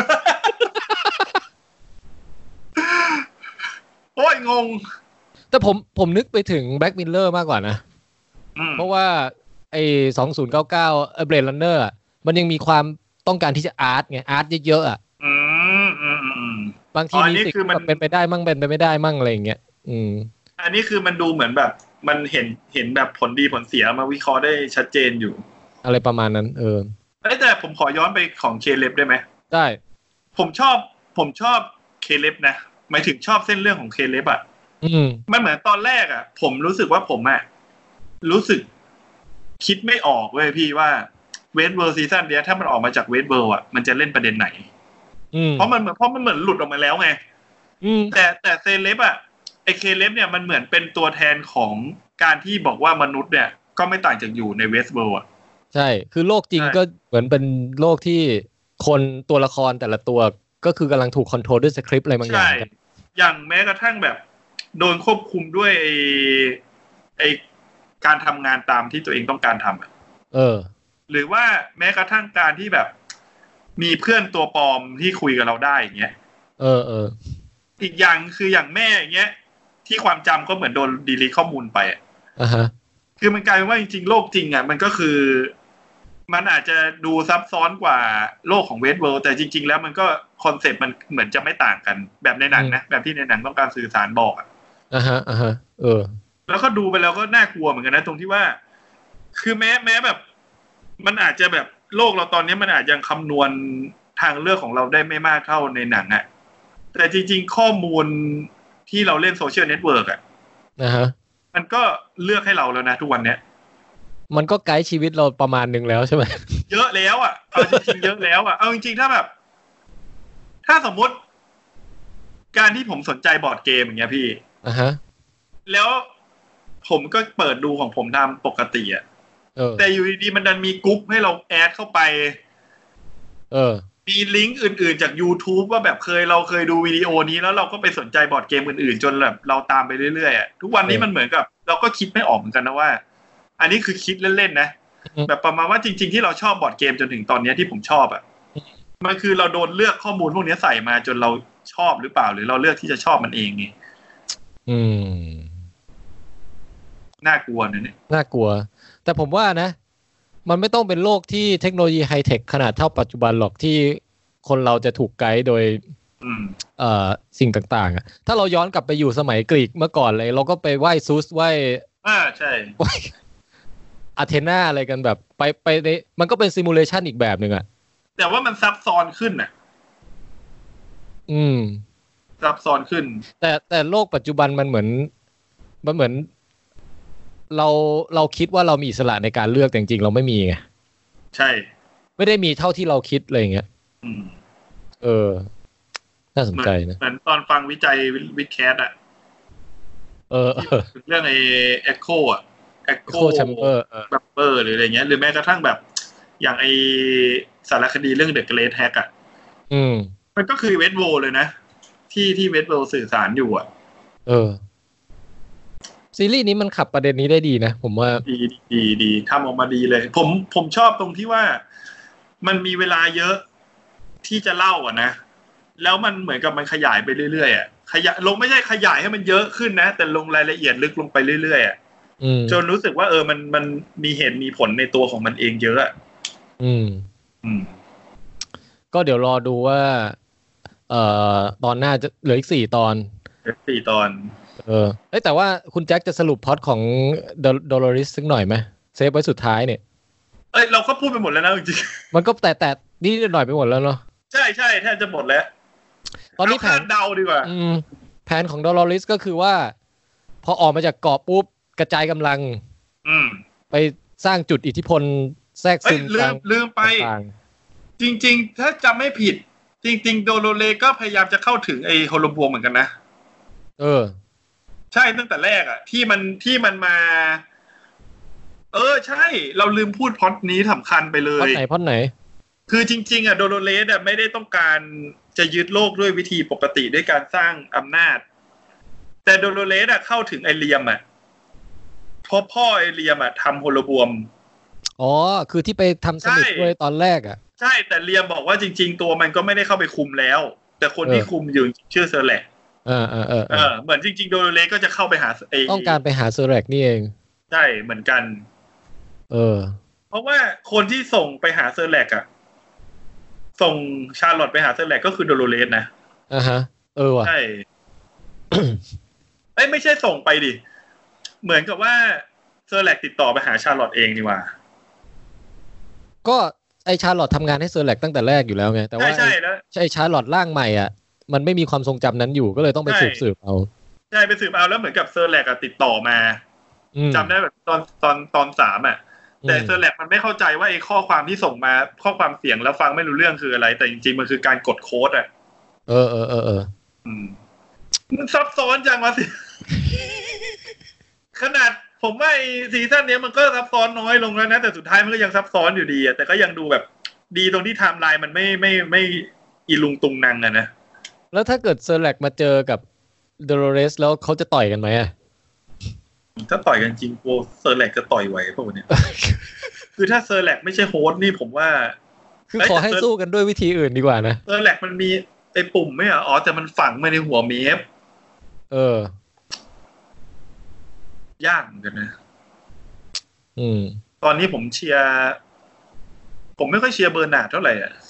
โอ้ยงงแต่ผมนึกไปถึงแบล็กมิลเลอร์มากกว่านะเพราะว่า2099เบดรันเนอร์มันยังมีความต้องการที่จะอาร์ตไงอาร์ตเยอะๆอ่ะบางทีมีสิ่งแบบเป็นไปได้มั่งเป็นไปไม่ได้มั่งอะไรอย่างเงี้ยอันนี้คือมันดูเหมือนแบบมันเห็นแบบผลดีผลเสียมาวิเคราะห์ได้ชัดเจนอยู่อะไรประมาณนั้นแต่ผมขอย้อนไปของเคเลบได้ไหมได้ผมชอบเคเลบนะหมายถึงชอบเส้นเรื่องของเคเลบอ่ะมันเหมือนตอนแรกอ่ะผมรู้สึกว่าผมอ่ะรู้สึกคิดไม่ออกเว้ยพี่ว่าเวสต์เวิลด์ซีซั่นเนี้ยถ้ามันออกมาจากเวสต์เวิลด์อ่ะมันจะเล่นประเด็นไหนเพราะมันเหมือนหลุดออกมาแล้วไงแต่เซเลบอ่ะไอเคเลบเนี่ยมันเหมือนเป็นตัวแทนของการที่บอกว่ามนุษย์เนี่ยก็ไม่ต่างจากอยู่ในเวสต์เวิลด์อ่ะใช่คือโลกจริงก็เหมือนเป็นโลกที่คนตัวละครแต่ละตัวก็คือกำลังถูกคอนโทรลด้วยสคริปต์อะไรบางอย่างอย่างแม้กระทั่งแบบโดนควบคุมด้วยไอการทำงานตามที่ตัวเองต้องการทำอ่ะหรือว่าแม้กระทั่งการที่แบบมีเพื่อนตัวปลอมที่คุยกับเราได้อย่างเงี้ยอีกอย่างคืออย่างแม่อย่างเงี้ยที่ความจำก็เหมือนโดนดีลีทข้อมูลไปคือมันกลายเป็นว่าจริงๆโลกจริงอ่ะมันก็คือมันอาจจะดูซับซ้อนกว่าโลกของเวสต์เวิลด์แต่จริงๆแล้วมันก็คอนเซ็ปต์มันเหมือนจะไม่ต่างกันแบบในหนังนะแบบที่ในหนังต้องการสื่อสารบอกอ่ะแล้วก็ดูไปแล้วก็น่ากลัวเหมือนกันนะตรงที่ว่าคือแม้แบบมันอาจจะแบบโลกเราตอนนี้มันอาจยังคำนวณทางเลือกของเราได้ไม่มากเท่าในหนังอ่ะแต่จริงๆข้อมูลที่เราเล่นโซเชียลเน็ตเวิร์กอ่ะมันก็เลือกให้เราแล้วนะทุกวันเนี้ยมันก็ไกด์ชีวิตเราประมาณนึงแล้วใช่ไหมเยอะแล้วอ่ะเอาจริงๆเยอะแล้วอ่ะเอาจริงๆถ้าแบบถ้าสมมติการที่ผมสนใจบอร์ดเกมอย่างเงี้ยพี่แล้วผมก็เปิดดูของผมตามปกติอ่ะแต่อยู่ดีๆมันดันมีกรุ๊ปให้เราแอดเข้าไปมีลิงก์อื่นๆจาก YouTube ว่าแบบเราเคยดูวิดีโอนี้แล้วเราก็ไปสนใจบอร์ดเกมอื่นๆจนแบบเราตามไปเรื่อยๆอ่ะทุกวันนี้มันเหมือนกับเราก็คิดไม่ออกเหมือนกันนะว่าอันนี้คือคิดเล่นๆนะแบบประมาณว่าจริงๆที่เราชอบบอร์ดเกมจนถึงตอนนี้ที่ผมชอบอ่ะมันคือเราโดนเลือกข้อมูลพวกนี้ใส่มาจนเราชอบหรือเปล่าหรือเราเลือกที่จะชอบมันเองไงน่ากลัวนะเนี่ยน่ากลัวแต่ผมว่านะมันไม่ต้องเป็นโลกที่เทคโนโลยีไฮเทคขนาดเท่าปัจจุบันหรอกที่คนเราจะถูกไกด์โดยสิ่งต่างๆอ่ะถ้าเราย้อนกลับไปอยู่สมัยกรีกเมื่อก่อนเลยเราก็ไปไหว้ซูสไหว้ใช่ไหว้อาเธนาอะไรกันแบบไปในมันก็เป็นซิมูเลชันอีกแบบนึงอ่ะแต่ว่ามันซับซ้อนขึ้นอ่ะซับซ้อนขึ้นแต่โลกปัจจุบันมันเหมือนเราคิดว่าเรามีอิสระในการเลือกแต่จริงๆเราไม่มีไงใช่ไม่ได้มีเท่าที่เราคิดอะไรอย่างเงี้ยน่าสนใจนะเหมือนตอนฟังวิจัยวิดแคสอะเรื่องไอ้ Echo อ่ะ Echo Chamber หรืออะไรเงี้ยหรือแม้กระทั่งแบบอย่างไอ้สารคดีเรื่อง The Great Hack อ่ะมันก็คือเวทโวเลยนะที่เวทโวสื่อสารอยู่อ่ะซีรีส์นี้มันขับประเด็นนี้ได้ดีนะผมว่าดีทำออกมาดีเลยผมชอบตรงที่ว่ามันมีเวลาเยอะที่จะเล่าอ่ะนะแล้วมันเหมือนกับมันขยายไปเรื่อยๆอ่ะไม่ใช่ขยายให้มันเยอะขึ้นนะแต่ลงรายละเอียดลึกลงไปเรื่อยๆอ่ะจนรู้สึกว่ามันมีเหตุมีผลในตัวของมันเองเยอะอ่ะก็เดี๋ยวรอดูว่าตอนหน้าจะเหลืออีก4 ตอนแต่ว่าคุณแจ็คจะสรุปพล็อตของโดโลริสสักหน่อยไหมเซฟไว้สุดท้ายเนี่ยเราก็พูดไปหมดแล้วนะจริงๆมันก็แต่นี่หน่อยไปหมดแล้วเนาะใช่แทบจะหมดแล้วตอนนี้แผนเดาดีกว่าแผนของโดโลริสก็คือว่าพอออกมาจากเกาะปุ๊บกระจายกำลังไปสร้างจุดอิทธิพลแทรกซึมลืมไปจริงๆถ้าจำไม่ผิดจริงๆโดโลเลก็พยายามจะเข้าถึงไอ้โฮโลบัวเหมือนกันนะใช่ตั้งแต่แรกอ่ะที่มันมาใช่เราลืมพูดพล็อตนี้สำคัญไปเลยพล็อตไหนคือจริงๆอ่ะโดโลเลสอ่ะไม่ได้ต้องการจะยึดโลกด้วยวิธีปกติด้วยการสร้างอำนาจแต่โดโลเลสอ่ะเข้าถึงไอเลียมอ่ะเพราะพ่อไอเลียมอ่ะทำโฮโลบัวคือที่ไปทำสมิธด้วยตอนแรกอ่ะใช่แต่เลียมบอกว่าจริงๆตัวมันก็ไม่ได้เข้าไปคุมแล้วแต่คนที่คุมอยู่ชื่อเซอร์แลกเหมือนจริงๆโดโลเลสก็จะเข้าไปหาต้องการไปหาเซอร์แลกนี่เองใช่เหมือนกันเพราะว่าคนที่ส่งไปหาเซอร์แลกอ่ะส่งชาร์ลอตไปหาเซอร์แลกก็คือโดโลเลสนะว่ะใช่ไม่ใช่ส่งไปดิเหมือนกับว่าเซอร์แลกติดต่อไปหาชาร์ลอตเองนี่ว่าก็ไอชาร์ลอตทำงานให้เซอร์แลกตั้งแต่แรกอยู่แล้วไงแต่ว่าไอชาร์ลอตร่างใหม่อ่ะมันไม่มีความทรงจำนั้นอยู่ก็เลยต้องไปสืบเอาใช่ไปสืบเอาแล้วเหมือนกับเซอร์แลกติดต่อมาจำได้แบบตอน3อ่ะแต่เซอร์แลกมันไม่เข้าใจว่าไอ้ข้อความที่ส่งมาข้อความเสียงแล้วฟังไม่รู้เรื่องคืออะไรแต่จริงๆมันคือการกดโค้ดอ่ะมันซับซ้อนจังวะสิขนาดผมว่าซีซั่นนี้มันก็ซับซ้อนน้อยลงแล้วนะแต่สุดท้ายมันก็ยังซับซ้อนอยู่ดีอ่ะแต่ก็ยังดูแบบดีตรงที่ไทม์ไลน์มันไม่อีลุงตุงนังอ่ะนะแล้วถ้าเกิดเซอร์แลกมาเจอกับโดโลเรสแล้วเขาจะต่อยกันไหมอ่ะถ้าต่อยกันจริงโปเซอร์แลกจะต่อยไหวพวกเนี้ยคือถ้าเซอร์แลกไม่ใช่โฮสต์นี่ผมว่าคือขอให้สู้กันด้วยวิธีอื่นดีกว่านะเซอร์แลกมันมีไอ้ปุ่มไม่อ๋อแต่มันฝังมาในหัวเมฟยากเหมือนกันนะตอนนี้ผมเชียร์ผมไม่ค่อยเชียร์เบอร์นาร์ดเท่าไหร่อ่ะ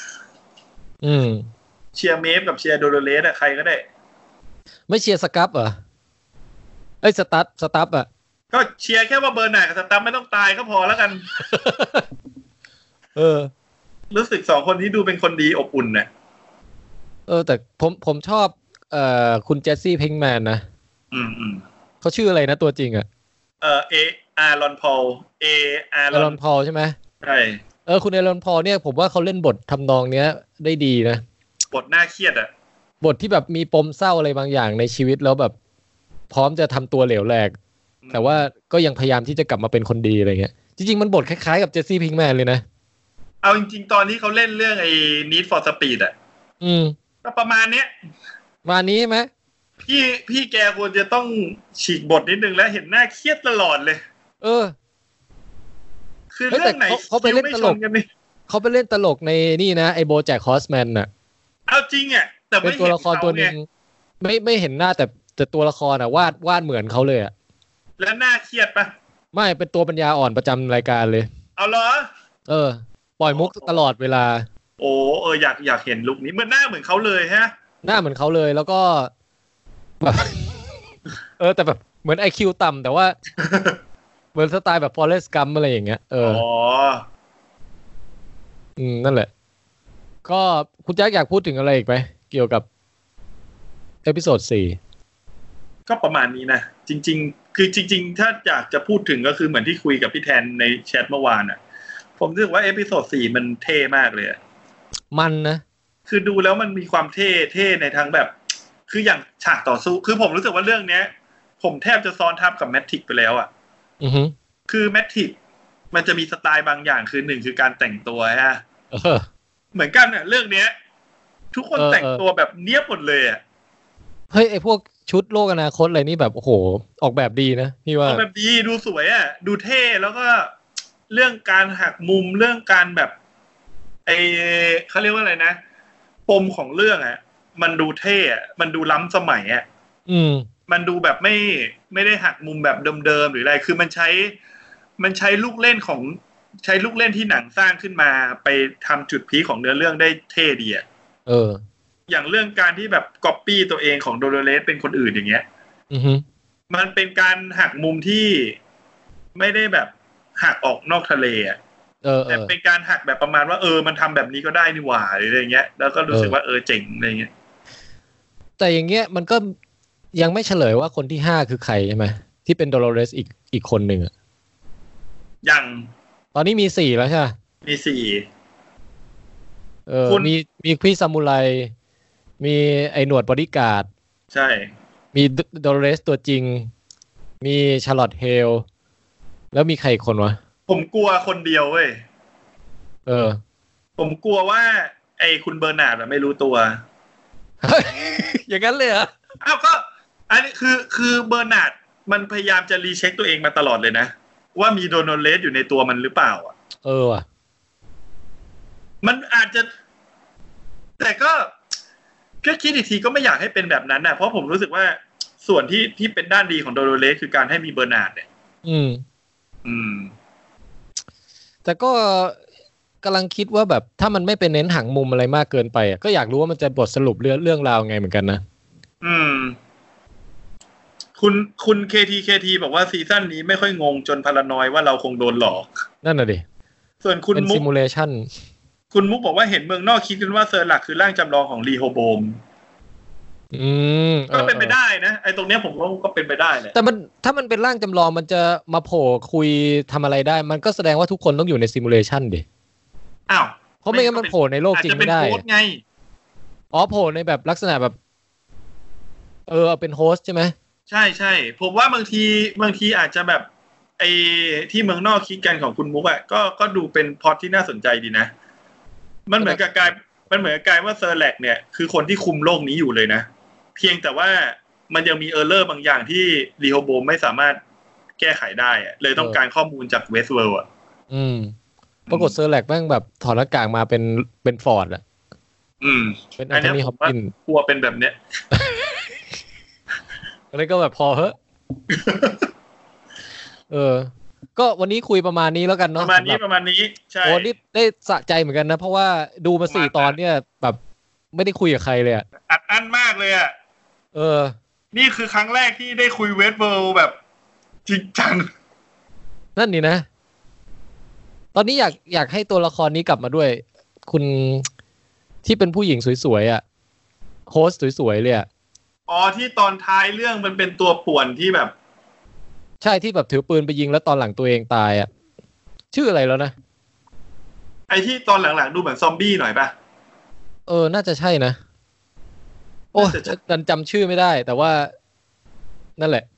เชียร์เมฟกับเชียร์โดโลเรสอะใครก็ได้ไม่เชียร์สกัปเหรอสตัฟอ่ะก็เชียร์แค่ว่าเบอร์นาร์ดกับสตัฟไม่ต้องตายก็พอแล้วกันรู้สึก2คนนี้ดูเป็นคนดีอบอุ่นน่ะแต่ผมชอบคุณเจสซี่พิงแมนนะเขาชื่ออะไรนะตัวจริงอ่ะอารอนพอลอารอนพอลใช่ไหมใช่คุณอารอนพอลเนี่ยผมว่าเขาเล่นบททำนองเนี้ยได้ดีนะบทน่าเครียดอ่ะบทที่แบบมีปมเศร้าอะไรบางอย่างในชีวิตแล้วแบบพร้อมจะทำตัวเหลวแหลกแต่ว่าก็ยังพยายามที่จะกลับมาเป็นคนดีอะไรเงี้ยจริงๆมันบทคล้ายๆกับเจสซี่พิงแมนเลยนะเอาจริงๆตอนนี้เขาเล่นเรื่องไอ้ Need for Speed อ่ะก็ประมาณเนี้ยมานี้ไหมพี่แกควรจะต้องฉีกบทนิดนึงแล้วเห็นหน้าเครียดตลอดเลยคือเรื่องไหนเขาไปเล่นตลกกันนี่เขาไปเล่นตลกในนี่นะไอ้โบแจ็คฮอสแมนน่ะเอาจริงอ่ะแต่เป็นตัวละครตัวนึงไม่เห็นหน้าแต่ตัวละครอ่ะวาดเหมือนเขาเลยอ่ะแล้วหน้าเครียดปะไม่เป็นตัวปัญญาอ่อนประจำรายการเลยเอาเหรอปล่อยมุกตลอดเวลาอยากเห็นลุคนี้เหมือนหน้าเหมือนเขาเลยฮะหน้าเหมือนเขาเลยแล้วก็แบบแต่แบบเหมือน IQ ต่ำแต่ว่าเหมือนสไตล์แบบ Forrest Gump อะไรอย่างเงี้ยนั่นแหละก็คุณแจ็คอยากพูดถึงอะไรอีกไหมเกี่ยวกับเอพิโซด4 ก็ประมาณนี้นะจริงๆคือจริงๆถ้าอยากจะพูดถึงก็คือเหมือนที่คุยกับพี่แทนในแชทเมื่อวานอ่ะผมรู้สึกว่าเอพิโซด4มันเท่มากเลยมันนะคือดูแล้วมันมีความเท่ในทั้งแบบคืออย่างฉากต่อสู้คือผมรู้สึกว่าเรื่องเนี้ยผมแทบจะซ้อนทับกับแมทริกไปแล้วอ่ะคือแมทริกมันจะมีสไตล์บางอย่างคือ1คือการแต่งตัวฮะเหมือนกันอ่ะเรื่องเนี้ยทุกคนแต่งตัวแบบเนียบหมดเลยอ่ะเฮ้ยไอพวกชุดโลกอนาคตอะไรนี่แบบโอ้โหออกแบบดีนะพี่ว่าออกแบบดีดูสวยอ่ะดูเท่แล้วก็เรื่องการหักมุมเรื่องการแบบเขาเรียกว่าอะไรนะปมของเรื่องอ่ะมันดูเท่อ่ะมันดูล้ำสมัยอ่ะมันดูแบบไม่ได้หักมุมแบบเดิมๆหรืออะไรคือมันใช้ลูกเล่นที่หนังสร้างขึ้นมาไปทำจุดพีคของเนื้อเรื่องได้เท่ดีอ่ะอย่างเรื่องการที่แบบก๊อปปี้ตัวเองของโดโลเรสเป็นคนอื่นอย่างเงี้ยมันเป็นการหักมุมที่ไม่ได้แบบหักออกนอกทะเลอ่ะแต่เป็นการหักแบบประมาณว่ามันทำแบบนี้ก็ได้นี่หว่าหรืออะไรเงี้ยแล้วก็รู้สึกว่าเจ๋งอะไรเงี้ยแต่อย่างเงี้ยมันก็ยังไม่เฉลยว่าคนที่5คือใครใช่ไหมที่เป็นโดโลเรสอีกคนหนึ่งอ่ะยังตอนนี้มี4แล้วใช่ไหมมี 4มีพี่ซามูไรมีไอหนวดบอดี้การ์ดใช่มีโดโลเรสตัวจริงมีชาร์ลอตเฮลแล้วมีใครอีกคนวะผมกลัวคนเดียวเว้ยผมกลัวว่าไอคุณเบอร์นาร์ดไม่รู้ตัวอย่างนั้นเลยเหรออ้าวก็อันนี้คือเบอร์นาร์ดมันพยายามจะรีเช็คตัวเองมาตลอดเลยนะว่ามีโดโลเรสอยู่ในตัวมันหรือเปล่าอ่ะว่ะมันอาจจะแต่ก็คิดอีกทีก็ไม่อยากให้เป็นแบบนั้นนะเพราะผมรู้สึกว่าส่วนที่เป็นด้านดีของโดโลเรสคือการให้มีเบอร์นาร์ดเนี่ยแต่ก็กำลังคิดว่าแบบถ้ามันไม่เป็นเน้นหักมุมอะไรมากเกินไปก็อยากรู้ว่ามันจะบทสรุปเรื่องราวไงเหมือนกันนะคุณ KT บอกว่าซีซั่นนี้ไม่ค่อยงงจนพารานอยว่าเราคงโดนหลอกนั่นน่ะดิส่วนคุณมุกซิมูเลชั่นคุณมุกบอกว่าเห็นเมืองนอกคิดกันว่าเซอร์หลักคือร่างจำลองของรีโฮโบมก็เป็นไปได้นะไอ้ตรงเนี้ยผมว่าก็เป็นไปได้แหละแต่มันถ้ามันเป็นร่างจำลองมันจะมาโผล่คุยทำอะไรได้มันก็แสดงว่าทุกคนต้องอยู่ในซิมูเลชันดิอ้าวเพราะไม่งั้นมันโผล่ในโลกจริงไม่ได้อาจจะเป็นโฮสต์ไงโผล่ในแบบลักษณะแบบเป็นโฮสต์ใช่ไหมใช่ผมว่าบางทีอาจจะแบบไอ้ที่เมืองนอกคิดกันของคุณมุกอ่ะก็ดูเป็นพล็อตที่น่าสนใจดีนะมันเหมือนกับกลายว่าเซอร์แลกเนี่ยคือคนที่คุมโลกนี้อยู่เลยนะเพียงแต่ว่ามันยังมีเออร์เลอร์บางอย่างที่รีโฮโบมไม่สามารถแก้ไขได้เลยต้องการข้อมูลจากเวสต์เวิลด์อ่ะปรากฏเซอร์แลกแม่งแบบถอดหน้ากากมาเป็นฟอร์ดอ่ะเป็นอันนี้ฮอปกินกลัวเป็นแบบเนี้ยอะไรก็แบบพอเหอะก็วันนี้คุยประมาณนี้แล้วกันเนาะประมาณนี้ใช่โอ้นี่ได้สะใจเหมือนกันนะเพราะว่าดูมา4 ตอนเนี่ยแบบไม่ได้คุยกับใครเลยอัดอั้นมากเลยอ่ะนี่คือครั้งแรกที่ได้คุยเวสต์เวิลด์แบบจริงจังนั่นนี่นะตอนนี้อยากให้ตัวละครนี้กลับมาด้วยคุณที่เป็นผู้หญิงสวยๆอ่ะโฮสต์สวยๆเลยอ่ะอ๋อที่ตอนท้ายเรื่องมันเป็นตัวป่วนที่แบบใช่ที่แบบถือปืนไปยิงแล้วตอนหลังตัวเองตายอ่ะชื่ออะไรแล้วนะไอ้ที่ตอนหลังๆดูเหมือนซอมบี้หน่อยป่ะน่าจะใช่นะโอ้จำชื่อไม่ได้แต่ว่านั่นแหละ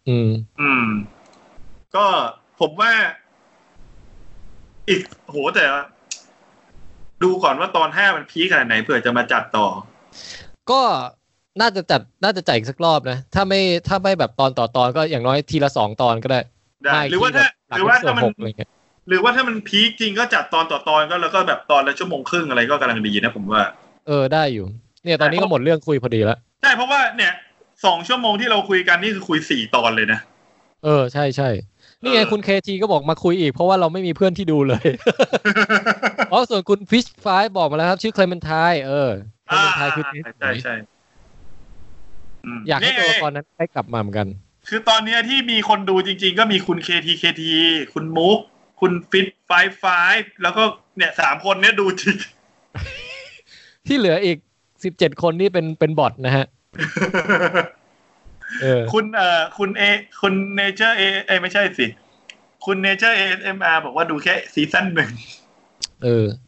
ก็ผมว่าอีกโหแต่ดูก่อนว่าตอน5มันพีคขนาดไหนเผื่อจะมาจัดต่อก็น่าจะจัดอีกสักรอบนะถ้าไม่แบบตอนต่อตอนก็อย่างน้อยทีละ2 ตอนก็ได้หรือว่าถ้ามันพีคจริงก็จัดตอนต่อตอนก็แล้วก็แบบตอนละชั่วโมงครึ่งอะไรก็กำลังดีนะผมว่าได้อยู่เนี่ยตอนนี้ก็หมดเรื่องคุยพอดีแล้วใช่เพราะว่าเนี่ย2 ชั่วโมงที่เราคุยกันนี่คือคุย4 ตอนเลยนะใช่นี่ไงคุณเคทีก็บอกมาคุยอีกเพราะว่าเราไม่มีเพื่อนที่ดูเลยส่วนคุณฟิชไฟบอกมาแล้วครับชื่อเคลเมนไทน์เคลเมนไทน์คือใช่อยากให้ตัวละครนั้นได้กลับมาเหมือนกันคือตอนนี้ที่มีคนดูจริงๆก็มีคุณเคทีคุณมุกคุณฟิชไฟแล้วก็เนี่ย3 คนเนี่ยดูจริงที่เหลืออีก17 คนนี่เป็นบอทนะฮะคุณเนเจอร์ไม่ใช่สิคุณเนเจอร์ ASMR บอกว่าดูแค่ซีซั่น1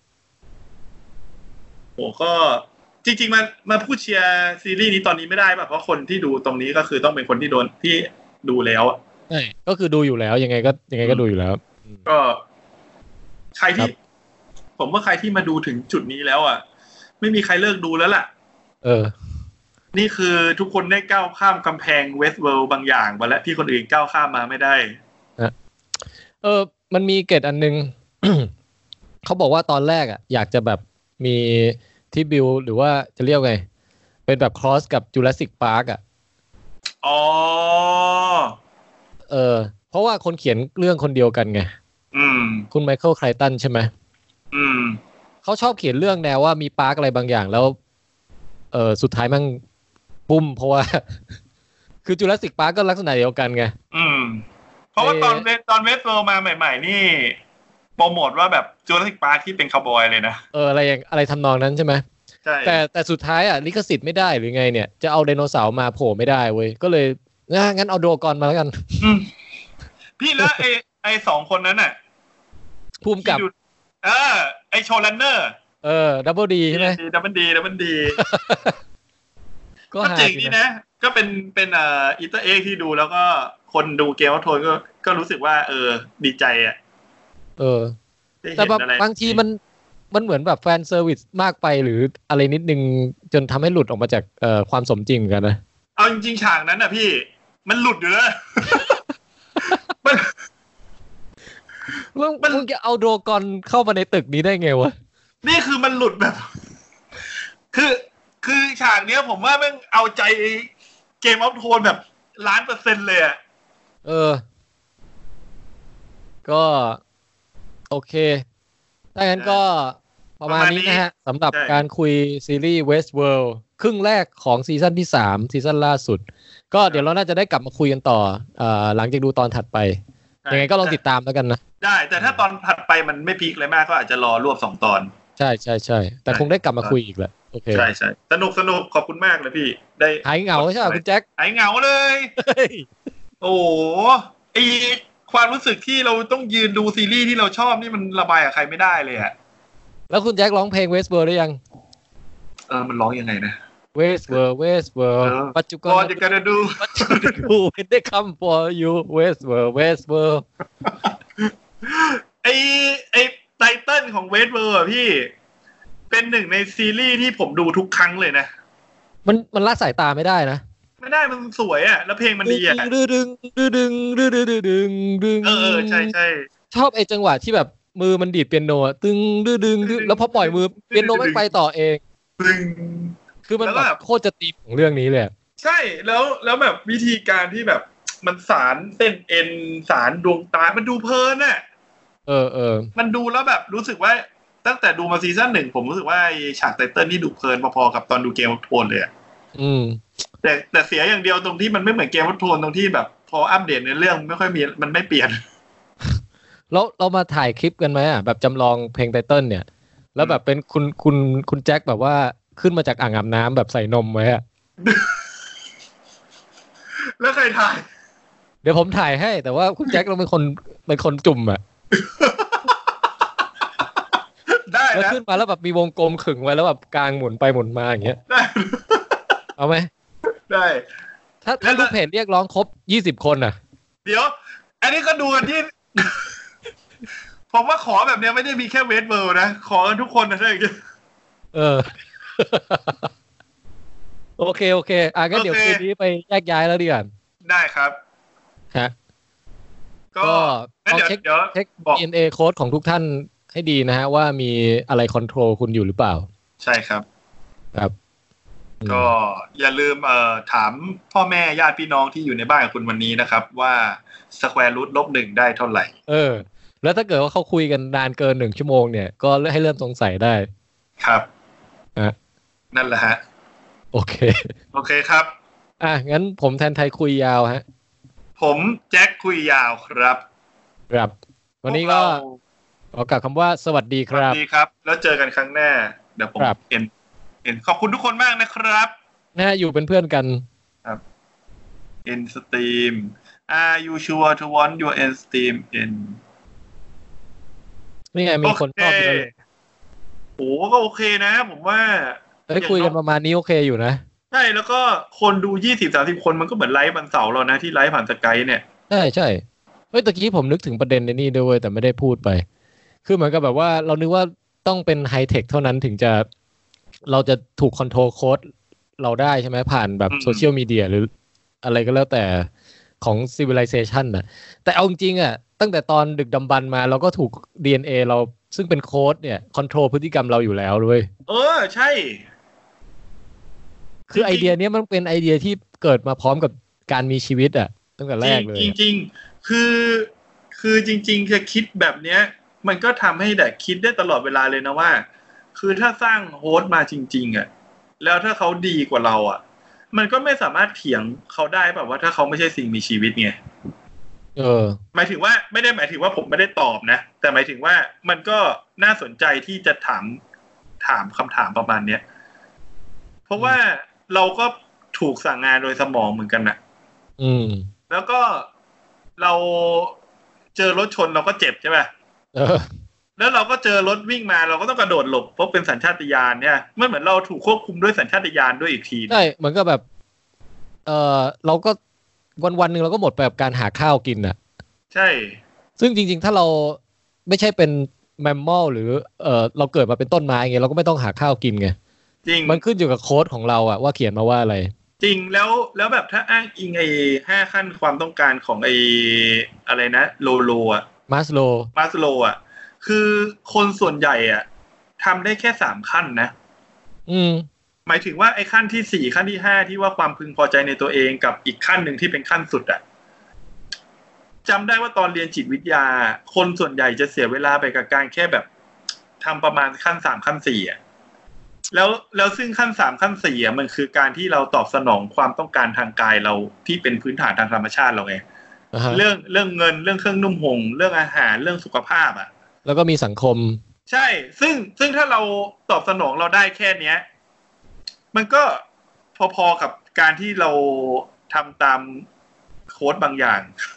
โอ้ก็จริงๆมาพูดเชียร์ซีรีส์นี้ตอนนี้ไม่ได้ป่ะเพราะคนที่ดูตรงนี้ก็คือต้องเป็นคนที่ดูแล้วอ่ะใช่ก็คือดูอยู่แล้วยังไงก็ดูอยู่แล้วก็ใครที่ผมว่าใครที่มาดูถึงจุดนี้แล้วอ่ะไม่มีใครเลิกดูแล้วล่ะนี่คือทุกคนได้ก้าวข้ามกำแพงเวสต์เวิลด์บางอย่างมาแล้วที่คนอื่นก้าวข้ามมาไม่ได้มันมีเกตอันนึง เขาบอกว่าตอนแรกอ่ะอยากจะแบบมีที่บิลหรือว่าจะเรียกไงเป็นแบบครอสกับจูราสสิคพาร์คอ่ะเพราะว่าคนเขียนเรื่องคนเดียวกันไงคุณไมเคิลไคลตันใช่ไหมเขาชอบเขียนเรื่องแนวว่ามีพาร์คอะไรบางอย่างแล้วสุดท้ายมันปุ้มเพราะว่าคือจูราสสิคพาร์คก็ลักษณะเดียวกันไงเพราะว่าตอนเวสต์เวิลด์มาใหม่ๆนี่โปรโมทว่าแบบจูราสสิคพาร์คที่เป็นคาวบอยเลยนะอะไรทำนองนั้นใช่ไหมใช่แต่สุดท้ายอ่ะลิขสิทธิ์ไม่ได้หรือไงเนี่ยจะเอาไดโนเสาร์มาโผล่ไม่ได้เว้ยก็เลยงั้นเอาโดกอนมาแล้วกันพี่แล้วไอ้2 คนนั้นน่ะภูมิกับไอ้โชว์รันเนอร์ดับเบิลดีใช่ไหมดับเบิลดีก็จริงนี่นะก็เป็นอีสเตอร์เอ็กที่ดูแล้วก็คนดูเกมออฟโทนก็รู้สึกว่าดีใจอ่ะแต่บางทีมันเหมือนแบบแฟนเซอร์วิสมากไปหรืออะไรนิดนึงจนทำให้หลุดออกมาจากความสมจริงกันนะเอาจริงๆฉากนั้นน่ะพี่มันหลุดอยู่แล้วมึงจะเอาโดกอนเข้ามาในตึกนี้ได้ไงวะนี่คือมันหลุดแบบคือฉากเนี้ยผมว่าแม่งเอาใจเกมออฟโทนแบบ1,000,000%เลยอ่ะก็โอเคถ้างั้นก็ประมาณนี้นะฮะสำหรับการคุยซีรีส์ Westworld ครึ่งแรกของซีซั่นที่3ซีซั่นล่าสุดก็เดี๋ยวเราน่าจะได้กลับมาคุยกันต่อหลังจากดูตอนถัดไปยังไงก็ลองติดตามแล้วกันนะได้แต่ถ้าตอนถัดไปมันไม่พีคเลยมากก็อาจจะรอรวบ2 ตอนใช่แต่คงได้กลับมาคุยอีกแหละโอเคใช่สนุกขอบคุณมากเลยพี่ได้หายเหงาใช่ไหมคุณแจ็คหายเหงาเลยโอ้ไอความรู้สึกที่เราต้องยืนดูซีรีส์ที่เราชอบนี่มันระบายกับใครไม่ได้เลยอะแล้วคุณแจ็คร้องเพลง Westworld ได้ยังมันร้องยังไงนะ Westworld What you gonna do when they come for you Westworld ไอไตเติ้ลของ Westworld อ่ะพี่เป็นหนึ่งในซีรีส์ที่ผมดูทุกครั้งเลยนะมันละสายตาไม่ได้นะไม่ได้มันสวยอ่ะแล้วเพลงมันดีอ่ะดึงใช่ชอบไอ้จังหวะที่แบบมือมันดีดเปียโนตึงดึงแล้วพอปล่อยมือเปียโนไม่ไปต่อเองคือมันแบบโคตรจะตีของเรื่องนี้เลยใช่แล้วแบบวิธีการที่แบบมันสารเส้นเอ็นสารดวงตามันดูเพลินน่ะมันดูแล้วแบบรู้สึกว่าตั้งแต่ดูมาซีซั่น1ผมรู้สึกว่าฉากไตเติ้ลนี่ดูเพลินพอๆกับตอนดูเกมออฟโทนเลยอ่ะแต่เสียอย่างเดียวตรงที่มันไม่เหมือนเกมออฟโทนตรงที่แบบพออัปเดตในเรื่องไม่ค่อยมีมันไม่เปลี่ยนแล้วเรามาถ่ายคลิปกันไหมอ่ะแบบจำลองเพลงไตเติ้ลเนี่ยแล้วแบบเป็นคุณแจ็คแบบว่าขึ้นมาจากอ่างอาบน้ำแบบใส่นมไว้อะแล้วใครถ่ายเดี๋ยวผมถ่ายให้แต่ว่าคุณแจ็คเราเป็นคนจุ่มอะได้แล้วขึ้นมาแล้วแบบมีวงกลมขึงไว้แล้วแบบกลางหมุนไปหมุนมาอย่างเงี้ยได้เอาไหมได้ถ้าลูกเพจเรียกร้องครบ20 คนน่ะเดี๋ยวอันนี้ก็ดูกันที่ผมว่าขอแบบเนี้ยไม่ได้มีแค่เวทเวิลด์นะขอกันทุกคนนะใช่ไหมโอเคงั้นเดี๋ยวคืนนี้ไปแยกย้ายแล้วดีกว่าได้ครับฮะก็ลองเช็ค DNA โค้ดของทุกท่านให้ดีนะฮะว่ามีอะไรคอนโทรลคุณอยู่หรือเปล่าใช่ครับครับก็อย่าลืมถามพ่อแม่ญาติพี่น้องที่อยู่ในบ้านกับคุณวันนี้นะครับว่าสแควร์รูท-1ได้เท่าไหร่แล้วถ้าเกิดว่าเขาคุยกันนานเกิน1 ชั่วโมงเนี่ยก็ให้เริ่มสงสัยได้ครับนั่นแหละฮะโอเคครับงั้นผมแทนไทยคุยยาวฮะผมแจ็คคุยยาวครับวันนี้ก็ขอกล่าวคำว่าสวัสดีครับสวัสดีครับแล้วเจอกันครั้งหน้าเดี๋ยวผมเอ็นขอบคุณทุกคนมากนะครับอยู่เป็นเพื่อนกันครับ end stream are you sure to want your end stream end นี่ไงมีคนชอบเลยโอ้ก็โอเคนะผมว่าคุยกันประมาณนี้โอเคอยู่นะใช่แล้วก็คนดู 20-30 คนมันก็เหมือนไลฟ์วันเสาร์เรานะที่ไลฟ์ผ่านสกายเนี่ยใช่ตะกี้ผมนึกถึงประเด็นในนี่ด้วยแต่ไม่ได้พูดไปคือเหมือนกับแบบว่าเรานึกว่าต้องเป็นไฮเทคเท่านั้นถึงจะเราจะถูกคอนโทรลโค้ดเราได้ใช่ไหมผ่านแบบโซเชียลมีเดียหรืออะไรก็แล้วแต่ของ civilization น่ะแต่เอาจริงๆอ่ะตั้งแต่ตอนดึกดำบรรพ์มาเราก็ถูก DNA เราซึ่งเป็นโค้ดเนี่ยคอนโทรลพฤติกรรมเราอยู่แล้วด้วยใช่คือไอเดียนี้มันเป็นไอเดียที่เกิดมาพร้อมกับการมีชีวิตอ่ะตั้งแต่แรกเลยจริงๆคือจริงๆจะคิดแบบเนี้ยมันก็ทำให้แต่คิดได้ตลอดเวลาเลยนะว่าคือถ้าสร้างโฮสต์มาจริงๆอ่ะแล้วถ้าเขาดีกว่าเราอ่ะมันก็ไม่สามารถเถียงเขาได้แบบว่าถ้าเขาไม่ใช่สิ่งมีชีวิตไงหมายถึงว่าไม่ได้หมายถึงว่าผมไม่ได้ตอบนะแต่หมายถึงว่ามันก็น่าสนใจที่จะถามคำถามประมาณเนี้ยเพราะว่าเราก็ถูกสั่งงานโดยสมองเหมือนกันน่ะแล้วก็เราเจอรถชนเราก็เจ็บใช่ไหมแล้วเราก็เจอรถวิ่งมาเราก็ต้องกระโดดหลบเพราะเป็นสัญชาตญาณเนี่ยมันเหมือนเราถูกควบคุมด้วยสัญชาตญาณด้วยอีกทีใช่เหมือนกับแบบเราก็วันนึงเราก็หมดไปกับการหาข้าวกินน่ะใช่ซึ่งจริงๆถ้าเราไม่ใช่เป็นแมมมอลหรือเราเกิดมาเป็นต้นไม้ไงเราก็ไม่ต้องหาข้าวกินไงจริงมันขึ้นอยู่กับโค้ดของเราอะว่าเขียนมาว่าอะไรจริงแล้วแบบถ้าอ้างอิงไอ้5ขั้นความต้องการของไอ้อะไรนะโลอะมาสโลอะคือคนส่วนใหญ่อ่ะทำได้แค่3ขั้นนะหมายถึงว่าไอ้ขั้นที่4ขั้นที่5ที่ว่าความพึงพอใจในตัวเองกับอีกขั้นหนึ่งที่เป็นขั้นสุดอ่ะจำได้ว่าตอนเรียนจิตวิทยาคนส่วนใหญ่จะเสียเวลาไปกับการแค่แบบทำประมาณขั้น3ขั้น4อ่ะแล้วซึ่งขั้น3ขั้น4อ่ะมันคือการที่เราตอบสนองความต้องการทางกายเราที่เป็นพื้นฐานทางธรรมชาติเราไงเรื่องเงินเรื่องเครื่องนุ่มห่มเรื่องอาหารเรื่องสุขภาพอ่ะแล้วก็มีสังคมใช่ซึ่งถ้าเราตอบสนองเราได้แค่เนี้ยมันก็พอๆกับการที่เราทำตามโค้ดบางอย่าง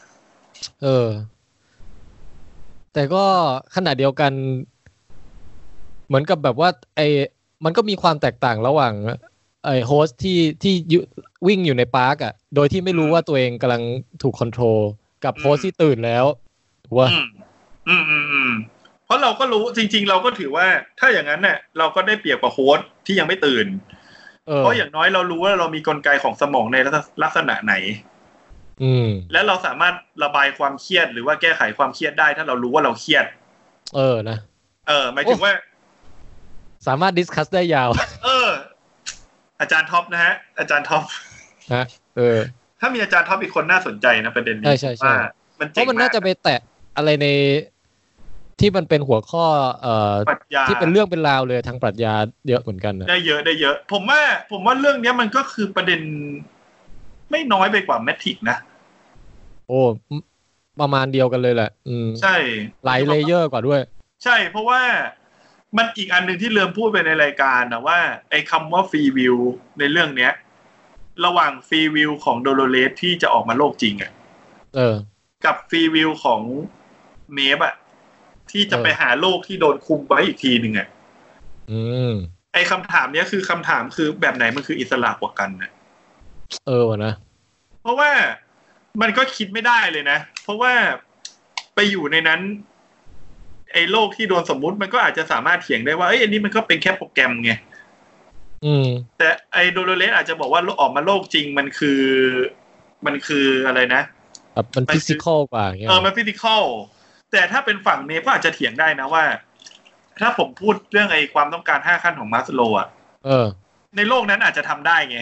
แต่ก็ขณะเดียวกันเหมือนกับแบบว่ามันก็มีความแตกต่างระหว่างโฮสต์ที่วิ่งอยู่ในพาร์คอ่ะโดยที่ไม่รู้ว่าตัวเองกำลังถูกคอนโทรลกับโฮสต์ที่ตื่นแล้วถูกป่ะเพราะเราก็รู้จริงๆเราก็ถือว่าถ้าอย่างนั้นเนี่ยเราก็ได้เปรียบกว่าโฮสต์ที่ยังไม่ตื่นเพราะอย่างน้อยเรารู้ว่าเรามีกลไกของสมองในลักษณะไหนและเราสามารถระบายความเครียดหรือว่าแก้ไขความเครียดได้ถ้าเรารู้ว่าเราเครียดนะหมายถึงว่าสามารถดิสคัสได้ยาวอาจารย์ท็อปนะฮะอาจารย์ท็อปถ้ามีอาจารย์ท็อปอีกคนน่าสนใจนะประเด็นนี้ใช่เพราะมันน่าจะไปแตะอะไรในที่มันเป็นหัวข้อที่เป็นเรื่องเป็นราวเลยทางปรัชญาเยอะเหมือนกันได้เยอะผมว่าเรื่องนี้มันก็คือประเด็นไม่น้อยไปกว่าแมทริกนะโอ้ประมาณเดียวกันเลยแหละใช่หลายเลเยอร์กว่าด้วยใช่เพราะว่ามันอีกอันนึงที่เริ่มพูดไปในรายการนะว่าไอ้คำว่าฟรีวิวในเรื่องเนี้ยระหว่างฟรีวิวของโดโลเรสที่จะออกมาโลกจริงอ่ะกับฟรีวิวของเมฟอ่ะที่จะไปหาโลกที่โดนคุมไว้อีกทีนึงอ่ะไอ้คำถามเนี้ยคือคำถามคือแบบไหนมันคืออิสระกว่ากันนะวะนะเพราะว่ามันก็คิดไม่ได้เลยนะเพราะว่าไปอยู่ในนั้นไอ้โลกที่โดนสมมุติมันก็อาจจะสามารถเถียงได้ว่าอันนี้มันก็เป็นแค่โปรแกรมไงแต่ไอ้โดโลเรสอาจจะบอกว่าออกมาโลกจริงมันคืออะไรนะแบบมันฟิสิคอลกว่าอย่างเงี้ยมันฟิสิคอลแต่ถ้าเป็นฝั่งเมย์ก็อาจจะเถียงได้นะว่าถ้าผมพูดเรื่องไอ้ความต้องการ5ขั้นของมาสโลว์อ่ะในโลกนั้นอาจจะทำได้ไง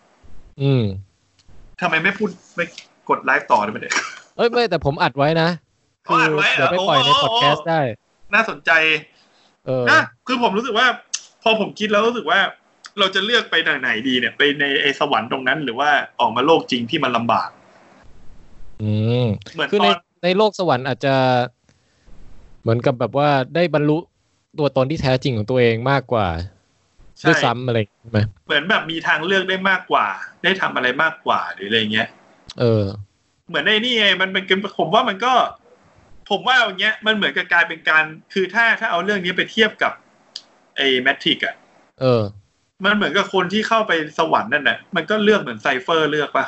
ทำไมไม่พูดไม่กดไลฟ์ต่อได้ไหมเนี่ยไม่แต่ผมอัดไว้นะคือเดี๋ยวไปปล่อยในพอดแคสต์ได้น่าสนใจนะคือผมรู้สึกว่าพอผมคิดแล้วรู้สึกว่าเราจะเลือกไปไหนดีเนี่ยไปในไอ้สวรรค์ตรงนั้นหรือว่าออกมาโลกจริงที่มันลำบากเหมือนคือในโลกสวรรค์อาจจะเหมือนกับแบบว่าได้บรรลุตัวตนที่แท้จริงของตัวเองมากกว่าด้วยซ้ำอะไรไหมเหมือนแบบมีทางเลือกได้มากกว่าได้ทำอะไรมากกว่าหรืออะไรเงี้ยเหมือนในนี่ไงมันเป็นผมว่าอย่างเงี้ยมันเหมือนกับกลายเป็นการคือถ้าเอาเรื่องนี้ไปเทียบกับไอ้แมทริกอ่ะมันเหมือนกับคนที่เข้าไปสวรรค์นั่นแหละมันก็เลือกเหมือนไซเฟอร์เลือกป่ะ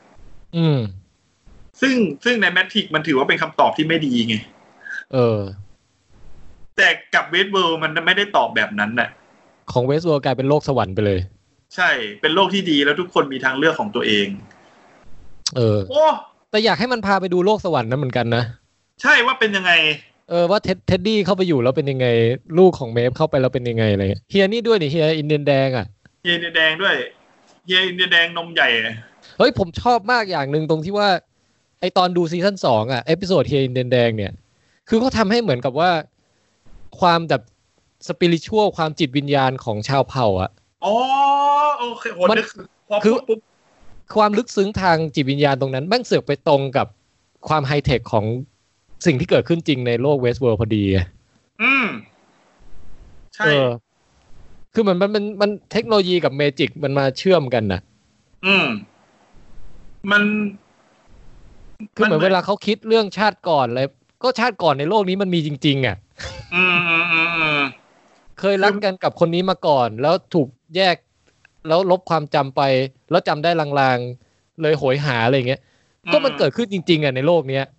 ซึ่งในแมทริกมันถือว่าเป็นคำตอบที่ไม่ดีไงแต่กับเวสเวิลด์มันไม่ได้ตอบแบบนั้นน่ะของเวสเวิลด์กลายเป็นโลกสวรรค์ไปเลยใช่เป็นโลกที่ดีแล้วทุกคนมีทางเลือกของตัวเองแต่อยากให้มันพาไปดูโลกสวรรค์นั้นเหมือนกันนะใช่ว่าเป็นยังไงว่าเท็ดดี้เข้าไปอยู่แล้วเป็นยังไงลูกของเมฟเข้าไปแล้วเป็นยังไงอะไรเฮียนี่ด้วยนี่เฮียอินเดียนแดงอ่ะเฮียอินเดียนแดงด้วยเฮียอินเดียนแดงนมใหญ่เฮ้ยผมชอบมากอย่างนึงตรงที่ว่าไอตอนดูซีซั่น2อ่ะเอพิโซดเฮียอินเดียนแดงเนี่ยคือเขาทำให้เหมือนกับว่าความแบบสปิริชวลความจิตวิญญาณของชาวเผ่าอ่ะโอเคมันคือความลึกซึ้งทางจิตวิญญาณตรงนั้นแม่งเสือกไปตรงกับความไฮเทคของสิ่งที่เกิดขึ้นจริงในโลกเวสต์เวิลด์พอดีใช่คือมันเทคโนโลยีกับเมจิกมันมาเชื่อมกันนะมันคือเหมือนเวลาเขาคิดเรื่องชาติก่อนอะไรก็ชาติก่อนในโลกนี้มันมีจริงๆอ่ะเคยรักกันกับคนนี้มาก่อนแล้วถูกแยกแล้วลบความจำไปแล้วจำได้ลางๆเลยโหยหาอะไรเงี้ยก็มันเกิดขึ้นจริงๆอ่ะในโลกเนี้ย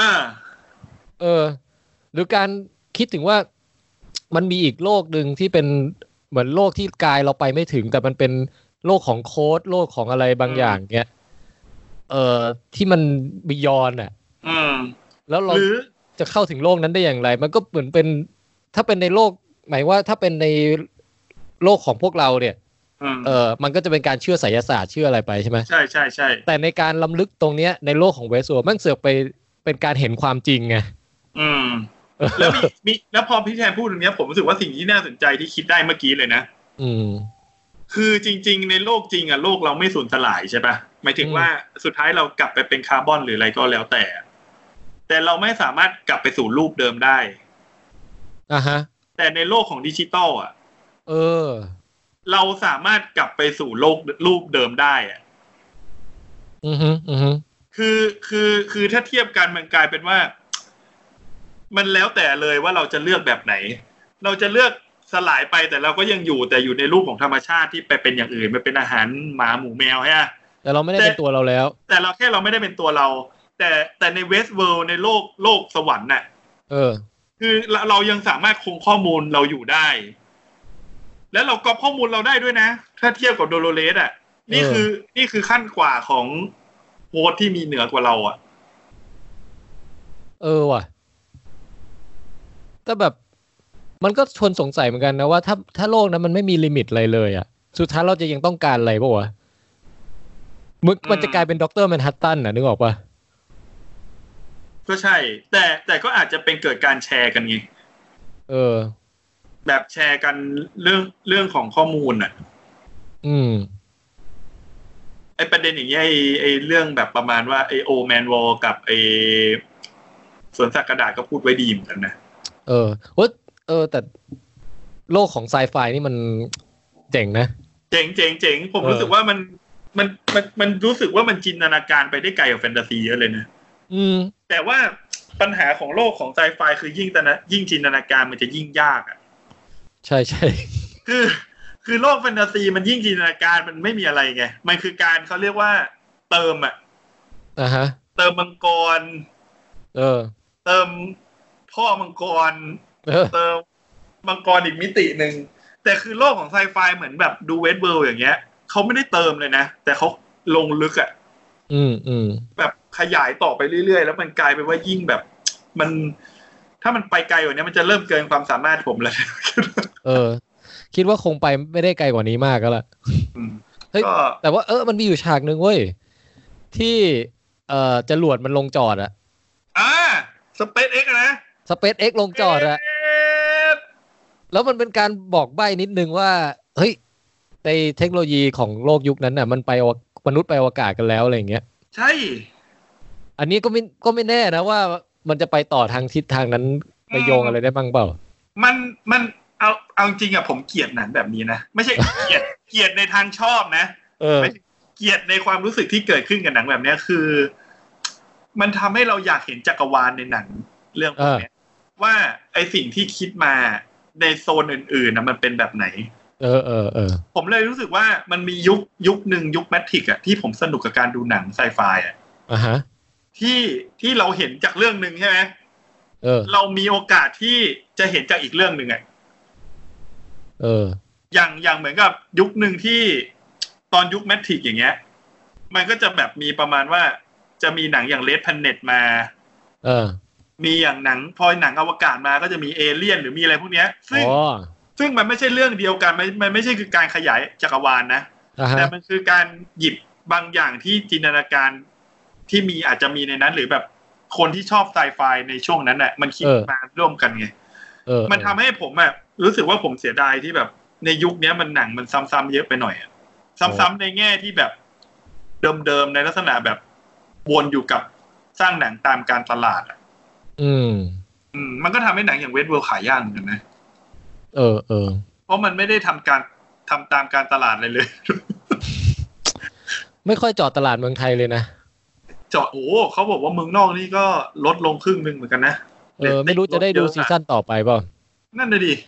หรือการคิดถึงว่ามันมีอีกโลกนึงที่เป็นเหมือนโลกที่กายเราไปไม่ถึงแต่มันเป็นโลกของโค้ดโลกของอะไรบางอย่างเงี้ยที่มันบียอนอ่ะแล้วเราจะเข้าถึงโลกนั้นได้อย่างไรมันก็เหมือนเป็นถ้าเป็นในโลกหมายว่าถ้าเป็นในโลกของพวกเราเนี่ยมันก็จะเป็นการเชื่อไสยศาสตร์เชื่ออะไรไปใช่ไหมใช่ใช่ใช่แต่ในการล้ำลึกตรงเนี้ยในโลกของเวสต์เวิลด์มันเสือกไปเป็นการเห็นความจริงไงแล้วมีแล้วพอพี่แทนพูดตรงนี้ผมรู้สึกว่าสิ่งที่น่าสนใจที่คิดได้เมื่อกี้เลยนะคือจริงๆในโลกจริงอ่ะโลกเราไม่สูญสลายใช่ปะหมายถึงว่าสุดท้ายเรากลับไปเป็นคาร์บอนหรืออะไรก็แล้วแต่เราไม่สามารถกลับไปสู่รูปเดิมได้ฮะแต่ในโลกของดิจิตอลอ่ะเราสามารถกลับไปสู่โลกรูปเดิมได้อ่ะคือถ้าเทียบกันมันกลายเป็นว่ามันแล้วแต่เลยว่าเราจะเลือกแบบไหนเราจะเลือกสลายไปแต่เราก็ยังอยู่แต่อยู่ในรูปของธรรมชาติที่ไปเป็นอย่างอื่นมันเป็นอาหารหมาหมูแมวใช่ไหมแต่เราไม่ได้เป็นตัวเราแล้วแต่เราไม่ได้เป็นตัวเราแต่ในเวสต์เวิลด์ในโลกสวรรค์น่ะคือเรายังสามารถคงข้อมูลเราอยู่ได้แล้วเราก็ข้อมูลเราได้ด้วยนะถ้าเทียบกับโดโลเรสอ่ะนี่คือขั้นกว่าของโฮสที่มีเหนือกว่าเราอ่ะว่ะแต่แบบมันก็ชวนสงสัยเหมือนกันนะว่าถ้าโลกนั้นมันไม่มีลิมิตอะไรเลยอ่ะสุดท้ายเราจะยังต้องการอะไรป่ะวะมันจะกลายเป็นด็อกเตอร์แมนฮัตตันน่ะนึกออกป่ะก็ใช่แต่ก็อาจจะเป็นเกิดการแชร์กันไงแบบแชร์กันเรื่องของข้อมูลน่ะไอประเด็นอย่างเงี้ยไอเรื่องแบบประมาณว่าไอโอแมนวอลกับไอสวนสัตว์กระดาษก็พูดไว้ดีเหมือนกันนะแต่โลกของไซไฟนี่มันเจ๋งนะเจ๋งผมรู้สึกว่ามันรู้สึกว่ามันจินตนาการไปได้ไกลกว่าแฟนตาซีเยอะเลยนะแต่ว่าปัญหาของโลกของไซไฟคือยิ่งจินตนาการมันจะยิ่งยากอ่ะใช่คือโลกแฟนตาซีมันยิ่งจินตนาการมันไม่มีอะไรไงมันคือการเขาเรียกว่าเติมอ่ะฮะเติมมังกรเติมพ่อมังกรเติมมังกรอีกมิตินึงแต่คือโลกของไซไฟเหมือนแบบดูเวสต์เวิลด์อย่างเงี้ยเขาไม่ได้เติมเลยนะแต่เขาลงลึกอ่ะแบบขยายต่อไปเรื่อยๆแล้วมันกลายเป็นว่ายิ่งแบบมันถ้ามันไปไกลกว่านี้มันจะเริ่มเกินความสามารถผมแล้วคิดว่าคงไปไม่ได้ไกลกว่านี้มากแล้วล่ะเฮ้ยแต่ว่ามันมีอยู่ฉากนึงเว้ยที่จรวดมันลงจอดอะ SpaceX นะ SpaceX ลงจอดอะแล้วมันเป็นการบอกใบ้นิดนึงว่าเฮ้ยในเทคโนโลยีของโลกยุคนั้นน่ะมันไปมนุษย์ไปอวกาศกันแล้วอะไรอย่างเงี้ยใช่อันนี้ก็ไม่แน่นะว่ามันจะไปต่อทางทิศทางนั้นไปโยงอะไรได้บ้างเปล่ามันเอาจริงอะผมเกลียดหนังแบบนี้นะไม่ใช่เกลียดในทางชอบนะไม่เกลียดในความรู้สึกที่เกิดขึ้นกับหนังแบบนี้คือมันทำให้เราอยากเห็นจักรวาลในหนังเรื่องพวกนี้ว่าไอสิ่งที่คิดมาในโซนอื่นๆนะมันเป็นแบบไหนผมเลยรู้สึกว่ามันมียุคหนึ่งยุคแมทริกอะที่ผมสนุกกับการดูหนังไซไฟอะที่เราเห็นจากเรื่องนึงใช่ไหมเรามีโอกาสที่จะเห็นจากอีกเรื่องนึงอะอย่างเหมือนกับยุคนึงที่ตอนยุคแมทริกอย่างเงี้ยมันก็จะแบบมีประมาณว่าจะมีหนังอย่าง Red Planet มามีอย่างหนังพอหนังอวกาศมาก็จะมีเอเลี่ยนหรือมีอะไรพวกเนี้ยซึ่งมันไม่ใช่เรื่องเดียวกันมันไม่ใช่คือการขยายจักรวาลนะแต่มันคือการหยิบบางอย่างที่จินตนาการที่มีอาจจะมีในนั้นหรือแบบคนที่ชอบไซไฟในช่วงนั้นน่ะมันคิดมาร่วมกันไงมันทำให้ผมอ่ะรู้สึกว่าผมเสียดายที่แบบในยุคนี้มันหนังมันซ้ำๆเยอะไปหน่อยซ้ำๆในแง่ที่แบบเดิมๆในลักษณะแบบวนอยู่กับสร้างหนังตามการตลาดอ่ะมันก็ทำให้หนังอย่างเวสต์เวิลด์ขายยากเหมือนกันนะเพราะมันไม่ได้ทำตามการตลาดอะไรเลยไม่ค่อยเจาะตลาดเมืองไทยเลยนะเจาะเขาบอกว่าเมืองนอกนี่ก็ลดลงครึ่งนึงเหมือนกันนะไม่รู้จะได้ดูซีซั่นต่อไปเปล่านั่นน่ะดิ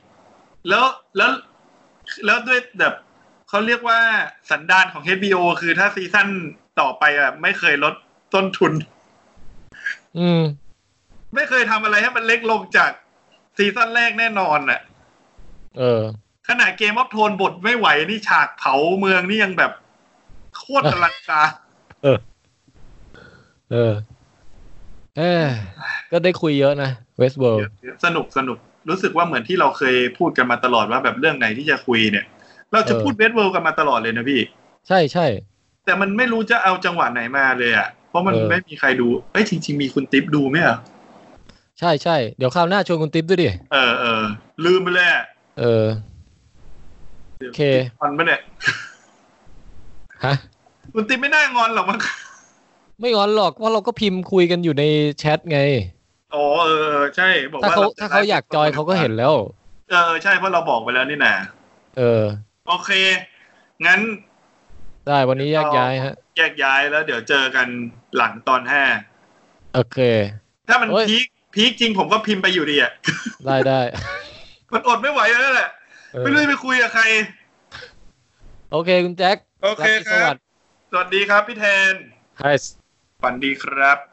แล้วด้วยแบบเขาเรียกว่าสันดานของ HBO คือถ้าซีซั่นต่อไปไม่เคยลดต้นทุนไม่เคยทำอะไรให้มันเล็กลงจากซีซั่นแรกแน่นอนอ่ะขนาดเกมออฟโทนบทไม่ไหวนี่ฉากเผาเมืองนี่ยังแบบโคตรอลังการก็ได้คุยเยอะนะเวสต์เวิลด์สนุกรู้สึกว่าเหมือนที่เราเคยพูดกันมาตลอดว่าแบบเรื่องไหนที่จะคุยเนี่ยเราจะพูดเวสต์เวิลด์กันมาตลอดเลยนะพี่ใช่แต่มันไม่รู้จะเอาจังหวะไหนมาเลยอ่ะเพราะมันไม่มีใครดูจริงๆมีคุณติ๊บดูไหมอ่ะใช่เดี๋ยวคราวหน้าชวนคุณติ๊บด้วยดิลืมไปเลยโอเคงอนมั้ยเนี่ยฮะคุณติ๊บไม่น่างอนหรอกมั้งไม่งอนหรอกเพราะเราก็พิมพ์คุยกันอยู่ในแชทไงใช่บอกว่าถ้าเขาอยากจอยเขาก็เห็นแล้วใช่เพราะเราบอกไปแล้วนี่นะโอเคงั้นได้วันนี้แยกย้ายฮะแยกย้ายแล้วเดี๋ยวเจอกันหลังตอน5โอเคถ้ามันพีคจริงผมก็พิมพ์ไปอยู่ดีอ่ะได้มันอดไม่ไหวแล้วแหละไม่รู้ไปคุยกับใครโอเคคุณแจ็คโอเคครับสวัสดีครับพี่แทน Hi ฝันดีครับ